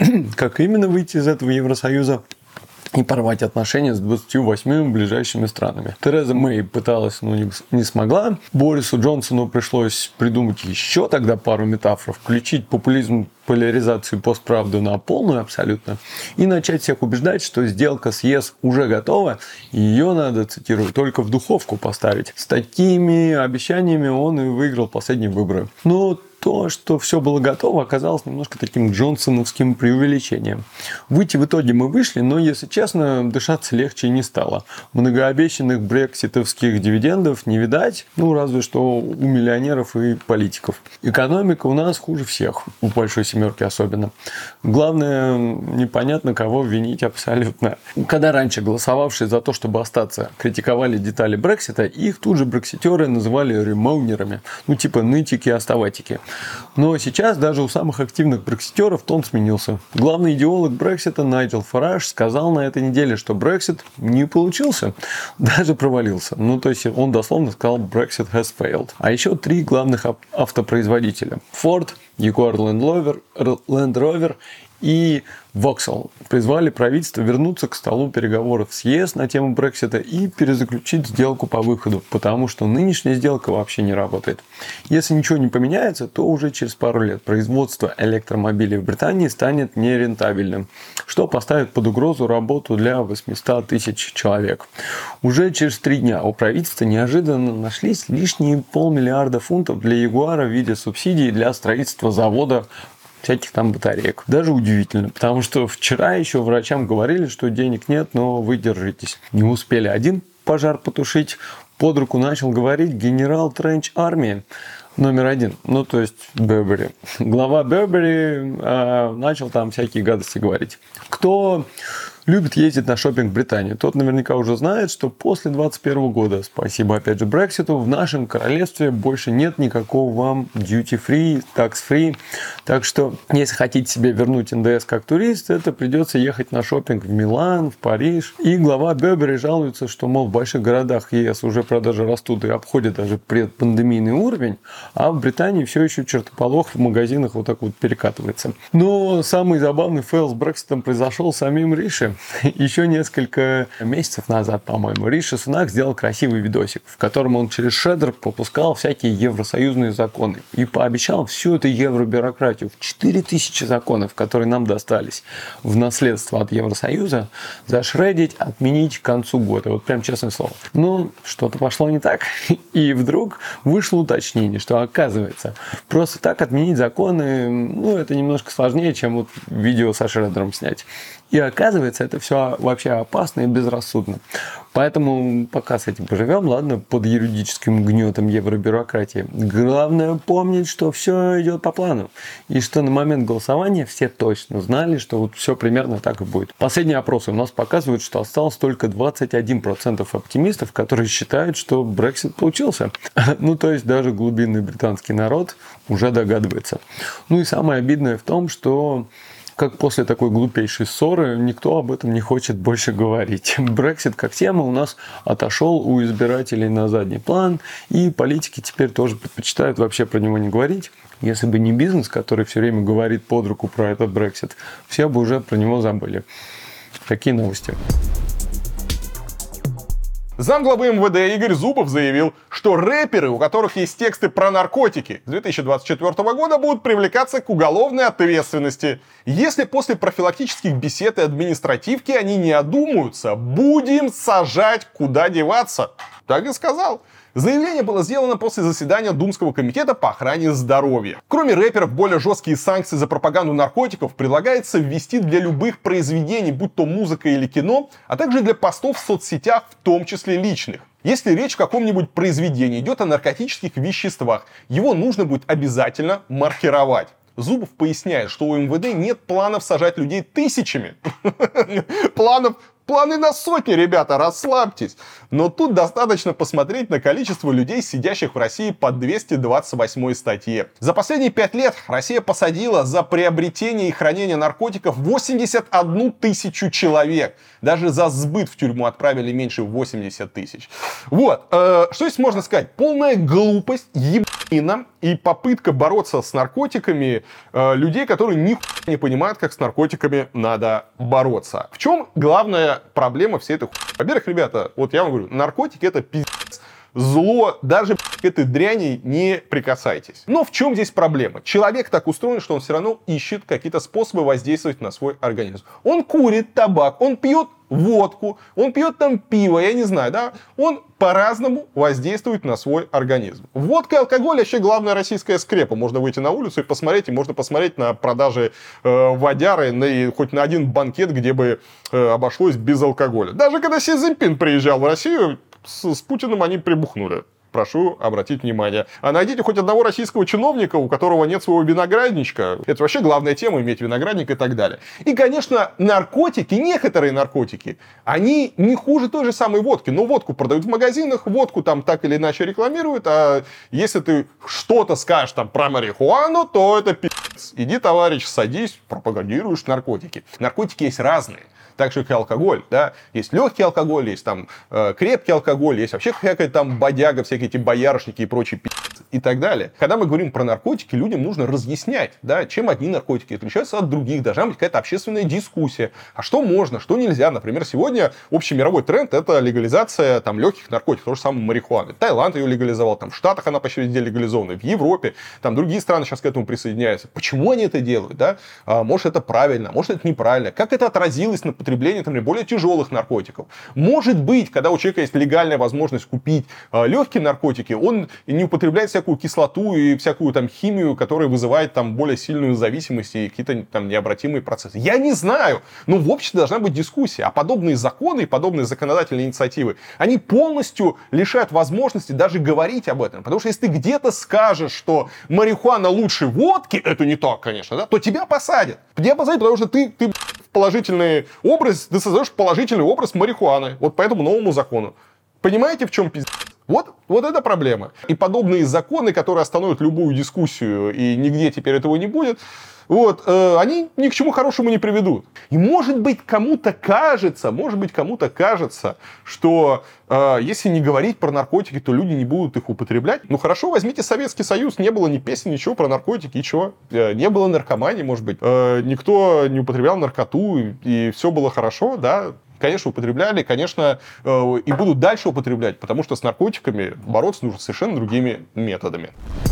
как именно выйти из этого Евросоюза и порвать отношения с 28 ближайшими странами. Тереза Мэй пыталась, но не смогла. Борису Джонсону пришлось придумать еще тогда пару метафор, включить популизм, поляризацию, постправду на полную абсолютно и начать всех убеждать, что сделка с ЕС уже готова, и ее надо, цитирую, только в духовку поставить. С такими обещаниями он и выиграл последние выборы. Но то, что все было готово, оказалось немножко таким джонсоновским преувеличением. Выйти в итоге мы вышли, но, если честно, дышаться легче не стало. Многообещанных брекситовских дивидендов не видать, ну, разве что у миллионеров и политиков. Экономика у нас хуже всех, у большой семерки особенно. Главное, непонятно, кого винить абсолютно. Когда раньше голосовавшие за то, чтобы остаться, критиковали детали Брексита, их тут же брекситеры называли ремоунерами, ну, типа нытики-оставатики. Но сейчас даже у самых активных брекситеров тон сменился. Главный идеолог Брексита Найджел Фараж сказал на этой неделе, что Брексит не получился, даже провалился. Ну, то есть он дословно сказал Brexit has failed. А еще 3 главных автопроизводителя: Ford, Jaguar Land Rover и Vauxhall призвали правительство вернуться к столу переговоров с ЕС на тему Брексита и перезаключить сделку по выходу, потому что нынешняя сделка вообще не работает. Если ничего не поменяется, то уже через пару лет производство электромобилей в Британии станет нерентабельным, что поставит под угрозу работу для 800 тысяч человек. Уже через 3 дня у правительства неожиданно нашлись лишние $500 миллиарда фунтов для Ягуара в виде субсидий для строительства завода всяких там батареек. Даже удивительно, потому что вчера еще врачам говорили, что денег нет, но вы держитесь. Не успели один пожар потушить, под руку начал говорить генерал Тренч армии номер 1, ну то есть Бербери. Глава Бербери начал там всякие гадости говорить. Кто любит ездить на шопинг в Британии, тот наверняка уже знает, что после 2021 года, спасибо опять же Брекситу, в нашем королевстве больше нет никакого вам duty-free, tax-free. Так что, если хотите себе вернуть НДС как турист, это придется ехать на шопинг в Милан, в Париж. И глава Бербери жалуется, что, мол, в больших городах ЕС уже продажи растут и обходят даже предпандемийный уровень, а в Британии все еще чертополох в магазинах вот так вот перекатывается. Но самый забавный фейл с Брекситом произошел самим Риши. Еще несколько месяцев назад, по-моему, Риши Сунак сделал красивый видосик, в котором он через шредер попускал всякие евросоюзные законы и пообещал всю эту евробюрократию в 4000 законов, которые нам достались в наследство от Евросоюза, зашредить, отменить к концу года. Вот прям честное слово. Но что-то пошло не так. И вдруг вышло уточнение, что оказывается, просто так отменить законы, ну, это немножко сложнее, чем вот видео со шредером снять. И оказывается, это все вообще опасно и безрассудно. Поэтому пока с этим поживем, ладно, под юридическим гнетом евробюрократии. Главное помнить, что все идет по плану. И что на момент голосования все точно знали, что вот все примерно так и будет. Последние опросы у нас показывают, что осталось только 21% оптимистов, которые считают, что Brexit получился. Ну, то есть даже глубинный британский народ уже догадывается. Ну и самое обидное в том, что как после такой глупейшей ссоры никто об этом не хочет больше говорить. Брексит как тема у нас отошел у избирателей на задний план, и политики теперь тоже предпочитают вообще про него не говорить. Если бы не бизнес, который все время говорит под руку про этот Брексит, все бы уже про него забыли. Такие новости. Замглавы МВД Игорь Зубов заявил, что рэперы, у которых есть тексты про наркотики, с 2024 года будут привлекаться к уголовной ответственности. Если после профилактических бесед и административки они не одумаются, будем сажать, куда деваться. Так и сказал. Заявление было сделано после заседания Думского комитета по охране здоровья. Кроме рэперов, более жесткие санкции за пропаганду наркотиков предлагается ввести для любых произведений, будь то музыка или кино, а также для постов в соцсетях, в том числе личных. Если речь в каком-нибудь произведении идет о наркотических веществах, его нужно будет обязательно маркировать. Зубов поясняет, что у МВД нет планов сажать людей тысячами. Планы на сотни, ребята, расслабьтесь. Но тут достаточно посмотреть на количество людей, сидящих в России по 228 статье. За последние 5 лет Россия посадила за приобретение и хранение наркотиков 81 тысячу человек. Даже за сбыт в тюрьму отправили меньше 80 тысяч. Вот, что здесь можно сказать? Полная глупость, ебанина и попытка бороться с наркотиками людей, которые нихуя не понимают, как с наркотиками надо бороться. В чем главная проблема всей этой хуйни? Во-первых, ребята, вот я вам говорю, наркотики это пиздец, зло, даже к этой дряни не прикасайтесь. Но в чем здесь проблема? Человек так устроен, что он все равно ищет какие-то способы воздействовать на свой организм. Он курит табак, он пьет водку, он пьет там пиво, я не знаю, да? Он по-разному воздействует на свой организм. Водка и алкоголь вообще главная российская скрепа. Можно выйти на улицу и посмотреть, и можно посмотреть на продажи водяры хоть на один банкет, где бы обошлось без алкоголя. Даже когда Си Цзиньпин приезжал в Россию, с Путиным они прибухнули. Прошу обратить внимание. А найдите хоть одного российского чиновника, у которого нет своего виноградничка. Это вообще главная тема, иметь виноградник и так далее. И, конечно, наркотики, некоторые наркотики, они не хуже той же самой водки. Но водку продают в магазинах, водку там так или иначе рекламируют. А если ты что-то скажешь там про марихуану, то это пи***ц. Иди, товарищ, садись, пропагандируешь наркотики. Наркотики есть разные. Так же, как и алкоголь, да, есть легкий алкоголь, есть там крепкий алкоголь, есть вообще всякая там бодяга, всякие эти боярышники и прочие пи***цы и так далее. Когда мы говорим про наркотики, людям нужно разъяснять, да, чем одни наркотики отличаются от других, должна быть какая-то общественная дискуссия, а что можно, что нельзя. Например, сегодня общий мировой тренд это легализация там легких наркотиков, то же самое марихуаны. Таиланд ее легализовал, там в Штатах она почти везде легализована, в Европе, там другие страны сейчас к этому присоединяются. Почему они это делают, да? Может это правильно, может это неправильно, как это отразилось на потребление, например, более тяжелых наркотиков. Может быть, когда у человека есть легальная возможность купить легкие наркотики, он не употребляет всякую кислоту и всякую там химию, которая вызывает там более сильную зависимость и какие-то там необратимые процессы. Я не знаю, но в обществе должна быть дискуссия. А подобные законы и подобные законодательные инициативы, они полностью лишают возможности даже говорить об этом. Потому что если ты где-то скажешь, что марихуана лучше водки, это не так, конечно, да, то тебя посадят. Тебя посадят, потому что ты положительный образ, ты создаешь положительный образ марихуаны. Вот по этому новому закону. Понимаете, в чем пиздец? Вот это проблема. И подобные законы, которые остановят любую дискуссию, и нигде теперь этого не будет, они ни к чему хорошему не приведут. И может быть кому-то кажется, что если не говорить про наркотики, то люди не будут их употреблять. Ну хорошо, возьмите Советский Союз, не было ни песен, ничего про наркотики, ничего. Не было наркомании, может быть. Никто не употреблял наркоту, и все было хорошо, да. Конечно, употребляли, конечно, и будут дальше употреблять, потому что с наркотиками бороться нужно совершенно другими методами.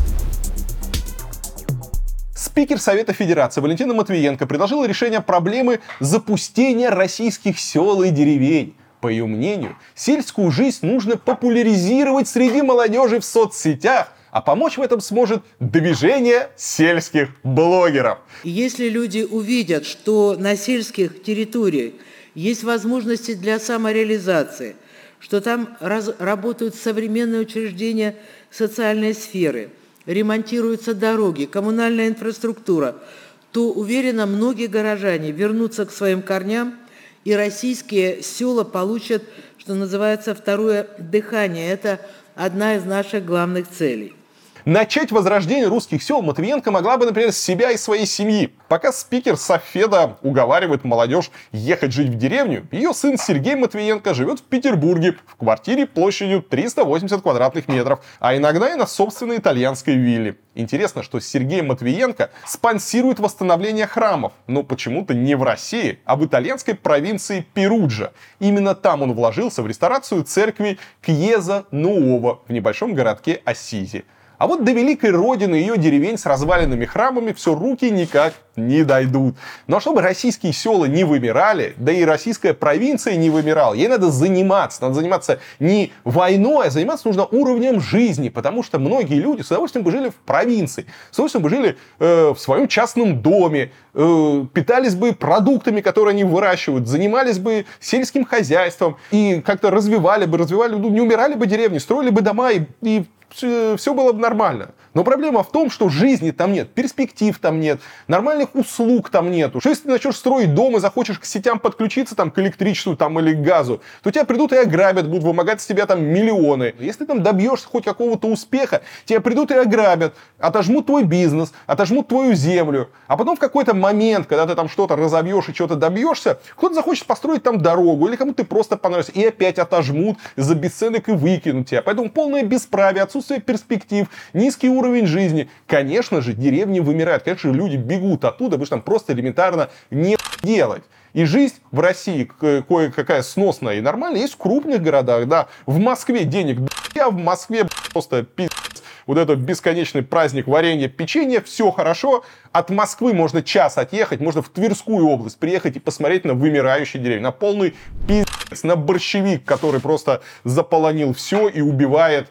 Спикер Совета Федерации Валентина Матвиенко предложила решение проблемы запустения российских сел и деревень. По ее мнению, сельскую жизнь нужно популяризировать среди молодежи в соцсетях, а помочь в этом сможет движение сельских блогеров. Если люди увидят, что на сельских территориях есть возможности для самореализации, что там работают современные учреждения социальной сферы, ремонтируются дороги, коммунальная инфраструктура, то, уверена, многие горожане вернутся к своим корням, и российские села получат, что называется, второе дыхание. Это одна из наших главных целей. Начать возрождение русских сел Матвиенко могла бы, например, с себя и своей семьи. Пока спикер Софеда уговаривает молодежь ехать жить в деревню, ее сын Сергей Матвиенко живет в Петербурге в квартире площадью 380 квадратных метров, а иногда и на собственной итальянской вилле. Интересно, что Сергей Матвиенко спонсирует восстановление храмов, но почему-то не в России, а в итальянской провинции Перуджа. Именно там он вложился в реставрацию церкви Кьеза Нуова в небольшом городке Ассизи. А вот до великой родины ее деревень с разваленными храмами все руки никак не дойдут. Но чтобы российские села не вымирали, да и российская провинция не вымирала, ей надо заниматься. Надо заниматься не войной, а заниматься нужно уровнем жизни. Потому что многие люди с удовольствием бы жили в провинции, с удовольствием бы жили в своем частном доме, питались бы продуктами, которые они выращивают, занимались бы сельским хозяйством и как-то развивали, не умирали бы деревни, строили бы дома и все было бы нормально. Но проблема в том, что жизни там нет, перспектив там нет, нормальных услуг там нету. Что если ты начнешь строить дом и захочешь к сетям подключиться, там, к электричеству там, или к газу, то тебя придут и ограбят, будут вымогать с тебя там миллионы. Если ты там добьешься хоть какого-то успеха, тебя придут и ограбят, отожмут твой бизнес, отожмут твою землю. А потом в какой-то момент, когда ты там что-то разобьешь и что-то добьешься, кто-то захочет построить там дорогу, или кому-то ты просто понравишься, и опять отожмут за бесценок и выкинут тебя. Поэтому полное бесправие, отсутствие перспектив, низкий уровень жизни. Конечно же, деревни вымирают. Конечно же, люди бегут оттуда, потому что там просто элементарно не делать. И жизнь в России кое-какая сносная и нормальная есть в крупных городах. Да. В Москве денег в Москве просто пиздец. Вот этот бесконечный праздник варенья, печенья, все хорошо. От Москвы можно час отъехать, можно в Тверскую область приехать и посмотреть на вымирающие деревни, на полный пиздец, на борщевик, который просто заполонил все и убивает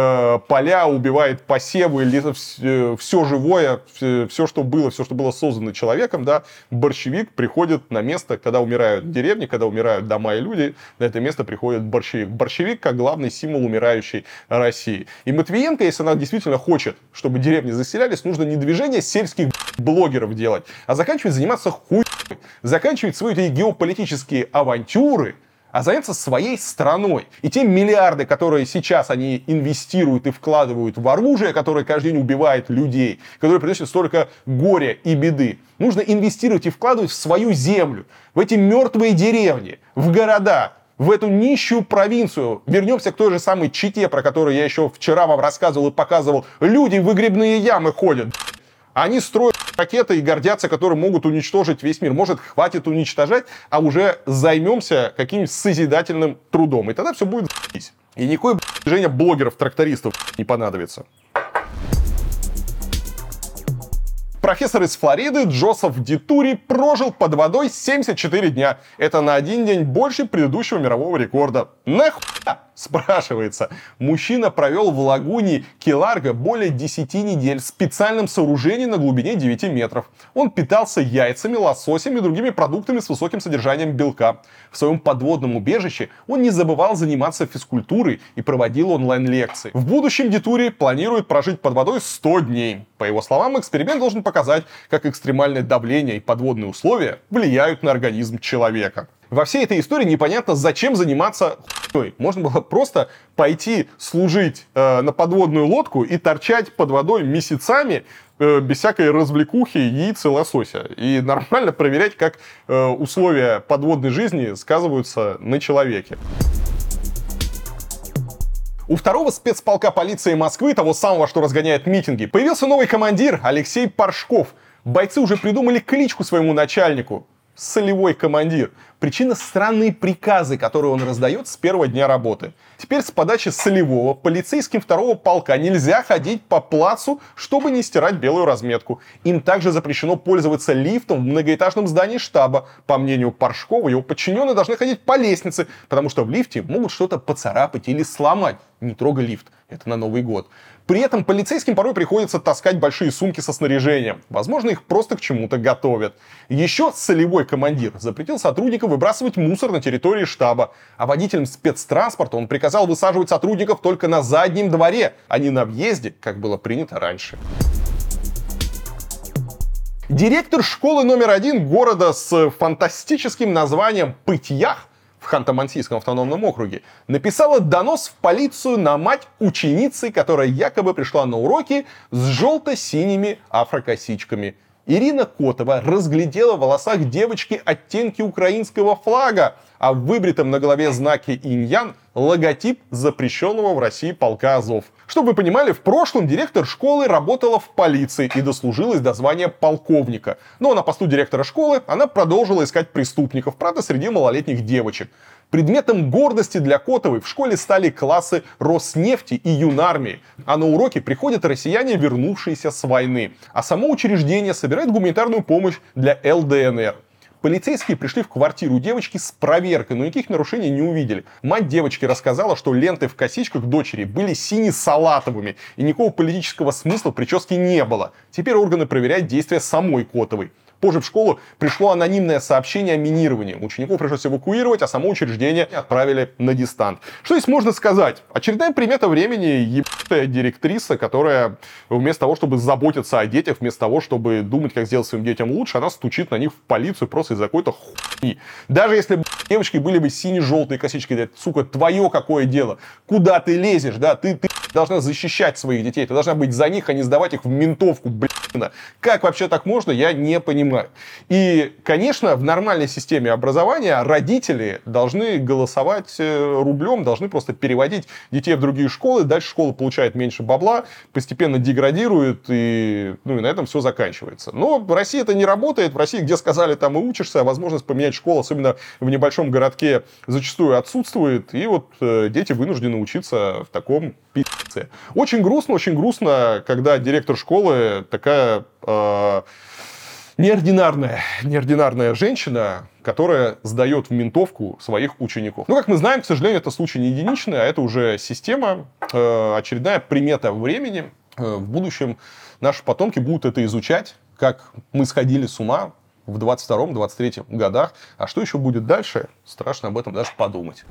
поля, убивает посевы, все живое, все, что было создано человеком, да, борщевик приходит на место, когда умирают деревни, когда умирают дома и люди, на это место приходит борщевик. Борщевик как главный символ умирающей России. И Матвиенко, если она действительно хочет, чтобы деревни заселялись, нужно не движение сельских блогеров делать, а заканчивать заниматься хуйней, заканчивать свои эти геополитические авантюры, а заняться своей страной. И те миллиарды, которые сейчас они инвестируют и вкладывают в оружие, которое каждый день убивает людей, которое приносит столько горя и беды, нужно инвестировать и вкладывать в свою землю, в эти мертвые деревни, в города, в эту нищую провинцию. Вернемся к той же самой Чите, про которую я еще вчера вам рассказывал и показывал. Люди в выгребные ямы ходят. Они строят ракеты и гордятся, которые могут уничтожить весь мир. Может, хватит уничтожать, а уже займемся каким-нибудь созидательным трудом. И тогда все будет за***ись. И никакое движение блогеров-трактористов не понадобится. Профессор из Флориды Джозеф Дитури прожил под водой 74 дня. Это на один день больше предыдущего мирового рекорда. Нахуя? Спрашивается. Мужчина провел в лагуне Ке-Ларго более 10 недель в специальном сооружении на глубине 9 метров. Он питался яйцами, лососем и другими продуктами с высоким содержанием белка. В своем подводном убежище он не забывал заниматься физкультурой и проводил онлайн-лекции. В будущем Дитури планирует прожить под водой 100 дней. По его словам, эксперимент должен показать, показать, как экстремальное давление и подводные условия влияют на организм человека. Во всей этой истории непонятно, зачем заниматься хуйней. Можно было просто пойти служить на подводную лодку и торчать под водой месяцами без всякой развлекухи, яиц и лосося. И нормально проверять, как условия подводной жизни сказываются на человеке. У второго спецполка полиции Москвы, того самого, что разгоняет митинги, появился новый командир Алексей Паршков. Бойцы уже придумали кличку своему начальнику – солевой командир. Причина – странные приказы, которые он раздает с первого дня работы. Теперь с подачи солевого полицейским второго полка нельзя ходить по плацу, чтобы не стирать белую разметку. Им также запрещено пользоваться лифтом в многоэтажном здании штаба. По мнению Паршкова, его подчиненные должны ходить по лестнице, потому что в лифте могут что-то поцарапать или сломать. Не трогай лифт. Это на Новый год. При этом полицейским порой приходится таскать большие сумки со снаряжением. Возможно, их просто к чему-то готовят. Еще солевой командир запретил сотрудникам выбрасывать мусор на территории штаба. А водителям спецтранспорта он приказал высаживать сотрудников только на заднем дворе, а не на въезде, как было принято раньше. Директор школы номер 1 города с фантастическим названием Пытьях в Ханты-Мансийском автономном округе написала донос в полицию на мать ученицы, которая якобы пришла на уроки с желто-синими афрокосичками. Ирина Котова разглядела в волосах девочки оттенки украинского флага, а в выбритом на голове знаке инь-ян логотип запрещенного в России полка Азов. Чтобы вы понимали, в прошлом директор школы работала в полиции и дослужилась до звания полковника. Но на посту директора школы она продолжила искать преступников, правда, среди малолетних девочек. Предметом гордости для Котовой в школе стали классы Роснефти и Юнармии. А на уроки приходят россияне, вернувшиеся с войны. А само учреждение собирает гуманитарную помощь для ЛДНР. Полицейские пришли в квартиру девочки с проверкой, но никаких нарушений не увидели. Мать девочки рассказала, что ленты в косичках дочери были сине-салатовыми, и никакого политического смысла в прическе не было. Теперь органы проверяют действия самой Котовой. Позже в школу пришло анонимное сообщение о минировании. Учеников пришлось эвакуировать, а само учреждение отправили на дистант. Что здесь можно сказать? Очередная примета времени ебатая директриса, которая вместо того, чтобы заботиться о детях, вместо того, чтобы думать, как сделать своим детям лучше, она стучит на них в полицию просто из-за какой-то хуйни. Даже если девочки были бы сине-желтые косички, сука, твое какое дело? Куда ты лезешь, да? Ты должна защищать своих детей, ты должна быть за них, а не сдавать их в ментовку, блин. Как вообще так можно, я не понимаю. И, конечно, в нормальной системе образования родители должны голосовать рублем, должны просто переводить детей в другие школы, дальше школа получает меньше бабла, постепенно деградирует, и, и на этом все заканчивается. Но в России это не работает. В России, где сказали, там и учишься, а возможность поменять школу, особенно в небольшом городке, зачастую отсутствует. И вот дети вынуждены учиться в таком пи***це. Очень грустно, когда директор школы такая неординарная женщина, которая сдает в ментовку своих учеников. Но, как мы знаем, к сожалению, это случай не единичный, а это уже система, очередная примета времени. В будущем наши потомки будут это изучать, как мы сходили с ума в 22-23 годах. А что еще будет дальше, страшно об этом даже подумать.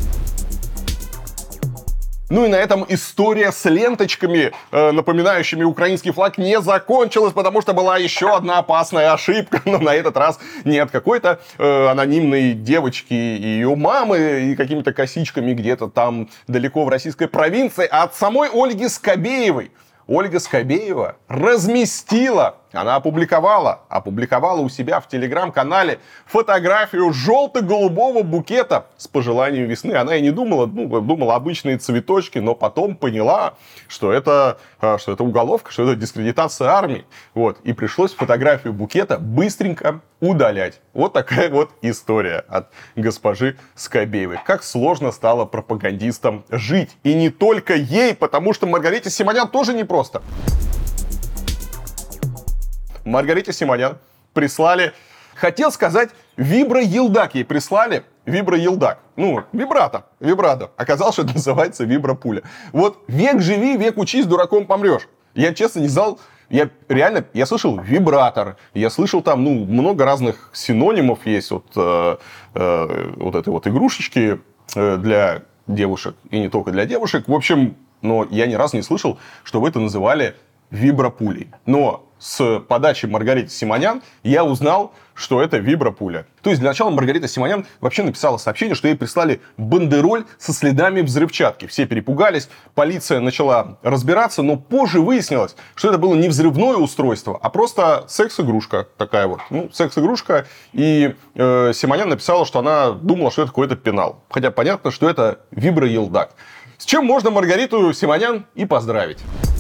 Ну и на этом история с ленточками, напоминающими украинский флаг, не закончилась, потому что была еще одна опасная ошибка. Но на этот раз не от какой-то анонимной девочки и ее мамы и какими-то косичками где-то там далеко в российской провинции, а от самой Ольги Скобеевой. Ольга Скобеева она опубликовала у себя в телеграм-канале фотографию желто-голубого букета с пожеланием весны. Она и не думала, думала обычные цветочки, но потом поняла, что это уголовка, что это дискредитация армии. Вот. И пришлось фотографию букета быстренько удалять. Вот такая вот история от госпожи Скобеевой. Как сложно стало пропагандистам жить. И не только ей, потому что Маргарите Симонян тоже непросто. Маргарите Симонян прислали, хотел сказать, виброелдак ей прислали. Виброелдак. Вибратор. Оказалось, что это называется вибропуля. Вот век живи, век учись, дураком помрешь. Я честно не знал, я слышал вибратор, я слышал там, много разных синонимов есть вот этой вот игрушечки для девушек, и не только для девушек. В общем, но я ни разу не слышал, что вы это называли вибропулей. Но с подачи Маргариты Симонян я узнал, что это вибропуля. То есть для начала Маргарита Симонян вообще написала сообщение, что ей прислали бандероль со следами взрывчатки. Все перепугались, полиция начала разбираться, но позже выяснилось, что это было не взрывное устройство, а просто секс-игрушка такая вот. Ну, секс-игрушка. И Симонян написала, что она думала, что это какой-то пенал. Хотя понятно, что это виброелдак. С чем можно Маргариту Симонян и поздравить.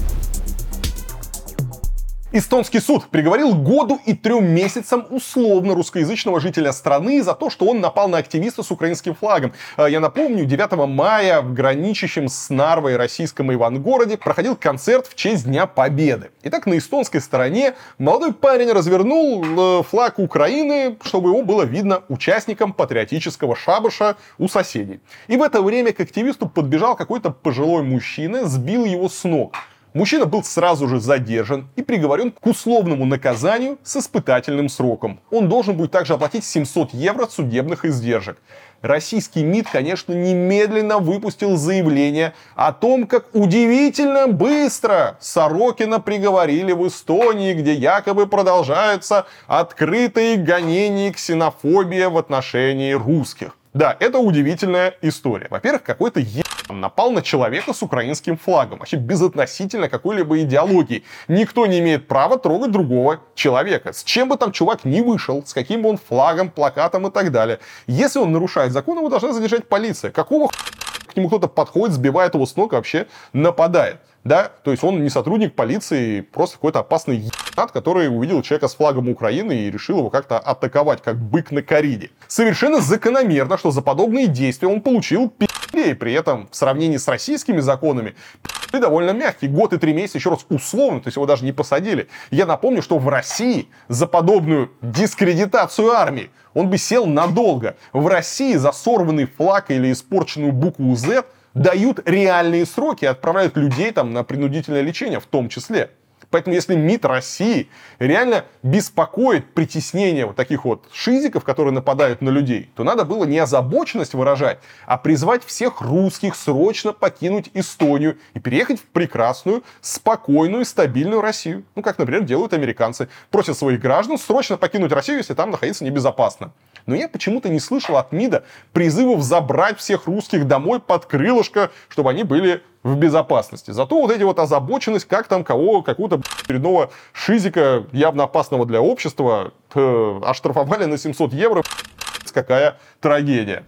Эстонский суд приговорил году и 3 месяцам условно русскоязычного жителя страны за то, что он напал на активиста с украинским флагом. Я напомню, 9 мая в граничащем с Нарвой российском Ивангороде проходил концерт в честь Дня Победы. Итак, на эстонской стороне молодой парень развернул флаг Украины, чтобы его было видно участником патриотического шабаша у соседей. И в это время к активисту подбежал какой-то пожилой мужчина, сбил его с ног. Мужчина был сразу же задержан и приговорен к условному наказанию с испытательным сроком. Он должен будет также оплатить 700 евро судебных издержек. Российский МИД, конечно, немедленно выпустил заявление о том, как удивительно быстро Сорокина приговорили в Эстонии, где якобы продолжаются открытые гонения и ксенофобия в отношении русских. Да, это удивительная история. Во-первых, какой-то напал на человека с украинским флагом. Вообще безотносительно какой-либо идеологии. Никто не имеет права трогать другого человека. С чем бы там чувак ни вышел, с каким бы он флагом, плакатом и так далее. Если он нарушает закон, его должна задержать полиция. Какого к нему кто-то подходит, сбивает его с ног и вообще нападает? Да, то есть он не сотрудник полиции, просто какой-то опасный ебанат, который увидел человека с флагом Украины и решил его как-то атаковать, как бык на кориде. Совершенно закономерно, что за подобные действия он получил и при этом в сравнении с российскими законами довольно мягкий. Год и 3 месяца, еще раз условно, то есть его даже не посадили. Я напомню, что в России за подобную дискредитацию армии он бы сел надолго. В России за сорванный флаг или испорченную букву Z дают реальные сроки и отправляют людей там на принудительное лечение в том числе. Поэтому если МИД России реально беспокоит притеснение вот таких вот шизиков, которые нападают на людей, то надо было не озабоченность выражать, а призвать всех русских срочно покинуть Эстонию и переехать в прекрасную, спокойную и стабильную Россию. Ну, как, например, делают американцы. Просят своих граждан срочно покинуть Россию, если там находиться небезопасно. Но я почему-то не слышал от МИДа призывов забрать всех русских домой под крылышко, чтобы они были в безопасности. Зато вот эти вот озабоченность, как там какого-то очередного шизика, явно опасного для общества, оштрафовали на 700 евро. Какая трагедия.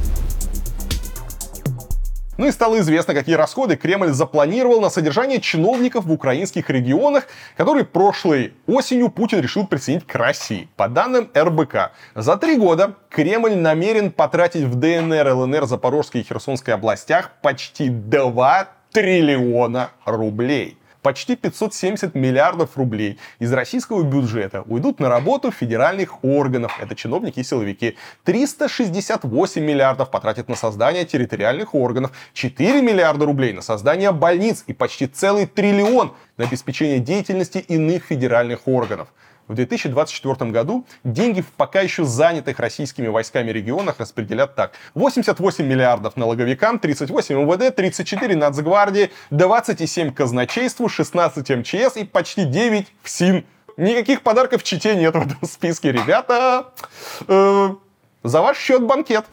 Ну и стало известно, какие расходы Кремль запланировал на содержание чиновников в украинских регионах, которые прошлой осенью Путин решил присоединить к России. По данным РБК, за 3 года Кремль намерен потратить в ДНР, ЛНР, Запорожской и Херсонской областях почти 2 триллиона рублей. Почти 570 миллиардов рублей из российского бюджета уйдут на работу федеральных органов, это чиновники и силовики. 368 миллиардов потратят на создание территориальных органов, 4 миллиарда рублей на создание больниц и почти целый триллион на обеспечение деятельности иных федеральных органов. В 2024 году деньги в пока еще занятых российскими войсками регионах распределят так. 88 миллиардов налоговикам, 38 МВД, 34 Нацгвардии, 27 казначейству, 16 МЧС и почти 9 ФСИН. Никаких подарков Чите нет в этом списке, ребята. За ваш счет банкет.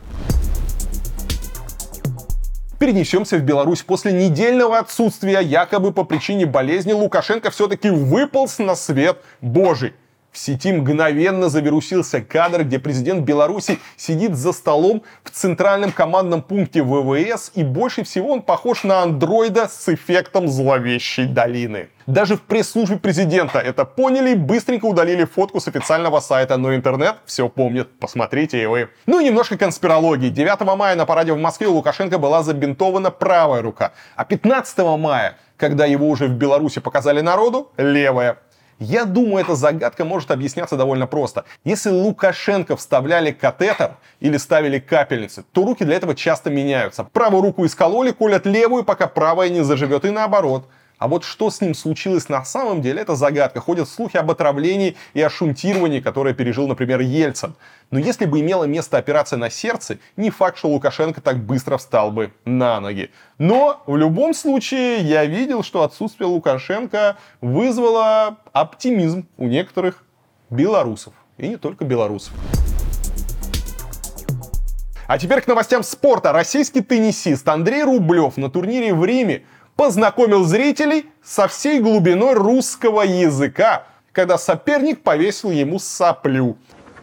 Перенесемся в Беларусь. После недельного отсутствия, якобы по причине болезни, Лукашенко все-таки выполз на свет Божий. В сети мгновенно завирусился кадр, где президент Беларуси сидит за столом в центральном командном пункте ВВС, и больше всего он похож на андроида с эффектом зловещей долины. Даже в пресс-службе президента это поняли и быстренько удалили фотку с официального сайта, но интернет все помнит, посмотрите и вы. Ну и немножко конспирологии. 9 мая на параде в Москве у Лукашенко была забинтована правая рука, а 15 мая, когда его уже в Беларуси показали народу, левая. Я думаю, эта загадка может объясняться довольно просто. Если Лукашенко вставляли катетер или ставили капельницы, то руки для этого часто меняются. Правую руку искололи, колят левую, пока правая не заживет, и наоборот. А вот что с ним случилось на самом деле, это загадка. Ходят слухи об отравлении и о шунтировании, которое пережил, например, Ельцин. Но если бы имела место операция на сердце, не факт, что Лукашенко так быстро встал бы на ноги. Но в любом случае я видел, что отсутствие Лукашенко вызвало оптимизм у некоторых белорусов. И не только белорусов. А теперь к новостям спорта. Российский теннисист Андрей Рублев на турнире в Риме познакомил зрителей со всей глубиной русского языка, когда соперник повесил ему соплю.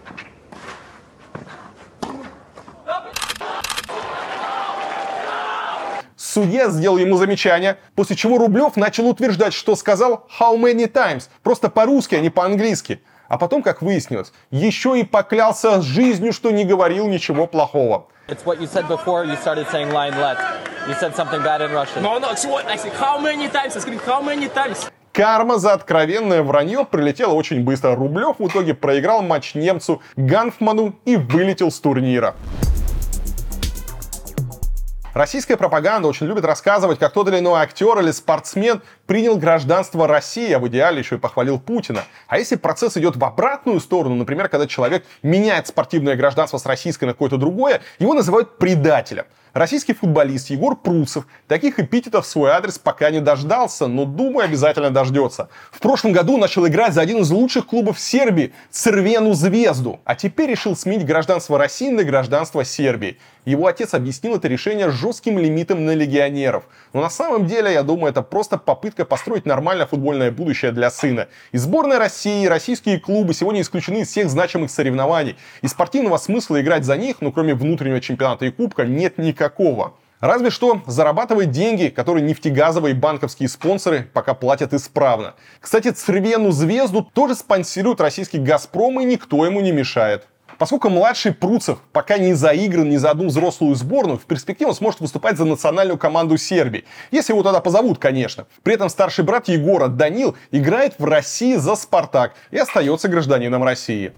Судья сделал ему замечание, после чего Рублев начал утверждать, что сказал «how many times», просто по-русски, а не по-английски. А потом, как выяснилось, еще и поклялся жизнью, что не говорил ничего плохого. It's what you said before you started saying line left. You said something bad in Russian. No, it's what I said. How many times? I said how many times? Карма за откровенное вранье прилетела очень быстро. Рублев в итоге проиграл матч немцу Ганфману и вылетел с турнира. Российская пропаганда очень любит рассказывать, как тот или иной актер или спортсмен принял гражданство России, а в идеале еще и похвалил Путина. А если процесс идет в обратную сторону, например, когда человек меняет спортивное гражданство с российского на какое-то другое, его называют предателем. Российский футболист Егор Прусов таких эпитетов в свой адрес пока не дождался, но, думаю, обязательно дождется. В прошлом году начал играть за один из лучших клубов Сербии — Црвену Звезду, а теперь решил сменить гражданство России на гражданство Сербии. Его отец объяснил это решение жестким лимитом на легионеров. Но на самом деле, я думаю, это просто попытка построить нормальное футбольное будущее для сына. И сборная России, и российские клубы сегодня исключены из всех значимых соревнований. И спортивного смысла играть за них, ну кроме внутреннего чемпионата и кубка, нет никакого. Разве что зарабатывать деньги, которые нефтегазовые и банковские спонсоры пока платят исправно. Кстати, Црвену Звезду тоже спонсирует российский «Газпром», и никто ему не мешает. Поскольку младший Пруцев пока не заигран ни за одну взрослую сборную, в перспективе он сможет выступать за национальную команду Сербии. Если его тогда позовут, конечно. При этом старший брат Егора, Данил, играет в России за «Спартак» и остается гражданином России.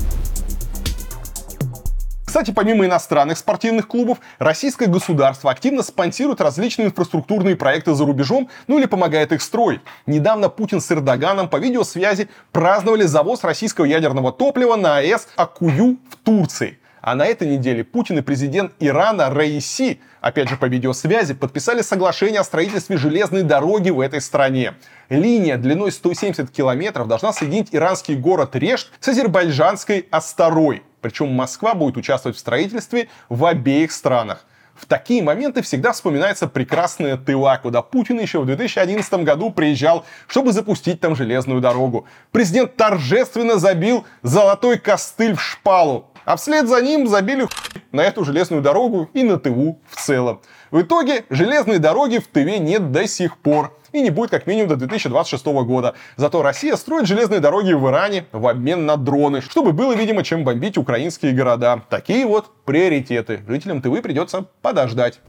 Кстати, помимо иностранных спортивных клубов, российское государство активно спонсирует различные инфраструктурные проекты за рубежом, ну или помогает их строить. Недавно Путин с Эрдоганом по видеосвязи праздновали завоз российского ядерного топлива на АЭС Аккую в Турции. А на этой неделе Путин и президент Ирана Раиси, опять же по видеосвязи, подписали соглашение о строительстве железной дороги в этой стране. Линия длиной 170 километров должна соединить иранский город Решт с азербайджанской Астарой. Причем Москва будет участвовать в строительстве в обеих странах. В такие моменты всегда вспоминается прекрасная Тыва, куда Путин еще в 2011 году приезжал, чтобы запустить там железную дорогу. Президент торжественно забил золотой костыль в шпалу, а вслед за ним забили на эту железную дорогу и на Тыву в целом. В итоге железной дороги в Тыве нет до сих пор. И не будет как минимум до 2026 года. Зато Россия строит железные дороги в Иране в обмен на дроны, чтобы было, видимо, чем бомбить украинские города. Такие вот приоритеты. Жителям Тывы придется подождать.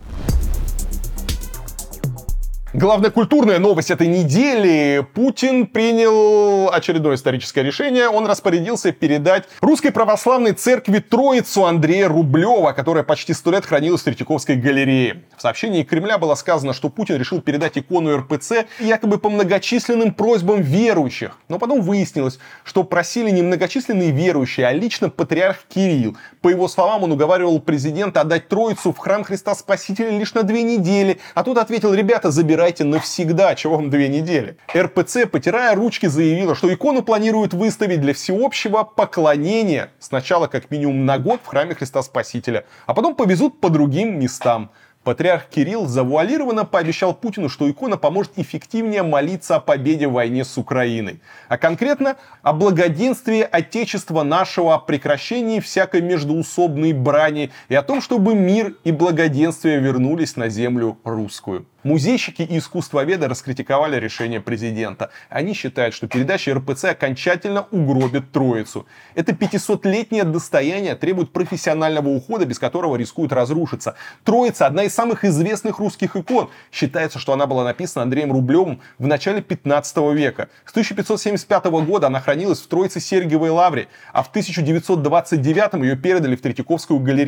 Главная культурная новость этой недели. Путин принял очередное историческое решение. Он распорядился передать Русской Православной Церкви Троицу Андрея Рублева, которая почти 100 лет хранилась в Третьяковской галерее. В сообщении Кремля было сказано, что Путин решил передать икону РПЦ якобы по многочисленным просьбам верующих. Но потом выяснилось, что просили не многочисленные верующие, а лично патриарх Кирилл. По его словам, он уговаривал президента отдать Троицу в храм Христа Спасителя лишь на 2 недели. А тот ответил: ребята, забирайте навсегда, чего вам 2 недели. РПЦ, потирая ручки, заявила, что икону планируют выставить для всеобщего поклонения. Сначала как минимум на год в храме Христа Спасителя, а потом повезут по другим местам. Патриарх Кирилл завуалированно пообещал Путину, что икона поможет эффективнее молиться о победе в войне с Украиной. А конкретно о благоденствии Отечества нашего, о прекращении всякой междоусобной брани и о том, чтобы мир и благоденствие вернулись на землю русскую. Музейщики и искусствоведы раскритиковали решение президента. Они считают, что передача РПЦ окончательно угробит Троицу. Это 500-летнее достояние требует профессионального ухода, без которого рискует разрушиться. Троица — одна из самых известных русских икон. Считается, что она была написана Андреем Рублевым в начале 15 века. С 1575 года она хранилась в Троице-Сергиевой лавре, а в 1929 ее передали в Третьяковскую галерею.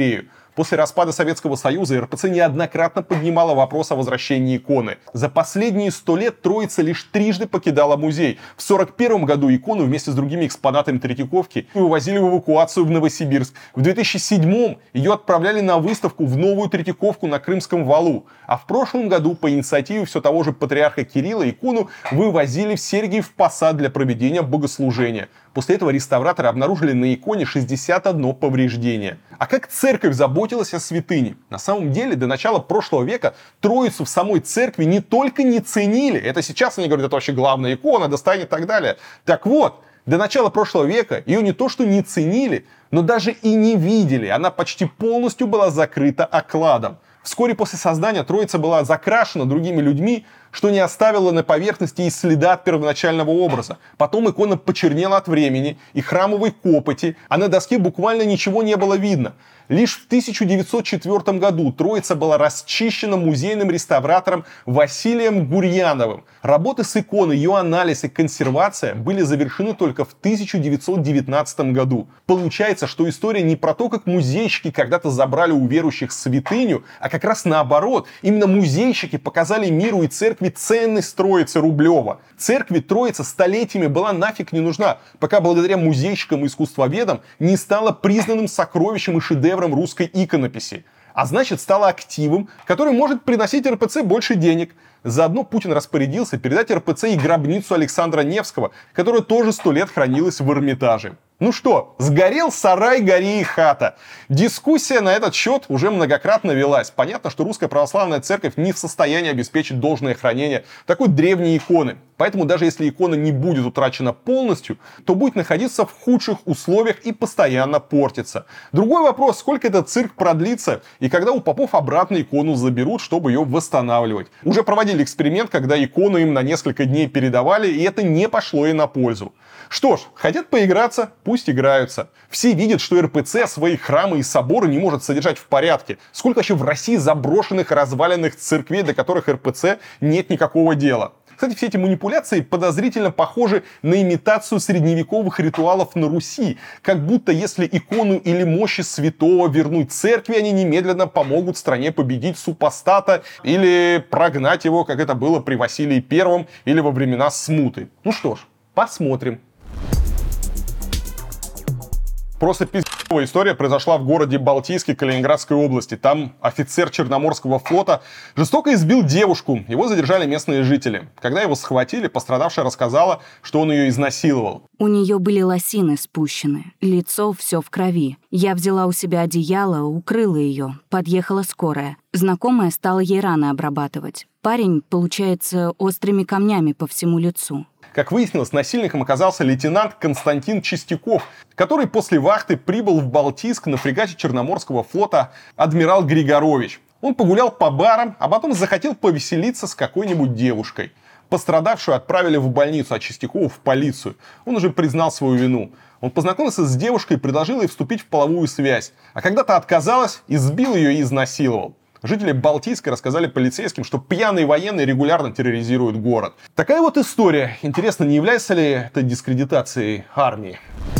После распада Советского Союза РПЦ неоднократно поднимала вопрос о возвращении иконы. За последние 100 лет Троица лишь трижды покидала музей. В 1941 году икону вместе с другими экспонатами Третьяковки вывозили в эвакуацию в Новосибирск. В 2007 ее отправляли на выставку в новую Третьяковку на Крымском валу. А в прошлом году по инициативе все того же патриарха Кирилла икону вывозили в Сергиев Посад для проведения богослужения. После этого реставраторы обнаружили на иконе 61 повреждение. А как церковь заботилась о святыне? На самом деле, до начала прошлого века Троицу в самой церкви не только не ценили, это сейчас они говорят, это вообще главная икона, достанет и так далее. Так вот, до начала прошлого века ее не то что не ценили, но даже и не видели. Она почти полностью была закрыта окладом. Вскоре после создания Троица была закрашена другими людьми, что не оставило на поверхности и следа от первоначального образа. Потом икона почернела от времени и храмовой копоти, а на доске буквально ничего не было видно. Лишь в 1904 году Троица была расчищена музейным реставратором Василием Гурьяновым. Работы с иконой, ее анализ и консервация были завершены только в 1919 году. Получается, что история не про то, как музейщики когда-то забрали у верующих святыню, а как раз наоборот. Именно музейщики показали миру и церкви ценность Троицы Рублева. Церкви Троица столетиями была нафиг не нужна, пока благодаря музейщикам и искусствоведам не стала признанным сокровищем и шедевром русской иконописи. А значит, стала активом, который может приносить РПЦ больше денег. Заодно Путин распорядился передать РПЦ и гробницу Александра Невского, которая тоже 100 лет хранилась в Эрмитаже. Ну что, сгорел сарай, гори и хата. Дискуссия на этот счет уже многократно велась. Понятно, что Русская Православная Церковь не в состоянии обеспечить должное хранение такой древней иконы. Поэтому даже если икона не будет утрачена полностью, то будет находиться в худших условиях и постоянно портиться. Другой вопрос, сколько этот цирк продлится и когда у попов обратно икону заберут, чтобы ее восстанавливать. Уже проводили эксперимент, когда икону им на несколько дней передавали, и это не пошло и на пользу. Что ж, хотят поиграться, пусть играются. Все видят, что РПЦ свои храмы и соборы не может содержать в порядке. Сколько вообще в России заброшенных и разваленных церквей, до которых РПЦ нет никакого дела. Кстати, все эти манипуляции подозрительно похожи на имитацию средневековых ритуалов на Руси. Как будто если икону или мощи святого вернуть церкви, они немедленно помогут стране победить супостата или прогнать его, как это было при Василии I или во времена Смуты. Ну что ж, посмотрим. Просто пиздец. История произошла в городе Балтийске Калининградской области. Там офицер Черноморского флота жестоко избил девушку. Его задержали местные жители. Когда его схватили, пострадавшая рассказала, что он ее изнасиловал. У нее были лосины спущены, лицо все в крови. Я взяла у себя одеяло, укрыла ее. Подъехала скорая. Знакомая стала ей раны обрабатывать. Парень, получается, острыми камнями по всему лицу. Как выяснилось, насильником оказался лейтенант Константин Чистяков, который после вахты прибыл в Балтийск на фрегате Черноморского флота «Адмирал Григорович». Он погулял по барам, а потом захотел повеселиться с какой-нибудь девушкой. Пострадавшую отправили в больницу, а Чистякову в полицию. Он уже признал свою вину. Он познакомился с девушкой и предложил ей вступить в половую связь. А когда та отказалась, избил ее и изнасиловал. Жители Балтийска рассказали полицейским, что пьяные военные регулярно терроризируют город. Такая вот история. Интересно, не является ли это дискредитацией армии?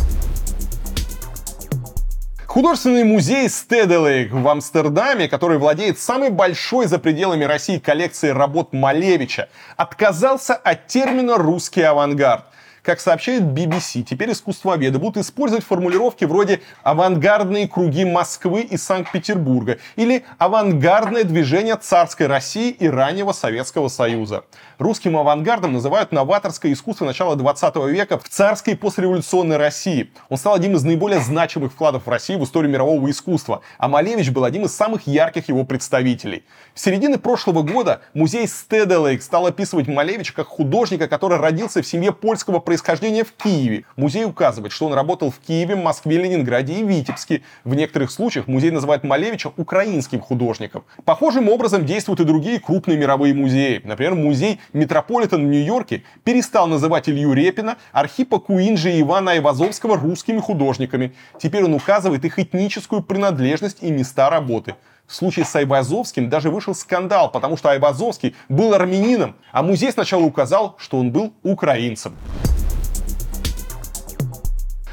Художественный музей Стеделейк в Амстердаме, который владеет самой большой за пределами России коллекцией работ Малевича, отказался от термина «русский авангард». Как сообщает BBC, теперь искусствоведы будут использовать формулировки вроде «авангардные круги Москвы и Санкт-Петербурга» или «авангардное движение царской России и раннего Советского Союза». Русским авангардом называют новаторское искусство начала 20 века в царской и послереволюционной России. Он стал одним из наиболее значимых вкладов в Россию в историю мирового искусства, а Малевич был одним из самых ярких его представителей. В середине прошлого года музей Стеделейк стал описывать Малевича как художника, который родился в семье польского происхождения в Киеве. Музей указывает, что он работал в Киеве, Москве, Ленинграде и Витебске. В некоторых случаях музей называет Малевича украинским художником. Похожим образом действуют и другие крупные мировые музеи. Например, музей Метрополитен в Нью-Йорке перестал называть Илью Репина, Архипа Куинджи и Ивана Айвазовского русскими художниками. Теперь он указывает их этническую принадлежность и места работы. В случае с Айвазовским даже вышел скандал, потому что Айвазовский был армянином, а музей сначала указал, что он был украинцем.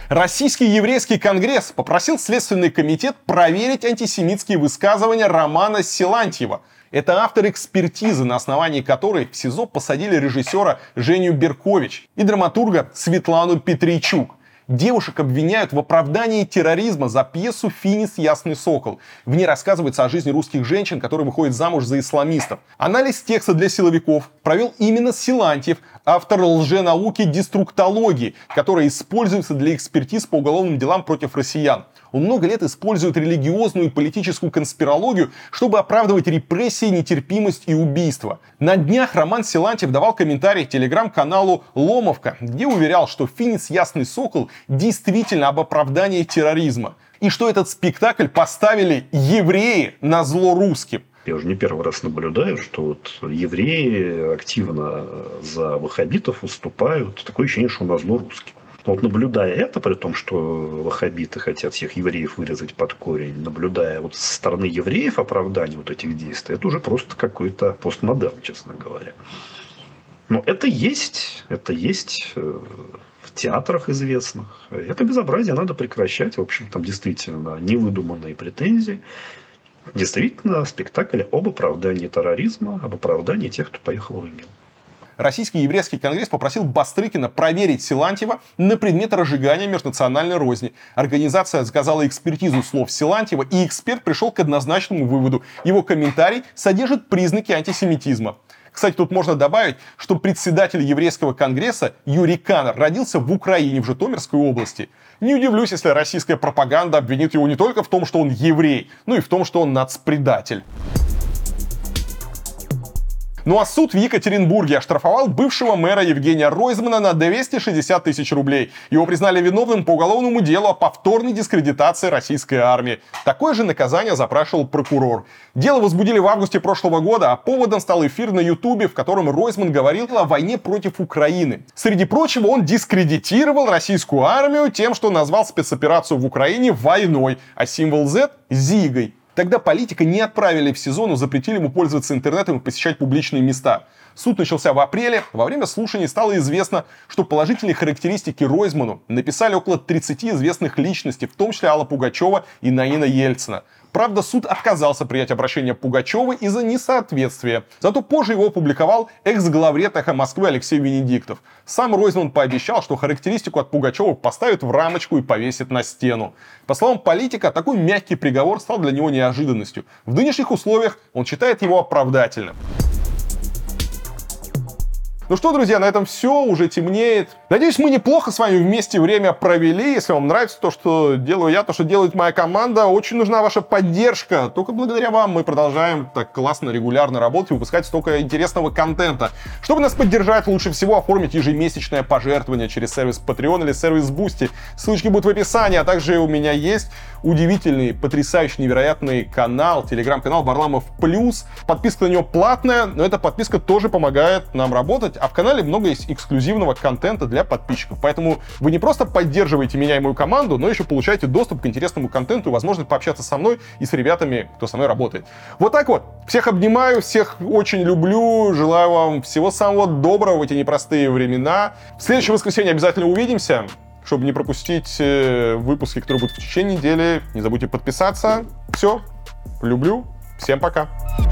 Российский еврейский конгресс попросил Следственный комитет проверить антисемитские высказывания Романа Силантьева. Это автор экспертизы, на основании которой в СИЗО посадили режиссера Женю Беркович и драматурга Светлану Петричук. Девушек обвиняют в оправдании терроризма за пьесу «Финис. Ясный сокол». В ней рассказывается о жизни русских женщин, которые выходят замуж за исламистов. Анализ текста для силовиков провел именно Силантьев, автор лженауки деструктологии, которая используется для экспертиз по уголовным делам против россиян. Он много лет использует религиозную и политическую конспирологию, чтобы оправдывать репрессии, нетерпимость и убийства. На днях Роман Силантьев давал комментарий телеграм-каналу «Ломовка», где уверял, что «Финис. Ясный сокол» действительно об оправдании терроризма. И что этот спектакль поставили евреи назло русским. Я уже не первый раз наблюдаю, что вот евреи активно за ваххабитов выступают. Такое ощущение, что назло русским. Но вот наблюдая это, при том, что ваххабиты хотят всех евреев вырезать под корень, наблюдая вот со стороны евреев оправдание вот этих действий, это уже просто какой-то постмодерн, честно говоря. Но это есть в театрах известных. Это безобразие надо прекращать. В общем, там действительно невыдуманные претензии. Действительно, спектакль об оправдании терроризма, об оправдании тех, кто поехал в ИГИЛ. Российский еврейский конгресс попросил Бастрыкина проверить Силантьева на предмет разжигания межнациональной розни. Организация заказала экспертизу слов Силантьева, и эксперт пришел к однозначному выводу. Его комментарий содержит признаки антисемитизма. Кстати, тут можно добавить, что председатель еврейского конгресса Юрий Канер родился в Украине, в Житомирской области. Не удивлюсь, если российская пропаганда обвинит его не только в том, что он еврей, но и в том, что он нацпредатель. Ну а суд в Екатеринбурге оштрафовал бывшего мэра Евгения Ройзмана на 260 тысяч рублей. Его признали виновным по уголовному делу о повторной дискредитации российской армии. Такое же наказание запрашивал прокурор. Дело возбудили в августе прошлого года, а поводом стал эфир на Ютубе, в котором Ройзман говорил о войне против Украины. Среди прочего, он дискредитировал российскую армию тем, что назвал спецоперацию в Украине войной, а символ Z – зигой. Тогда политика не отправили в СИЗО, но запретили ему пользоваться интернетом и посещать публичные места. Суд начался в апреле. Во время слушаний стало известно, что положительные характеристики Ройзману написали около 30 известных личностей, в том числе Алла Пугачева и Наина Ельцина. Правда, суд отказался принять обращение Пугачевой из-за несоответствия. Зато позже его опубликовал экс-главред «Эхо Москвы» Алексей Венедиктов. Сам Ройзман пообещал, что характеристику от Пугачевой поставит в рамочку и повесит на стену. По словам политика, такой мягкий приговор стал для него неожиданностью. В нынешних условиях он считает его оправдательным. Ну что, друзья, на этом все, уже темнеет. Надеюсь, мы неплохо с вами вместе время провели. Если вам нравится то, что делаю я, то, что делает моя команда, очень нужна ваша поддержка. Только благодаря вам мы продолжаем так классно, регулярно работать и выпускать столько интересного контента. Чтобы нас поддержать, лучше всего оформить ежемесячное пожертвование через сервис Patreon или сервис Boosty. Ссылочки будут в описании, а также у меня есть удивительный, потрясающий, невероятный канал, телеграм-канал Варламов Плюс. Подписка на него платная, но эта подписка тоже помогает нам работать. А в канале много есть эксклюзивного контента для подписчиков. Поэтому вы не просто поддерживаете меня и мою команду, но еще получаете доступ к интересному контенту и возможность пообщаться со мной и с ребятами, кто со мной работает. Вот так вот. Всех обнимаю, всех очень люблю. Желаю вам всего самого доброго в эти непростые времена. В следующее воскресенье обязательно увидимся. Чтобы не пропустить выпуски, которые будут в течение недели, не забудьте подписаться. Все. Люблю. Всем пока.